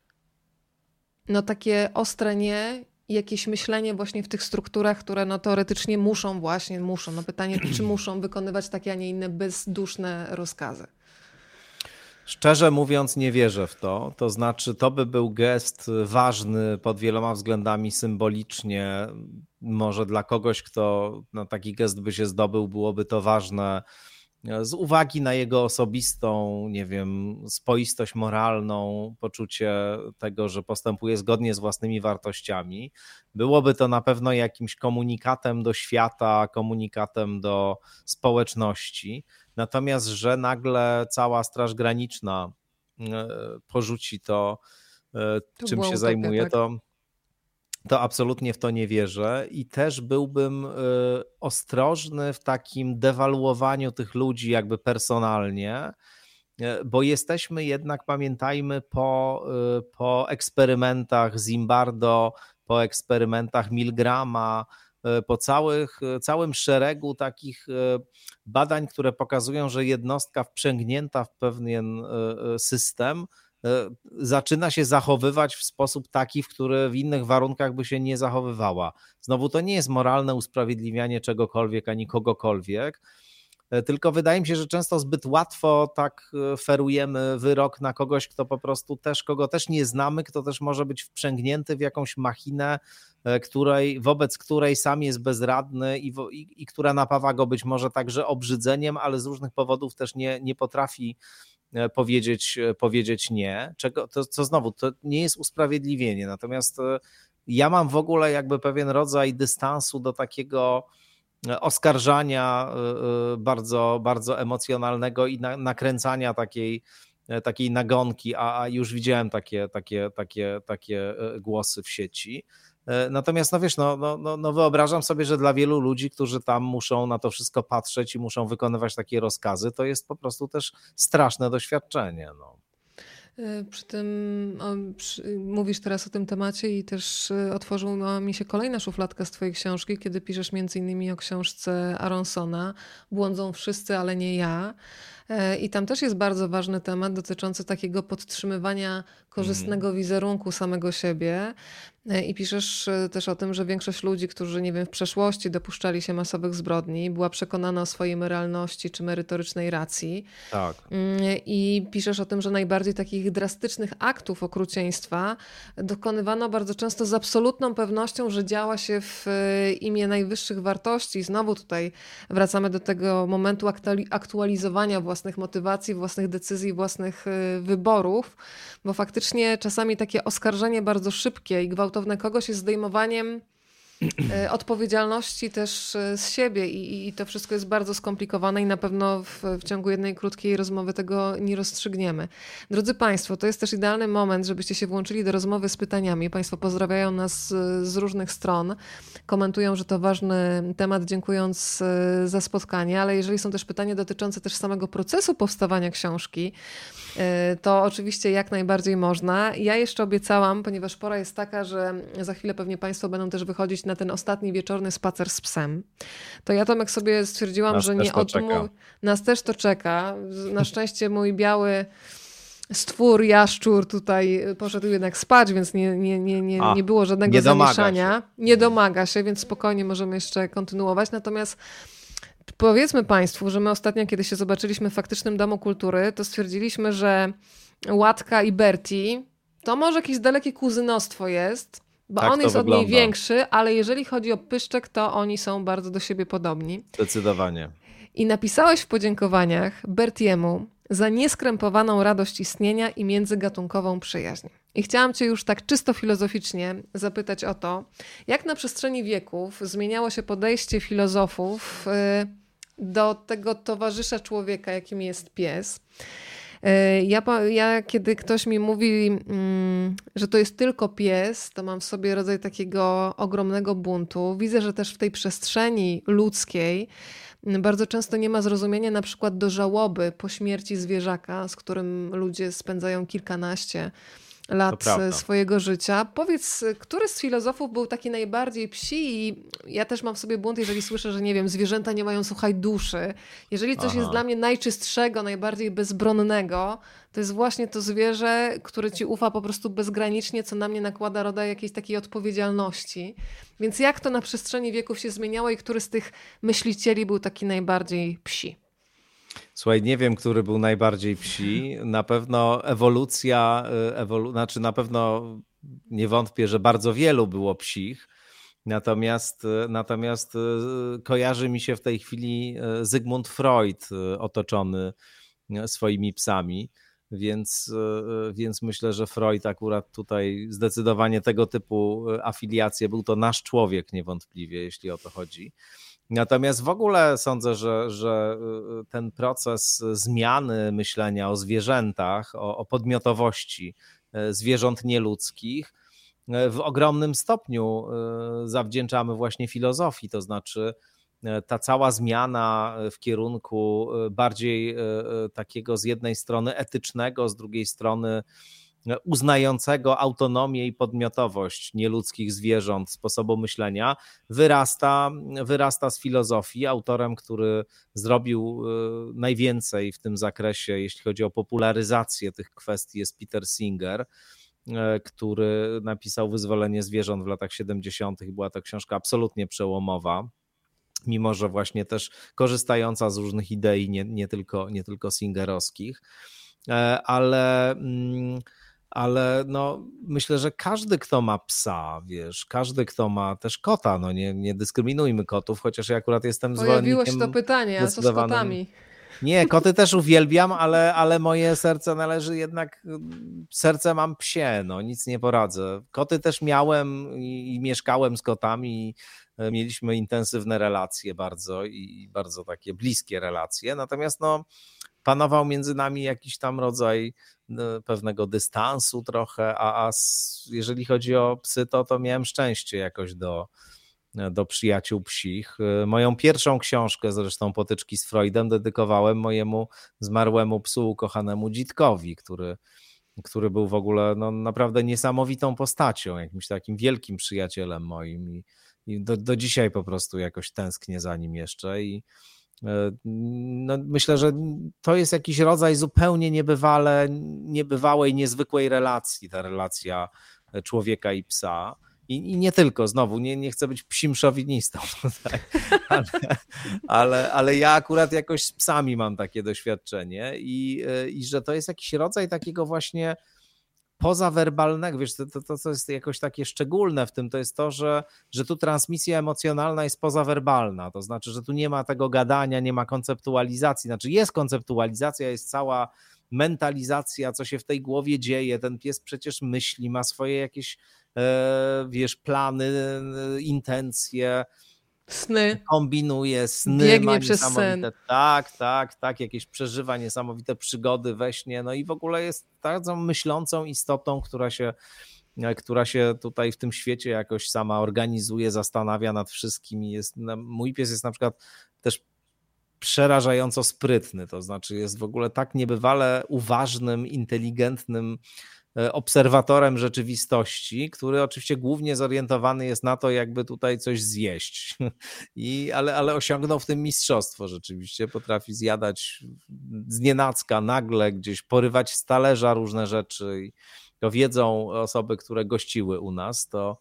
no takie ostre nie i jakieś myślenie właśnie w tych strukturach, które no teoretycznie muszą właśnie, muszą. No pytanie, czy muszą wykonywać takie, a nie inne bezduszne rozkazy. Szczerze mówiąc, nie wierzę w to. To znaczy, to by był gest ważny pod wieloma względami symbolicznie. Może dla kogoś, kto na taki gest by się zdobył, byłoby to ważne z uwagi na jego osobistą, nie wiem, spoistość moralną, poczucie tego, że postępuje zgodnie z własnymi wartościami. Byłoby to na pewno jakimś komunikatem do świata, komunikatem do społeczności. Natomiast, że nagle cała Straż Graniczna porzuci to, To czym była się utopia, zajmuje, tak? to, to absolutnie w to nie wierzę i też byłbym ostrożny w takim dewaluowaniu tych ludzi jakby personalnie, bo jesteśmy jednak, pamiętajmy, po, po eksperymentach Zimbardo, po eksperymentach Milgrama, po całych, całym szeregu takich badań, które pokazują, że jednostka wprzęgnięta w pewien system zaczyna się zachowywać w sposób taki, w który w innych warunkach by się nie zachowywała. Znowu to nie jest moralne usprawiedliwianie czegokolwiek ani kogokolwiek, tylko wydaje mi się, że często zbyt łatwo tak ferujemy wyrok na kogoś, kto po prostu też, kogo też nie znamy, kto też może być wprzęgnięty w jakąś machinę, której, wobec której sam jest bezradny i, i, i która napawa go być może także obrzydzeniem, ale z różnych powodów też nie, nie potrafi powiedzieć, powiedzieć nie, czego, to, co znowu, to nie jest usprawiedliwienie, natomiast ja mam w ogóle jakby pewien rodzaj dystansu do takiego oskarżania bardzo, bardzo emocjonalnego i nakręcania takiej, takiej nagonki, a już widziałem takie, takie, takie, takie głosy w sieci. Natomiast no wiesz, no, no, no wyobrażam sobie, że dla wielu ludzi, którzy tam muszą na to wszystko patrzeć i muszą wykonywać takie rozkazy, to jest po prostu też straszne doświadczenie. No. Przy tym o, przy, mówisz teraz o tym temacie i też otworzyła mi się kolejna szufladka z twojej książki, kiedy piszesz między innymi o książce Aronsona Błądzą wszyscy, ale nie ja. I tam też jest bardzo ważny temat dotyczący takiego podtrzymywania korzystnego mm. wizerunku samego siebie. I piszesz też o tym, że większość ludzi, którzy nie wiem, w przeszłości dopuszczali się masowych zbrodni, była przekonana o swojej moralności czy merytorycznej racji. Tak. I piszesz o tym, że najbardziej takich drastycznych aktów okrucieństwa dokonywano bardzo często z absolutną pewnością, że działa się w imię najwyższych wartości. I znowu tutaj wracamy do tego momentu aktualizowania własnych motywacji, własnych decyzji, własnych wyborów, bo faktycznie czasami takie oskarżenie bardzo szybkie i gwałtowne kogoś jest zdejmowaniem odpowiedzialności też z siebie i, i to wszystko jest bardzo skomplikowane i na pewno w, w ciągu jednej krótkiej rozmowy tego nie rozstrzygniemy. Drodzy Państwo, to jest też idealny moment, żebyście się włączyli do rozmowy z pytaniami. Państwo pozdrawiają nas z, z różnych stron, komentują, że to ważny temat, dziękując za spotkanie, ale jeżeli są też pytania dotyczące też samego procesu powstawania książki, to oczywiście jak najbardziej można. Ja jeszcze obiecałam, ponieważ pora jest taka, że za chwilę pewnie Państwo będą też wychodzić na ten ostatni wieczorny spacer z psem. To ja, Tomek, sobie stwierdziłam, nas że nie odmówię. Nas też to czeka. Na szczęście mój biały stwór, jaszczur tutaj poszedł jednak spać, więc nie, nie, nie, nie, A, nie było żadnego nie zamieszania. Nie domaga się, więc spokojnie możemy jeszcze kontynuować. Natomiast powiedzmy Państwu, że my ostatnio, kiedy się zobaczyliśmy w faktycznym Domu Kultury, to stwierdziliśmy, że Łatka i Berti to może jakieś dalekie kuzynostwo jest, bo tak on jest wygląda. Od niej większy, ale jeżeli chodzi o pyszczek, to oni są bardzo do siebie podobni. Zdecydowanie. I napisałeś w podziękowaniach Bertiemu za nieskrępowaną radość istnienia i międzygatunkową przyjaźń. I chciałam Cię już tak czysto filozoficznie zapytać o to, jak na przestrzeni wieków zmieniało się podejście filozofów do tego towarzysza człowieka, jakim jest pies. Ja, ja kiedy ktoś mi mówi, że to jest tylko pies, to mam w sobie rodzaj takiego ogromnego buntu. Widzę, że też w tej przestrzeni ludzkiej bardzo często nie ma zrozumienia na przykład do żałoby po śmierci zwierzaka, z którym ludzie spędzają kilkanaście lat swojego życia. Powiedz, który z filozofów był taki najbardziej psi? I ja też mam w sobie bunt, jeżeli słyszę, że nie wiem, zwierzęta nie mają, słuchaj, duszy. Jeżeli coś Aha. jest dla mnie najczystszego, najbardziej bezbronnego, to jest właśnie to zwierzę, które ci ufa po prostu bezgranicznie, co na mnie nakłada rodzaj jakiejś takiej odpowiedzialności. Więc jak to na przestrzeni wieków się zmieniało i który z tych myślicieli był taki najbardziej psi? Słuchaj, nie wiem, który był najbardziej psi. Na pewno ewolucja, ewolu... znaczy na pewno nie wątpię, że bardzo wielu było psich. Natomiast, natomiast kojarzy mi się w tej chwili Zygmunt Freud otoczony swoimi psami. Więc, więc myślę, że Freud akurat tutaj zdecydowanie tego typu afiliacje, był to nasz człowiek niewątpliwie, jeśli o to chodzi. Natomiast w ogóle sądzę, że, że ten proces zmiany myślenia o zwierzętach, o, o podmiotowości zwierząt nieludzkich w ogromnym stopniu zawdzięczamy właśnie filozofii, to znaczy ta cała zmiana w kierunku bardziej takiego z jednej strony etycznego, z drugiej strony uznającego autonomię i podmiotowość nieludzkich zwierząt, sposobu myślenia, wyrasta, wyrasta z filozofii. Autorem, który zrobił najwięcej w tym zakresie, jeśli chodzi o popularyzację tych kwestii, jest Peter Singer, który napisał Wyzwolenie zwierząt w latach siedemdziesiątych. Była to książka absolutnie przełomowa. mimo że właśnie też korzystająca z różnych idei, nie, nie, tylko, nie tylko singerowskich, ale, ale no myślę, że każdy, kto ma psa, wiesz, każdy, kto ma też kota, no nie, nie dyskryminujmy kotów, chociaż ja akurat jestem Pojawiło się zwolennikiem to pytanie, a co z kotami? Nie, koty też uwielbiam, ale, ale moje serce należy jednak, serce mam psie, no nic nie poradzę. Koty też miałem i, i mieszkałem z kotami i mieliśmy intensywne relacje bardzo i bardzo takie bliskie relacje, natomiast no panował między nami jakiś tam rodzaj pewnego dystansu trochę, a, a jeżeli chodzi o psy, to, to miałem szczęście jakoś do do przyjaciół psich. Moją pierwszą książkę, zresztą Potyczki z Freudem, dedykowałem mojemu zmarłemu psu ukochanemu Dzitkowi, który, który był w ogóle no, naprawdę niesamowitą postacią, jakimś takim wielkim przyjacielem moim i, i do, do dzisiaj po prostu jakoś tęsknię za nim jeszcze i no, myślę, że to jest jakiś rodzaj zupełnie niebywale, niebywałej, niezwykłej relacji, ta relacja człowieka i psa. I, I nie tylko, znowu, nie, nie chcę być psim szowinistą tutaj, ale, ale, ale ja akurat jakoś z psami mam takie doświadczenie i, i że to jest jakiś rodzaj takiego właśnie pozawerbalnego, wiesz, to, to, to jest jakoś takie szczególne w tym, to jest to, że, że tu transmisja emocjonalna jest pozawerbalna, to znaczy, że tu nie ma tego gadania, nie ma konceptualizacji, znaczy jest konceptualizacja, jest cała mentalizacja, co się w tej głowie dzieje, ten pies przecież myśli, ma swoje jakieś wiesz, plany, intencje, sny, kombinuje, sny, biegnie ma przez sen. Tak, tak, tak, jakieś przeżywa niesamowite przygody we śnie, no i w ogóle jest taką myślącą istotą, która się, która się tutaj w tym świecie jakoś sama organizuje, zastanawia nad wszystkim i jest, mój pies jest na przykład też przerażająco sprytny, to znaczy jest w ogóle tak niebywale uważnym, inteligentnym obserwatorem rzeczywistości, który oczywiście głównie zorientowany jest na to, jakby tutaj coś zjeść. I, ale, ale osiągnął w tym mistrzostwo rzeczywiście. Potrafi zjadać znienacka, nagle gdzieś porywać z talerza różne rzeczy. I to wiedzą osoby, które gościły u nas, to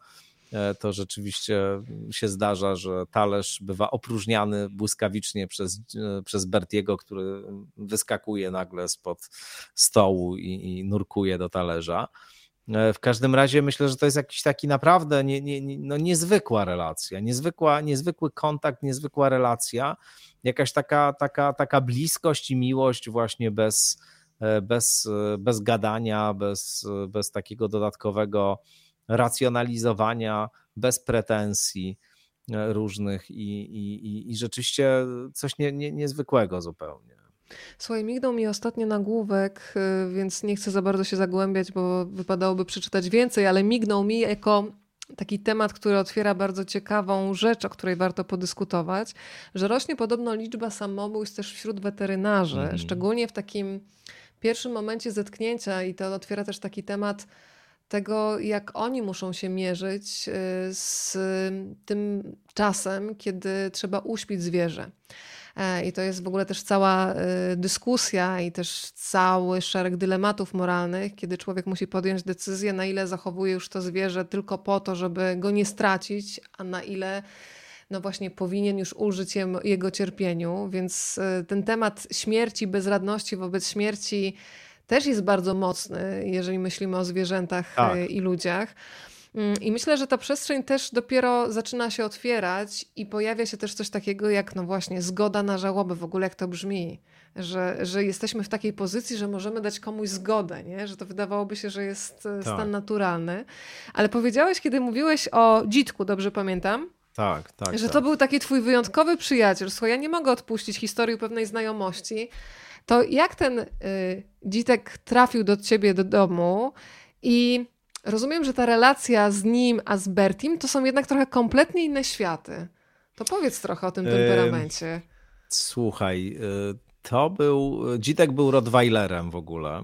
to rzeczywiście się zdarza, że talerz bywa opróżniany błyskawicznie przez, przez Bertiego, który wyskakuje nagle spod stołu i, i nurkuje do talerza. W każdym razie myślę, że to jest jakiś taki naprawdę nie, nie, no niezwykła relacja, niezwykła, niezwykły kontakt, niezwykła relacja, jakaś taka, taka, taka bliskość i miłość właśnie bez, bez, bez gadania, bez, bez takiego dodatkowego racjonalizowania, bez pretensji różnych i, i, i rzeczywiście coś nie, nie, niezwykłego zupełnie. Słuchaj, mignął mi ostatnio nagłówek, więc nie chcę za bardzo się zagłębiać, bo wypadałoby przeczytać więcej, ale mignął mi jako taki temat, który otwiera bardzo ciekawą rzecz, o której warto podyskutować, że rośnie podobno liczba samobójstw też wśród weterynarzy, mm. szczególnie w takim pierwszym momencie zetknięcia i to otwiera też taki temat tego, jak oni muszą się mierzyć z tym czasem, kiedy trzeba uśpić zwierzę. I to jest w ogóle też cała dyskusja i też cały szereg dylematów moralnych, kiedy człowiek musi podjąć decyzję, na ile zachowuje już to zwierzę tylko po to, żeby go nie stracić, a na ile no właśnie powinien już ulżyć jego cierpieniu. Więc ten temat śmierci, bezradności wobec śmierci też jest bardzo mocny, jeżeli myślimy o zwierzętach tak. i ludziach. I myślę, że ta przestrzeń też dopiero zaczyna się otwierać i pojawia się też coś takiego jak no właśnie zgoda na żałobę, w ogóle jak to brzmi, że, że jesteśmy w takiej pozycji, że możemy dać komuś zgodę, nie? Że to wydawałoby się, że jest tak. stan naturalny. Ale powiedziałeś, kiedy mówiłeś o Dzitku, dobrze pamiętam? Tak, tak. Że tak. to był taki twój wyjątkowy przyjaciel. Słuchaj, ja nie mogę odpuścić historii pewnej znajomości. To jak ten y, Dzitek trafił do ciebie do domu i rozumiem, że ta relacja z nim, a z Bertim to są jednak trochę kompletnie inne światy. To powiedz trochę o tym temperamencie. Yy, słuchaj, to był, Dzitek był rottweilerem w ogóle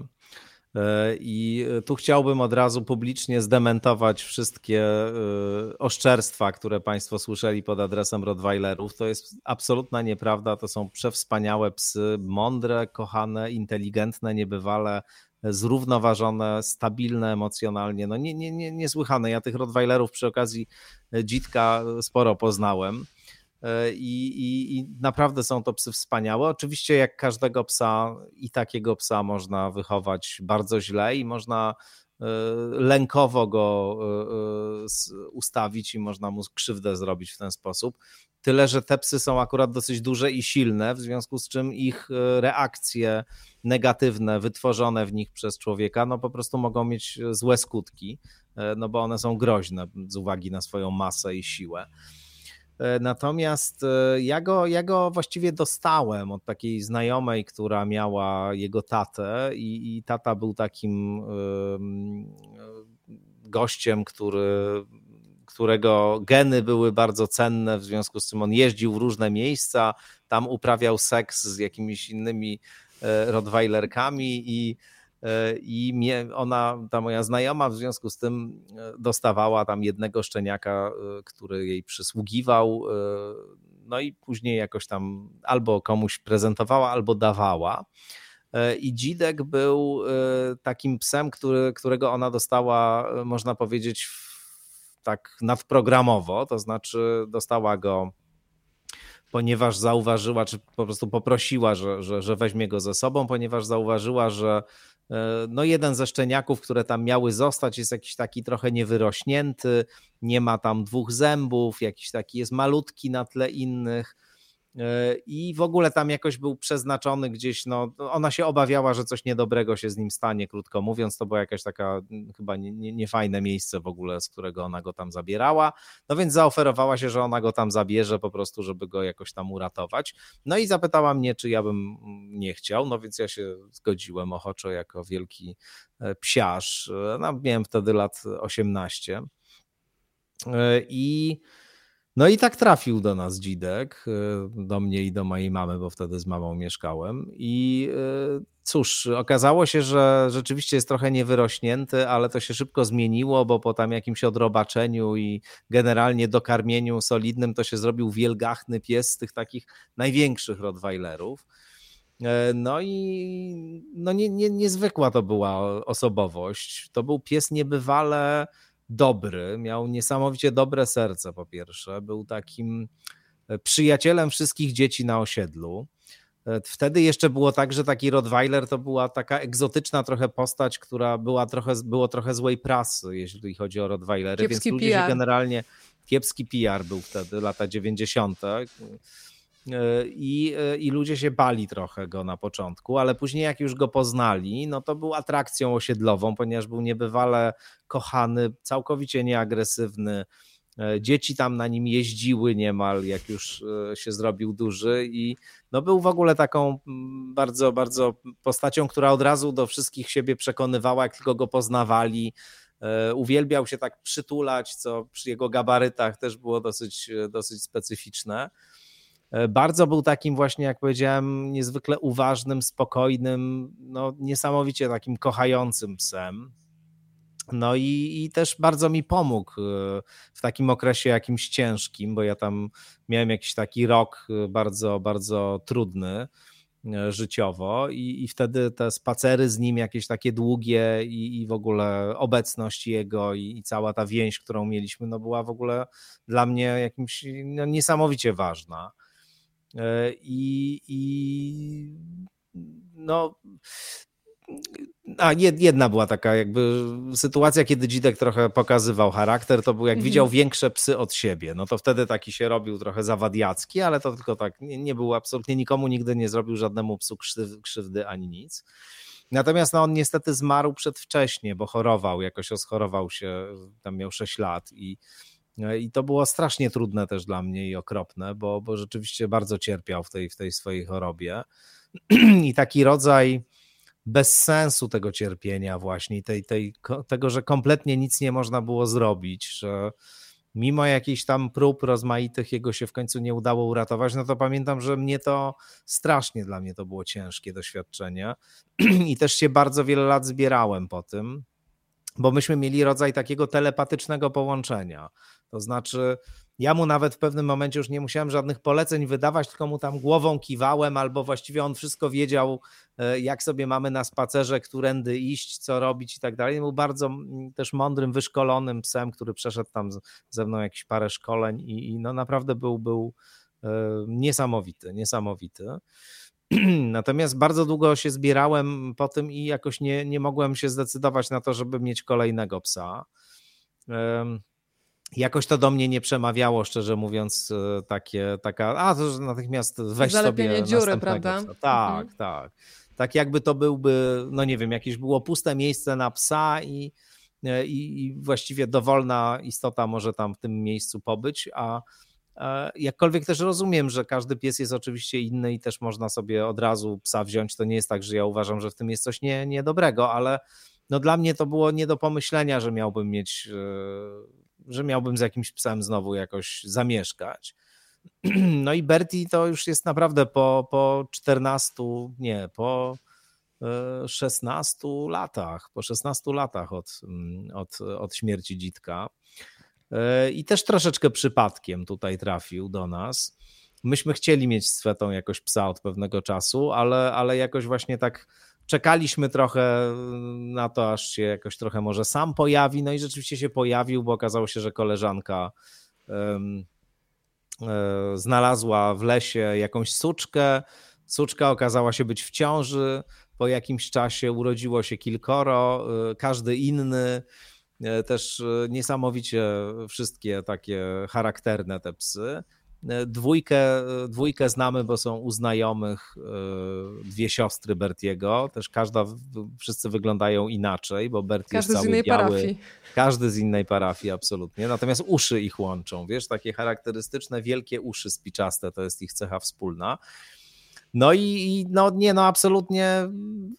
i tu chciałbym od razu publicznie zdementować wszystkie oszczerstwa, które państwo słyszeli pod adresem rottweilerów. To jest absolutna nieprawda, to są przewspaniałe psy, mądre, kochane, inteligentne, niebywale, zrównoważone, stabilne emocjonalnie, no nie, nie, nie, niesłychane. Ja tych rottweilerów przy okazji Dzitka sporo poznałem. I, i, i naprawdę są to psy wspaniałe. Oczywiście jak każdego psa i takiego psa można wychować bardzo źle i można lękowo go ustawić i można mu krzywdę zrobić w ten sposób. Tyle, że te psy są akurat dosyć duże i silne, w związku z czym ich reakcje negatywne wytworzone w nich przez człowieka no po prostu mogą mieć złe skutki, no bo one są groźne z uwagi na swoją masę i siłę. Natomiast ja go, ja go właściwie dostałem od takiej znajomej, która miała jego tatę i, i tata był takim gościem, który, którego geny były bardzo cenne, w związku z czym on jeździł w różne miejsca, tam uprawiał seks z jakimiś innymi rottweilerkami i i mnie, ona, ta moja znajoma w związku z tym dostawała tam jednego szczeniaka, który jej przysługiwał, no i później jakoś tam albo komuś prezentowała, albo dawała. I Dzidek był takim psem, który, którego ona dostała, można powiedzieć, tak nadprogramowo, to znaczy dostała go, ponieważ zauważyła, czy po prostu poprosiła, że, że, że weźmie go ze sobą, ponieważ zauważyła, że no jeden ze szczeniaków, które tam miały zostać, jest jakiś taki trochę niewyrośnięty, nie ma tam dwóch zębów, jakiś taki jest malutki na tle innych i w ogóle tam jakoś był przeznaczony gdzieś, no ona się obawiała, że coś niedobrego się z nim stanie, krótko mówiąc, to była jakaś taka chyba niefajne nie, nie miejsce w ogóle, z którego ona go tam zabierała, no więc zaoferowała się, że ona go tam zabierze po prostu, żeby go jakoś tam uratować, no i zapytała mnie, czy ja bym nie chciał, no więc ja się zgodziłem ochoczo jako wielki psiarz, no miałem wtedy lat osiemnaście i no i tak trafił do nas Dzidek, do mnie i do mojej mamy, bo wtedy z mamą mieszkałem i cóż, okazało się, że rzeczywiście jest trochę niewyrośnięty, ale to się szybko zmieniło, bo po tam jakimś odrobaczeniu i generalnie dokarmieniu solidnym to się zrobił wielgachny pies z tych takich największych rottweilerów. No i no nie, nie, niezwykła to była osobowość, to był pies niebywale dobry, miał niesamowicie dobre serce po pierwsze, był takim przyjacielem wszystkich dzieci na osiedlu. Wtedy jeszcze było tak, że taki rottweiler to była taka egzotyczna trochę postać, która była trochę, było trochę złej prasy, jeśli chodzi o rottweilery, Kiepski więc ludzie P R. się generalnie, kiepski P R był wtedy, lata dziewięćdziesiąte. I, i ludzie się bali trochę go na początku, ale później jak już go poznali, no to był atrakcją osiedlową, ponieważ był niebywale kochany, całkowicie nieagresywny. Dzieci tam na nim jeździły niemal, jak już się zrobił duży i no był w ogóle taką bardzo, bardzo postacią, która od razu do wszystkich siebie przekonywała, jak tylko go poznawali. Uwielbiał się tak przytulać, co przy jego gabarytach też było dosyć, dosyć specyficzne. Bardzo był takim właśnie, jak powiedziałem, niezwykle uważnym, spokojnym, no niesamowicie takim kochającym psem. No i, i też bardzo mi pomógł w takim okresie jakimś ciężkim, bo ja tam miałem jakiś taki rok bardzo, bardzo trudny życiowo i, i wtedy te spacery z nim jakieś takie długie i, i w ogóle obecność jego i, i cała ta więź, którą mieliśmy, no była w ogóle dla mnie jakimś no, niesamowicie ważna. I, i no a jedna była taka jakby sytuacja, kiedy Dzidek trochę pokazywał charakter, to był jak mhm. widział większe psy od siebie, no to wtedy taki się robił trochę zawadiacki, ale to tylko tak, nie, nie był absolutnie nikomu, nigdy nie zrobił żadnemu psu krzywdy, krzywdy ani nic. Natomiast no, on niestety zmarł przedwcześnie, bo chorował, jakoś rozchorował się, tam miał sześć lat i I to było strasznie trudne też dla mnie i okropne, bo, bo rzeczywiście bardzo cierpiał w tej, w tej swojej chorobie. I taki rodzaj bezsensu tego cierpienia właśnie, tej, tej, tego, że kompletnie nic nie można było zrobić, że mimo jakichś tam prób rozmaitych jego się w końcu nie udało uratować, no to pamiętam, że mnie to strasznie, dla mnie to było ciężkie doświadczenie i też się bardzo wiele lat zbierałem po tym, bo myśmy mieli rodzaj takiego telepatycznego połączenia. To znaczy ja mu nawet w pewnym momencie już nie musiałem żadnych poleceń wydawać, tylko mu tam głową kiwałem, albo właściwie on wszystko wiedział, jak sobie mamy na spacerze, którędy iść, co robić i tak dalej. Był bardzo też mądrym, wyszkolonym psem, który przeszedł tam ze mną jakieś parę szkoleń i, i no naprawdę był, był Niesamowity, niesamowity. Natomiast bardzo długo się zbierałem po tym i jakoś nie, nie mogłem się zdecydować na to, żeby mieć kolejnego psa. Jakoś to do mnie nie przemawiało, szczerze mówiąc, takie, taka, a to że natychmiast weź Zalepienie sobie dziury, następnego prawda? psa. Tak, Mhm. tak. Tak jakby to byłby, no nie wiem, jakieś było puste miejsce na psa i, i, i właściwie dowolna istota może tam w tym miejscu pobyć, a jakkolwiek też rozumiem, że każdy pies jest oczywiście inny i też można sobie od razu psa wziąć. To nie jest tak, że ja uważam, że w tym jest coś nie, niedobrego, ale no dla mnie to było nie do pomyślenia, że miałbym mieć, że miałbym z jakimś psem znowu jakoś zamieszkać. No i Bertie to już jest naprawdę po, po czternastu, nie, po szesnastu latach, po szesnastu latach od, od, od śmierci dzitka. I też troszeczkę przypadkiem tutaj trafił do nas. Myśmy chcieli mieć z Swetą jakoś psa od pewnego czasu, ale, ale jakoś właśnie tak czekaliśmy trochę na to, aż się jakoś trochę może sam pojawi. No i rzeczywiście się pojawił, bo okazało się, że koleżanka um, e, znalazła w lesie jakąś suczkę. Suczka okazała się być w ciąży. Po jakimś czasie urodziło się kilkoro, każdy inny. Też niesamowicie wszystkie takie charakterne te psy. Dwójkę, dwójkę znamy, bo są u znajomych dwie siostry Bertiego. Też każda, wszyscy wyglądają inaczej, bo Bertie jest Każdy z cały innej biały. parafii. Każdy z innej parafii, absolutnie. Natomiast uszy ich łączą, wiesz, takie charakterystyczne, wielkie uszy spiczaste, to jest ich cecha wspólna. No i, i no nie, no absolutnie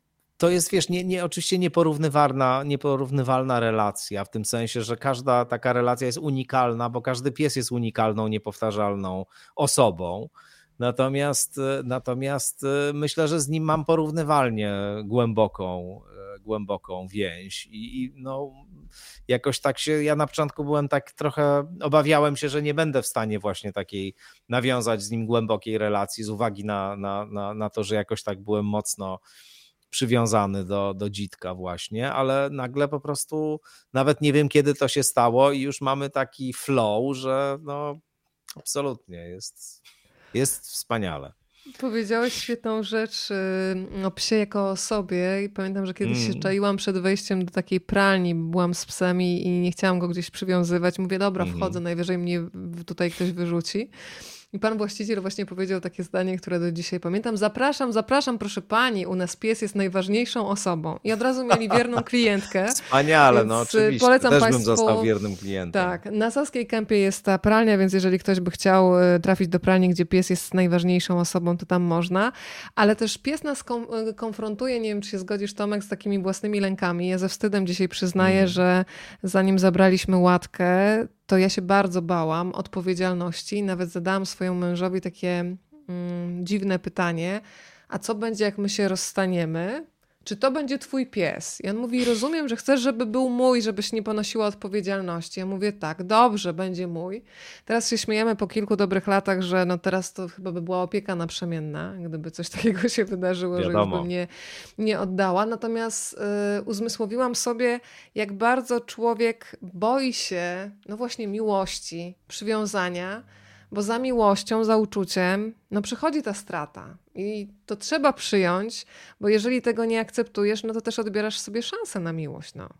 to jest, wiesz, nie, nie, oczywiście nieporównywalna, nieporównywalna relacja, w tym sensie, że każda taka relacja jest unikalna, bo każdy pies jest unikalną, niepowtarzalną osobą. Natomiast, natomiast myślę, że z nim mam porównywalnie głęboką, głęboką więź i, i no jakoś tak się, ja na początku byłem tak trochę, obawiałem się, że nie będę w stanie właśnie takiej nawiązać z nim głębokiej relacji z uwagi na, na, na, na to, że jakoś tak byłem mocno przywiązany do, do dzitka właśnie, ale nagle po prostu nawet nie wiem, kiedy to się stało i już mamy taki flow, że no absolutnie jest, jest wspaniale. Powiedziałeś świetną rzecz o psie jako o sobie i pamiętam, że kiedyś mm. się czaiłam przed wejściem do takiej pralni, byłam z psami i nie chciałam go gdzieś przywiązywać. Mówię, dobra, wchodzę, mm. najwyżej mnie tutaj ktoś wyrzuci. I pan właściciel właśnie powiedział takie zdanie, które do dzisiaj pamiętam. Zapraszam, zapraszam, proszę pani, u nas pies jest najważniejszą osobą. I od razu mieli wierną klientkę. Wspaniale, no oczywiście. Polecam Też państwu, bym został wiernym klientem. Tak, na Saskiej Kępie jest ta pralnia, więc jeżeli ktoś by chciał trafić do pralni, gdzie pies jest najważniejszą osobą, to tam można. Ale też pies nas kom- konfrontuje, nie wiem, czy się zgodzisz, Tomek, z takimi własnymi lękami. Ja ze wstydem dzisiaj przyznaję, mm. że zanim zabraliśmy Łatkę, to ja się bardzo bałam odpowiedzialności. Nawet zadałam swojemu mężowi takie mm, dziwne pytanie, a co będzie, jak my się rozstaniemy? Czy to będzie twój pies? I on mówi, rozumiem, że chcesz, żeby był mój, żebyś nie ponosiła odpowiedzialności. Ja mówię, tak, dobrze, będzie mój. Teraz się śmiejemy po kilku dobrych latach, że no teraz to chyba by była opieka naprzemienna, gdyby coś takiego się wydarzyło, Wiadomo. że już bym nie, nie oddała. Natomiast y, uzmysłowiłam sobie, jak bardzo człowiek boi się, no właśnie miłości, przywiązania, bo za miłością, za uczuciem, no przychodzi ta strata i to trzeba przyjąć, bo jeżeli tego nie akceptujesz, no to też odbierasz sobie szansę na miłość, no.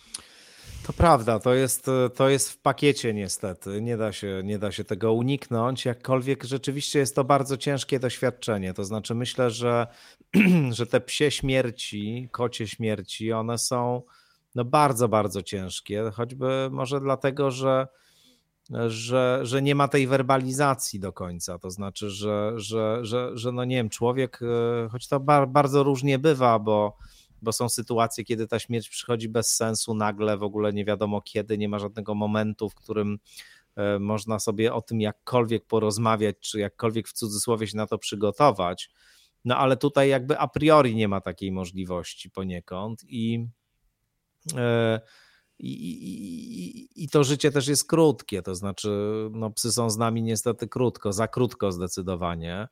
To prawda, to jest, to jest w pakiecie niestety, nie da się, nie da się tego uniknąć, jakkolwiek rzeczywiście jest to bardzo ciężkie doświadczenie, to znaczy myślę, że, że te psie śmierci, kocie śmierci, one są no bardzo, bardzo ciężkie, choćby może dlatego, że Że, że nie ma tej werbalizacji do końca, to znaczy, że, że, że, że no nie wiem, człowiek, choć to bar, bardzo różnie bywa, bo, bo są sytuacje, kiedy ta śmierć przychodzi bez sensu, nagle w ogóle nie wiadomo kiedy, nie ma żadnego momentu, w którym można sobie o tym jakkolwiek porozmawiać, czy jakkolwiek w cudzysłowie się na to przygotować, no ale tutaj jakby a priori nie ma takiej możliwości poniekąd i yy, I, i, I to życie też jest krótkie, to znaczy no, psy są z nami niestety krótko, za krótko zdecydowanie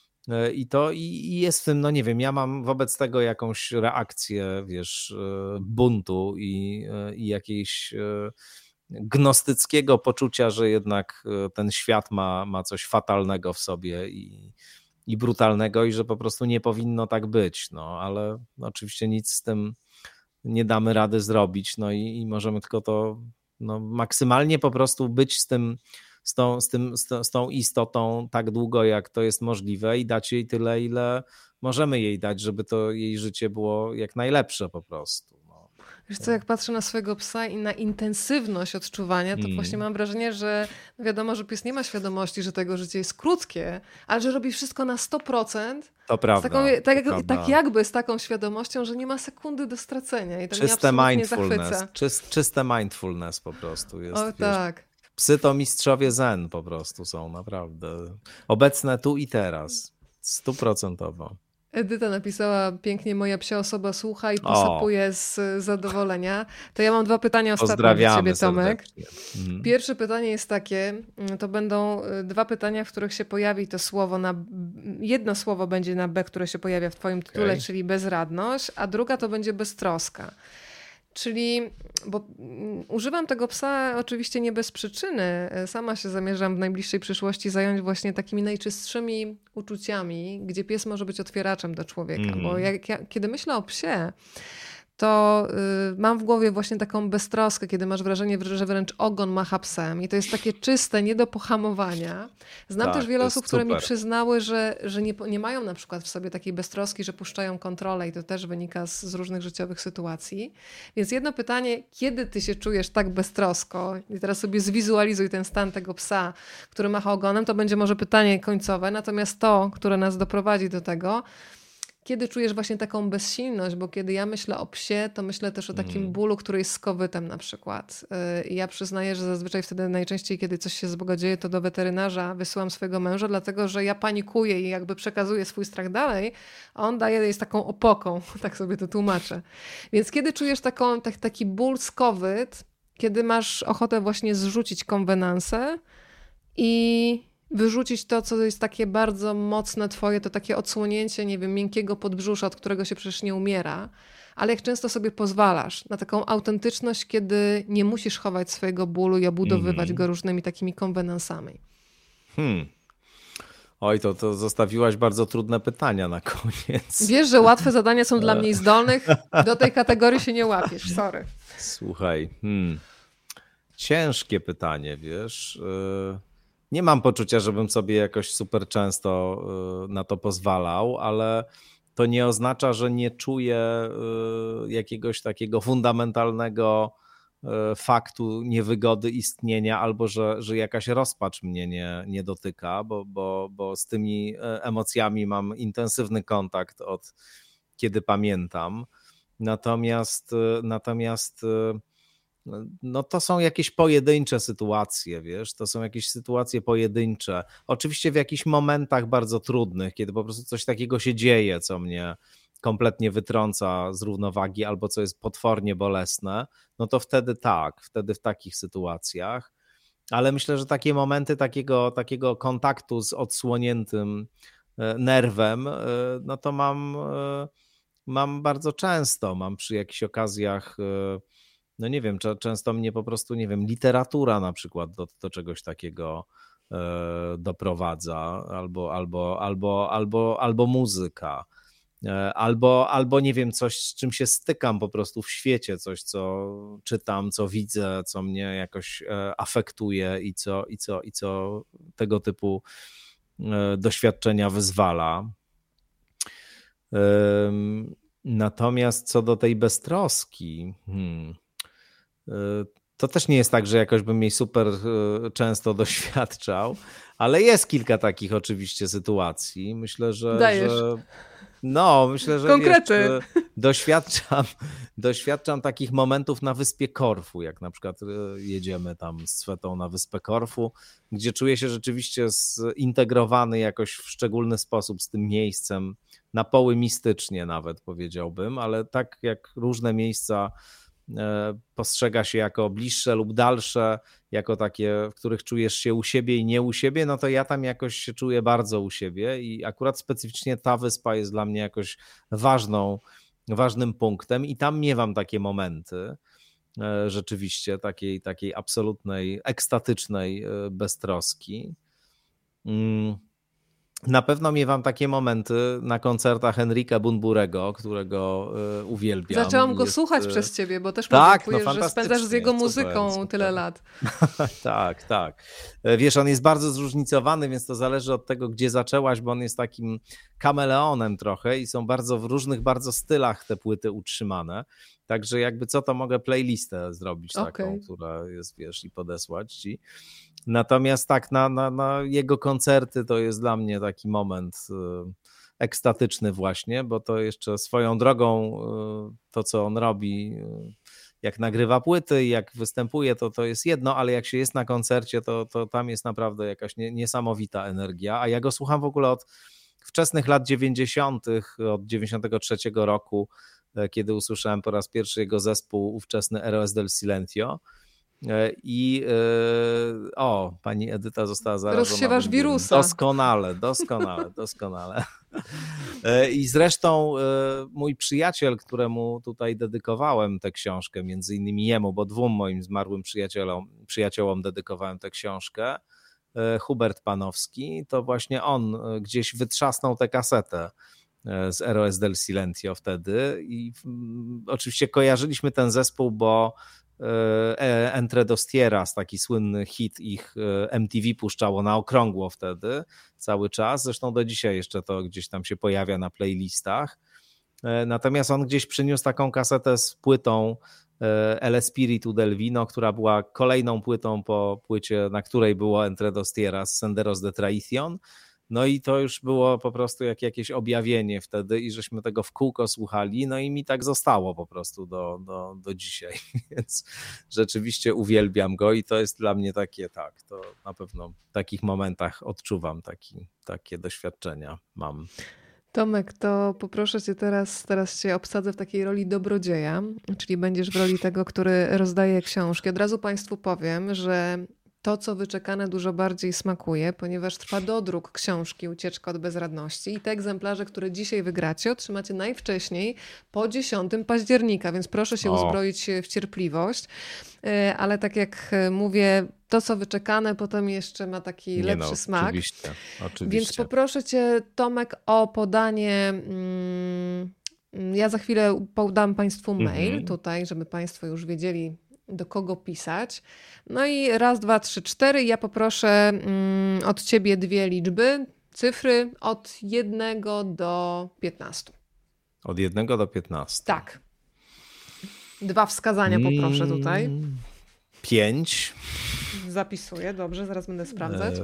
i to i jest w tym, no nie wiem, ja mam wobec tego jakąś reakcję, wiesz, buntu i, i jakiejś gnostyckiego poczucia, że jednak ten świat ma, ma coś fatalnego w sobie i, i brutalnego i że po prostu nie powinno tak być, no ale oczywiście nic z tym nie damy rady zrobić, no i, i możemy tylko to no, maksymalnie po prostu być z tym, z tą, z tym, z tą, z tą istotą tak długo, jak to jest możliwe i dać jej tyle, ile możemy jej dać, żeby to jej życie było jak najlepsze po prostu. No. Wiesz co, jak patrzę na swojego psa i na intensywność odczuwania, to mm. właśnie mam wrażenie, że no wiadomo, że pies nie ma świadomości, że tego życie jest krótkie, ale że robi wszystko na sto procent. To prawda. Taką, tak, to jak, prawda. tak jakby z taką świadomością, że nie ma sekundy do stracenia. I to czyste mnie absolutnie mindfulness. zachwyca. Czyst, czyste mindfulness po prostu jest. O wiesz, tak. Psy to mistrzowie zen po prostu są, naprawdę. Obecne tu i teraz. Stuprocentowo. Edyta napisała pięknie, moja psia osoba słucha i posapuje z zadowolenia. To ja mam dwa pytania ostatnie do ciebie, Tomek. Mhm. Pierwsze pytanie jest takie, to będą dwa pytania, w których się pojawi to słowo na, jedno słowo będzie na B, które się pojawia w twoim tytule, okay. czyli bezradność, a druga to będzie beztroska. Czyli, bo używam tego psa oczywiście nie bez przyczyny. Sama się zamierzam w najbliższej przyszłości zająć właśnie takimi najczystszymi uczuciami, gdzie pies może być otwieraczem do człowieka. Mm. Bo jak ja, kiedy myślę o psie, to y, mam w głowie właśnie taką beztroskę, kiedy masz wrażenie, że wręcz ogon macha psem i to jest takie czyste, nie do pohamowania. Znam tak, też wiele osób, które mi przyznały, że, że nie, nie mają na przykład w sobie takiej beztroski, że puszczają kontrolę i to też wynika z, z różnych życiowych sytuacji. Więc jedno pytanie, kiedy ty się czujesz tak beztrosko i teraz sobie zwizualizuj ten stan tego psa, który macha ogonem, to będzie może pytanie końcowe, natomiast to, które nas doprowadzi do tego, kiedy czujesz właśnie taką bezsilność, bo kiedy ja myślę o psie, to myślę też o takim mm. bólu, który jest z kowytem na przykład. I ja przyznaję, że zazwyczaj wtedy najczęściej, kiedy coś się złego dzieje, to do weterynarza wysyłam swojego męża, dlatego że ja panikuję i jakby przekazuję swój strach dalej, a on daje jest taką opoką, tak sobie to tłumaczę. Więc kiedy czujesz taką, tak, taki ból z kowyt, kiedy masz ochotę właśnie zrzucić konwenansę i wyrzucić to, co jest takie bardzo mocne twoje, to takie odsłonięcie, nie wiem, miękkiego podbrzusza, od którego się przecież nie umiera, ale jak często sobie pozwalasz na taką autentyczność, kiedy nie musisz chować swojego bólu i obudowywać mm. go różnymi takimi konwenansami. Hmm. Oj, to, to zostawiłaś bardzo trudne pytania na koniec. Wiesz, że łatwe zadania są dla mniej zdolnych? Do tej kategorii się nie łapiesz, sorry. Słuchaj, hmm. ciężkie pytanie, wiesz... Yy... Nie mam poczucia, żebym sobie jakoś super często na to pozwalał, ale to nie oznacza, że nie czuję jakiegoś takiego fundamentalnego faktu niewygody istnienia albo że, że jakaś rozpacz mnie nie, nie dotyka, bo, bo, bo z tymi emocjami mam intensywny kontakt od kiedy pamiętam. Natomiast, natomiast no to są jakieś pojedyncze sytuacje, wiesz, to są jakieś sytuacje pojedyncze. Oczywiście w jakichś momentach bardzo trudnych, kiedy po prostu coś takiego się dzieje, co mnie kompletnie wytrąca z równowagi albo co jest potwornie bolesne, no to wtedy tak, wtedy w takich sytuacjach. Ale myślę, że takie momenty takiego, takiego kontaktu z odsłoniętym nerwem, no to mam, mam bardzo często, mam przy jakichś okazjach. No nie wiem, często mnie po prostu, nie wiem, literatura na przykład do, do czegoś takiego e, doprowadza, albo, albo, albo, albo, albo muzyka, e, albo, albo nie wiem, coś, z czym się stykam po prostu w świecie, coś, co czytam, co widzę, co mnie jakoś e, afektuje i co, i, co, i co tego typu e, doświadczenia wyzwala. E, natomiast co do tej beztroski... Hmm, to też nie jest tak, że jakoś bym jej super często doświadczał, ale jest kilka takich oczywiście sytuacji. Myślę, że... Dajesz. że no, myślę, że konkrety. Wiesz, doświadczam, doświadczam takich momentów na wyspie Korfu, jak na przykład jedziemy tam z Swetą na wyspę Korfu, gdzie czuję się rzeczywiście zintegrowany jakoś w szczególny sposób z tym miejscem, na poły mistycznie nawet powiedziałbym, ale tak jak różne miejsca postrzega się jako bliższe lub dalsze, jako takie, w których czujesz się u siebie i nie u siebie, no to ja tam jakoś się czuję bardzo u siebie i akurat specyficznie ta wyspa jest dla mnie jakoś ważną, ważnym punktem i tam miewam takie momenty. rzeczywiście, takiej, takiej absolutnej, ekstatycznej beztroski. Na pewno miewam takie momenty na koncertach Henryka Bunburego, którego y, uwielbiam. Zaczęłam go Jest, słuchać y... przez ciebie, bo też tak, mówię, no że spędzasz z jego muzyką super, super. tyle lat. tak, tak. Wiesz, on jest bardzo zróżnicowany, więc to zależy od tego, gdzie zaczęłaś, bo on jest takim kameleonem trochę i są bardzo w różnych bardzo stylach te płyty utrzymane. Także jakby co, to mogę playlistę zrobić okay. taką, która jest, wiesz, i podesłać ci. Natomiast tak, na, na, na jego koncerty to jest dla mnie taki moment y, ekstatyczny właśnie, bo to jeszcze swoją drogą y, to, co on robi, y, jak nagrywa płyty, jak występuje, to to jest jedno, ale jak się jest na koncercie, to, to tam jest naprawdę jakaś nie, niesamowita energia, a ja go słucham w ogóle od wczesnych lat dziewięćdziesiątych, od dziewięćdziesiątego trzeciego roku, kiedy usłyszałem po raz pierwszy jego zespół ówczesny Eros del Silentio. I o, pani Edyta została zarażona. Rozsiewasz wirusa. Doskonale, doskonale, doskonale. I zresztą mój przyjaciel, któremu tutaj dedykowałem tę książkę, między innymi jemu, bo dwóm moim zmarłym przyjaciołom, przyjaciołom dedykowałem tę książkę, Hubert Panowski, to właśnie on gdzieś wytrzasnął tę kasetę z Eros del Silentio wtedy i oczywiście kojarzyliśmy ten zespół, bo Entre dos Tierras, taki słynny hit ich M T V puszczało na okrągło wtedy cały czas, zresztą do dzisiaj jeszcze to gdzieś tam się pojawia na playlistach, natomiast on gdzieś przyniósł taką kasetę z płytą El Espíritu del Vino, która była kolejną płytą po płycie, na której było Entre dos Tierras, Senderos de Traición. No i to już było po prostu jak jakieś objawienie wtedy i żeśmy tego w kółko słuchali, no i mi tak zostało po prostu do, do, do dzisiaj, więc rzeczywiście uwielbiam go i to jest dla mnie takie, tak, to na pewno w takich momentach odczuwam taki, takie doświadczenia mam. Tomek, to poproszę cię teraz, teraz cię obsadzę w takiej roli dobrodzieja, czyli będziesz w roli tego, który rozdaje książki. Od razu państwu powiem, że to, co wyczekane, dużo bardziej smakuje, ponieważ trwa dodruk książki Ucieczka od bezradności i te egzemplarze, które dzisiaj wygracie, otrzymacie najwcześniej po dziesiątego października, więc proszę się o. uzbroić w cierpliwość. Ale tak jak mówię, to, co wyczekane, potem jeszcze ma taki Nie lepszy no, smak. Oczywiście, oczywiście. Więc poproszę cię, Tomek, o podanie... Mm, ja za chwilę podam państwu mail mm-hmm. tutaj, żeby państwo już wiedzieli, do kogo pisać. No i raz, dwa, trzy, cztery. Ja poproszę mm, od ciebie dwie liczby, cyfry od jednego do piętnastu. Od jednego do piętnastu. Tak. Dwa wskazania poproszę tutaj. Mm, pięć. Zapisuję, dobrze, zaraz będę sprawdzać.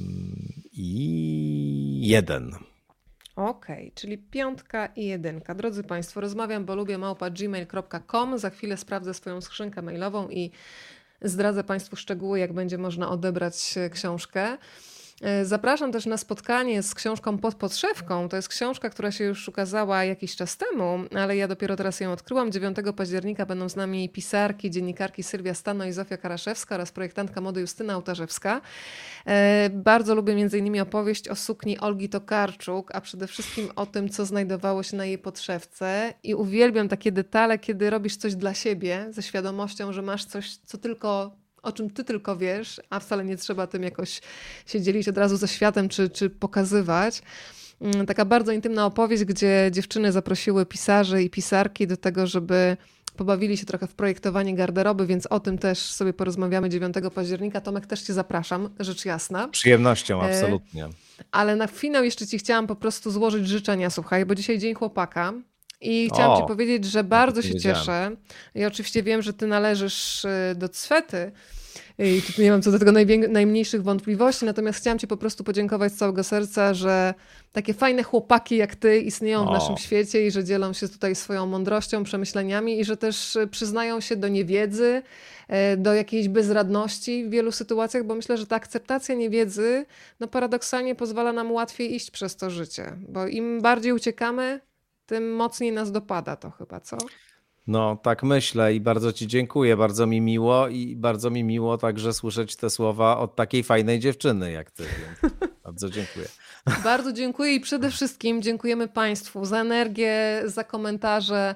I jeden. Okej, okay, czyli piątka i jedynka. Drodzy Państwo, rozmawiam, bo lubię małpa gmail kropka com. Za chwilę sprawdzę swoją skrzynkę mailową i zdradzę Państwu szczegóły, jak będzie można odebrać książkę. Zapraszam też na spotkanie z książką Pod podszewką. To jest książka, która się już ukazała jakiś czas temu, ale ja dopiero teraz ją odkryłam. dziewiątego października będą z nami pisarki, dziennikarki Sylwia Stano i Zofia Karaszewska oraz projektantka mody Justyna Ołtarzewska. Bardzo lubię między innymi opowieść o sukni Olgi Tokarczuk, a przede wszystkim o tym, co znajdowało się na jej podszewce. I uwielbiam takie detale, kiedy robisz coś dla siebie ze świadomością, że masz coś, co tylko... o czym ty tylko wiesz, a wcale nie trzeba tym jakoś się dzielić od razu ze światem, czy, czy pokazywać. Taka bardzo intymna opowieść, gdzie dziewczyny zaprosiły pisarzy i pisarki do tego, żeby pobawili się trochę w projektowanie garderoby, więc o tym też sobie porozmawiamy dziewiątego października. Tomek, też cię zapraszam, rzecz jasna. Przyjemnością, absolutnie. Ale na finał jeszcze ci chciałam po prostu złożyć życzenia, słuchaj, bo dzisiaj Dzień Chłopaka. I chciałam o, ci powiedzieć, że bardzo się cieszę. I oczywiście wiem, że ty należysz do Cwety. I tu nie mam co do tego najwię- najmniejszych wątpliwości, natomiast chciałam ci po prostu podziękować z całego serca, że takie fajne chłopaki jak ty istnieją w o. naszym świecie i że dzielą się tutaj swoją mądrością, przemyśleniami i że też przyznają się do niewiedzy, do jakiejś bezradności w wielu sytuacjach, bo myślę, że ta akceptacja niewiedzy no paradoksalnie pozwala nam łatwiej iść przez to życie, bo im bardziej uciekamy, tym mocniej nas dopada to chyba, co? No tak myślę i bardzo ci dziękuję, bardzo mi miło i bardzo mi miło także słyszeć te słowa od takiej fajnej dziewczyny jak ty, więc bardzo dziękuję. Bardzo dziękuję i przede wszystkim dziękujemy Państwu za energię, za komentarze.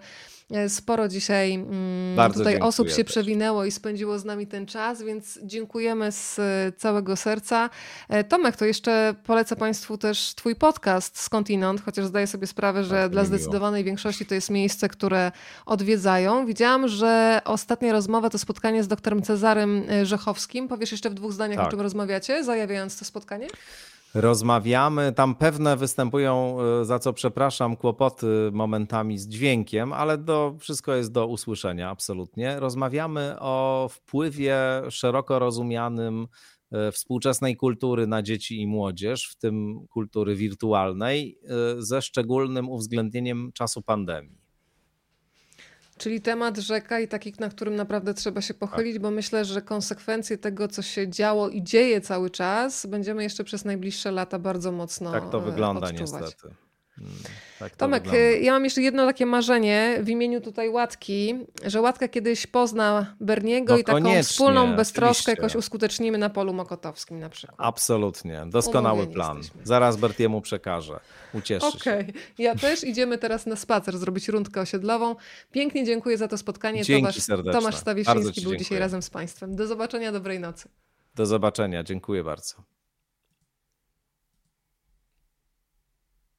Sporo dzisiaj Bardzo tutaj dziękuję osób się też. przewinęło i spędziło z nami ten czas, więc dziękujemy z całego serca. Tomek, to jeszcze polecę Państwu też Twój podcast Skądinąd, chociaż zdaję sobie sprawę, że Bardzo dla mi miło. zdecydowanej większości to jest miejsce, które odwiedzają. Widziałam, że ostatnia rozmowa to spotkanie z doktorem Cezarym Rzechowskim. Powiesz jeszcze w dwóch zdaniach, Tak. o czym rozmawiacie, zajawiając to spotkanie? Rozmawiamy, tam pewne występują, za co przepraszam, kłopoty momentami z dźwiękiem, ale do, wszystko jest do usłyszenia absolutnie. Rozmawiamy o wpływie szeroko rozumianym współczesnej kultury na dzieci i młodzież, w tym kultury wirtualnej, ze szczególnym uwzględnieniem czasu pandemii. Czyli temat rzeka i taki, na którym naprawdę trzeba się pochylić, tak. Bo myślę, że konsekwencje tego, co się działo i dzieje cały czas, będziemy jeszcze przez najbliższe lata bardzo mocno Tak to wygląda odczuwać. niestety. Tak Tomek, wygląda. Ja mam jeszcze jedno takie marzenie w imieniu tutaj Łatki, że Łatka kiedyś pozna Berniego no i taką wspólną beztroskę jakoś uskutecznimy na polu mokotowskim na przykład. Absolutnie, doskonały Umówieni plan. Jesteśmy. Zaraz Bertiemu przekażę, ucieszy okay. się. Okej, ja też. Idziemy teraz na spacer, zrobić rundkę osiedlową. Pięknie dziękuję za to spotkanie. Dzięki Tomasz, serdeczne. Tomasz Stawiszyński był dzisiaj razem z Państwem. Do zobaczenia, dobrej nocy. Do zobaczenia, dziękuję bardzo.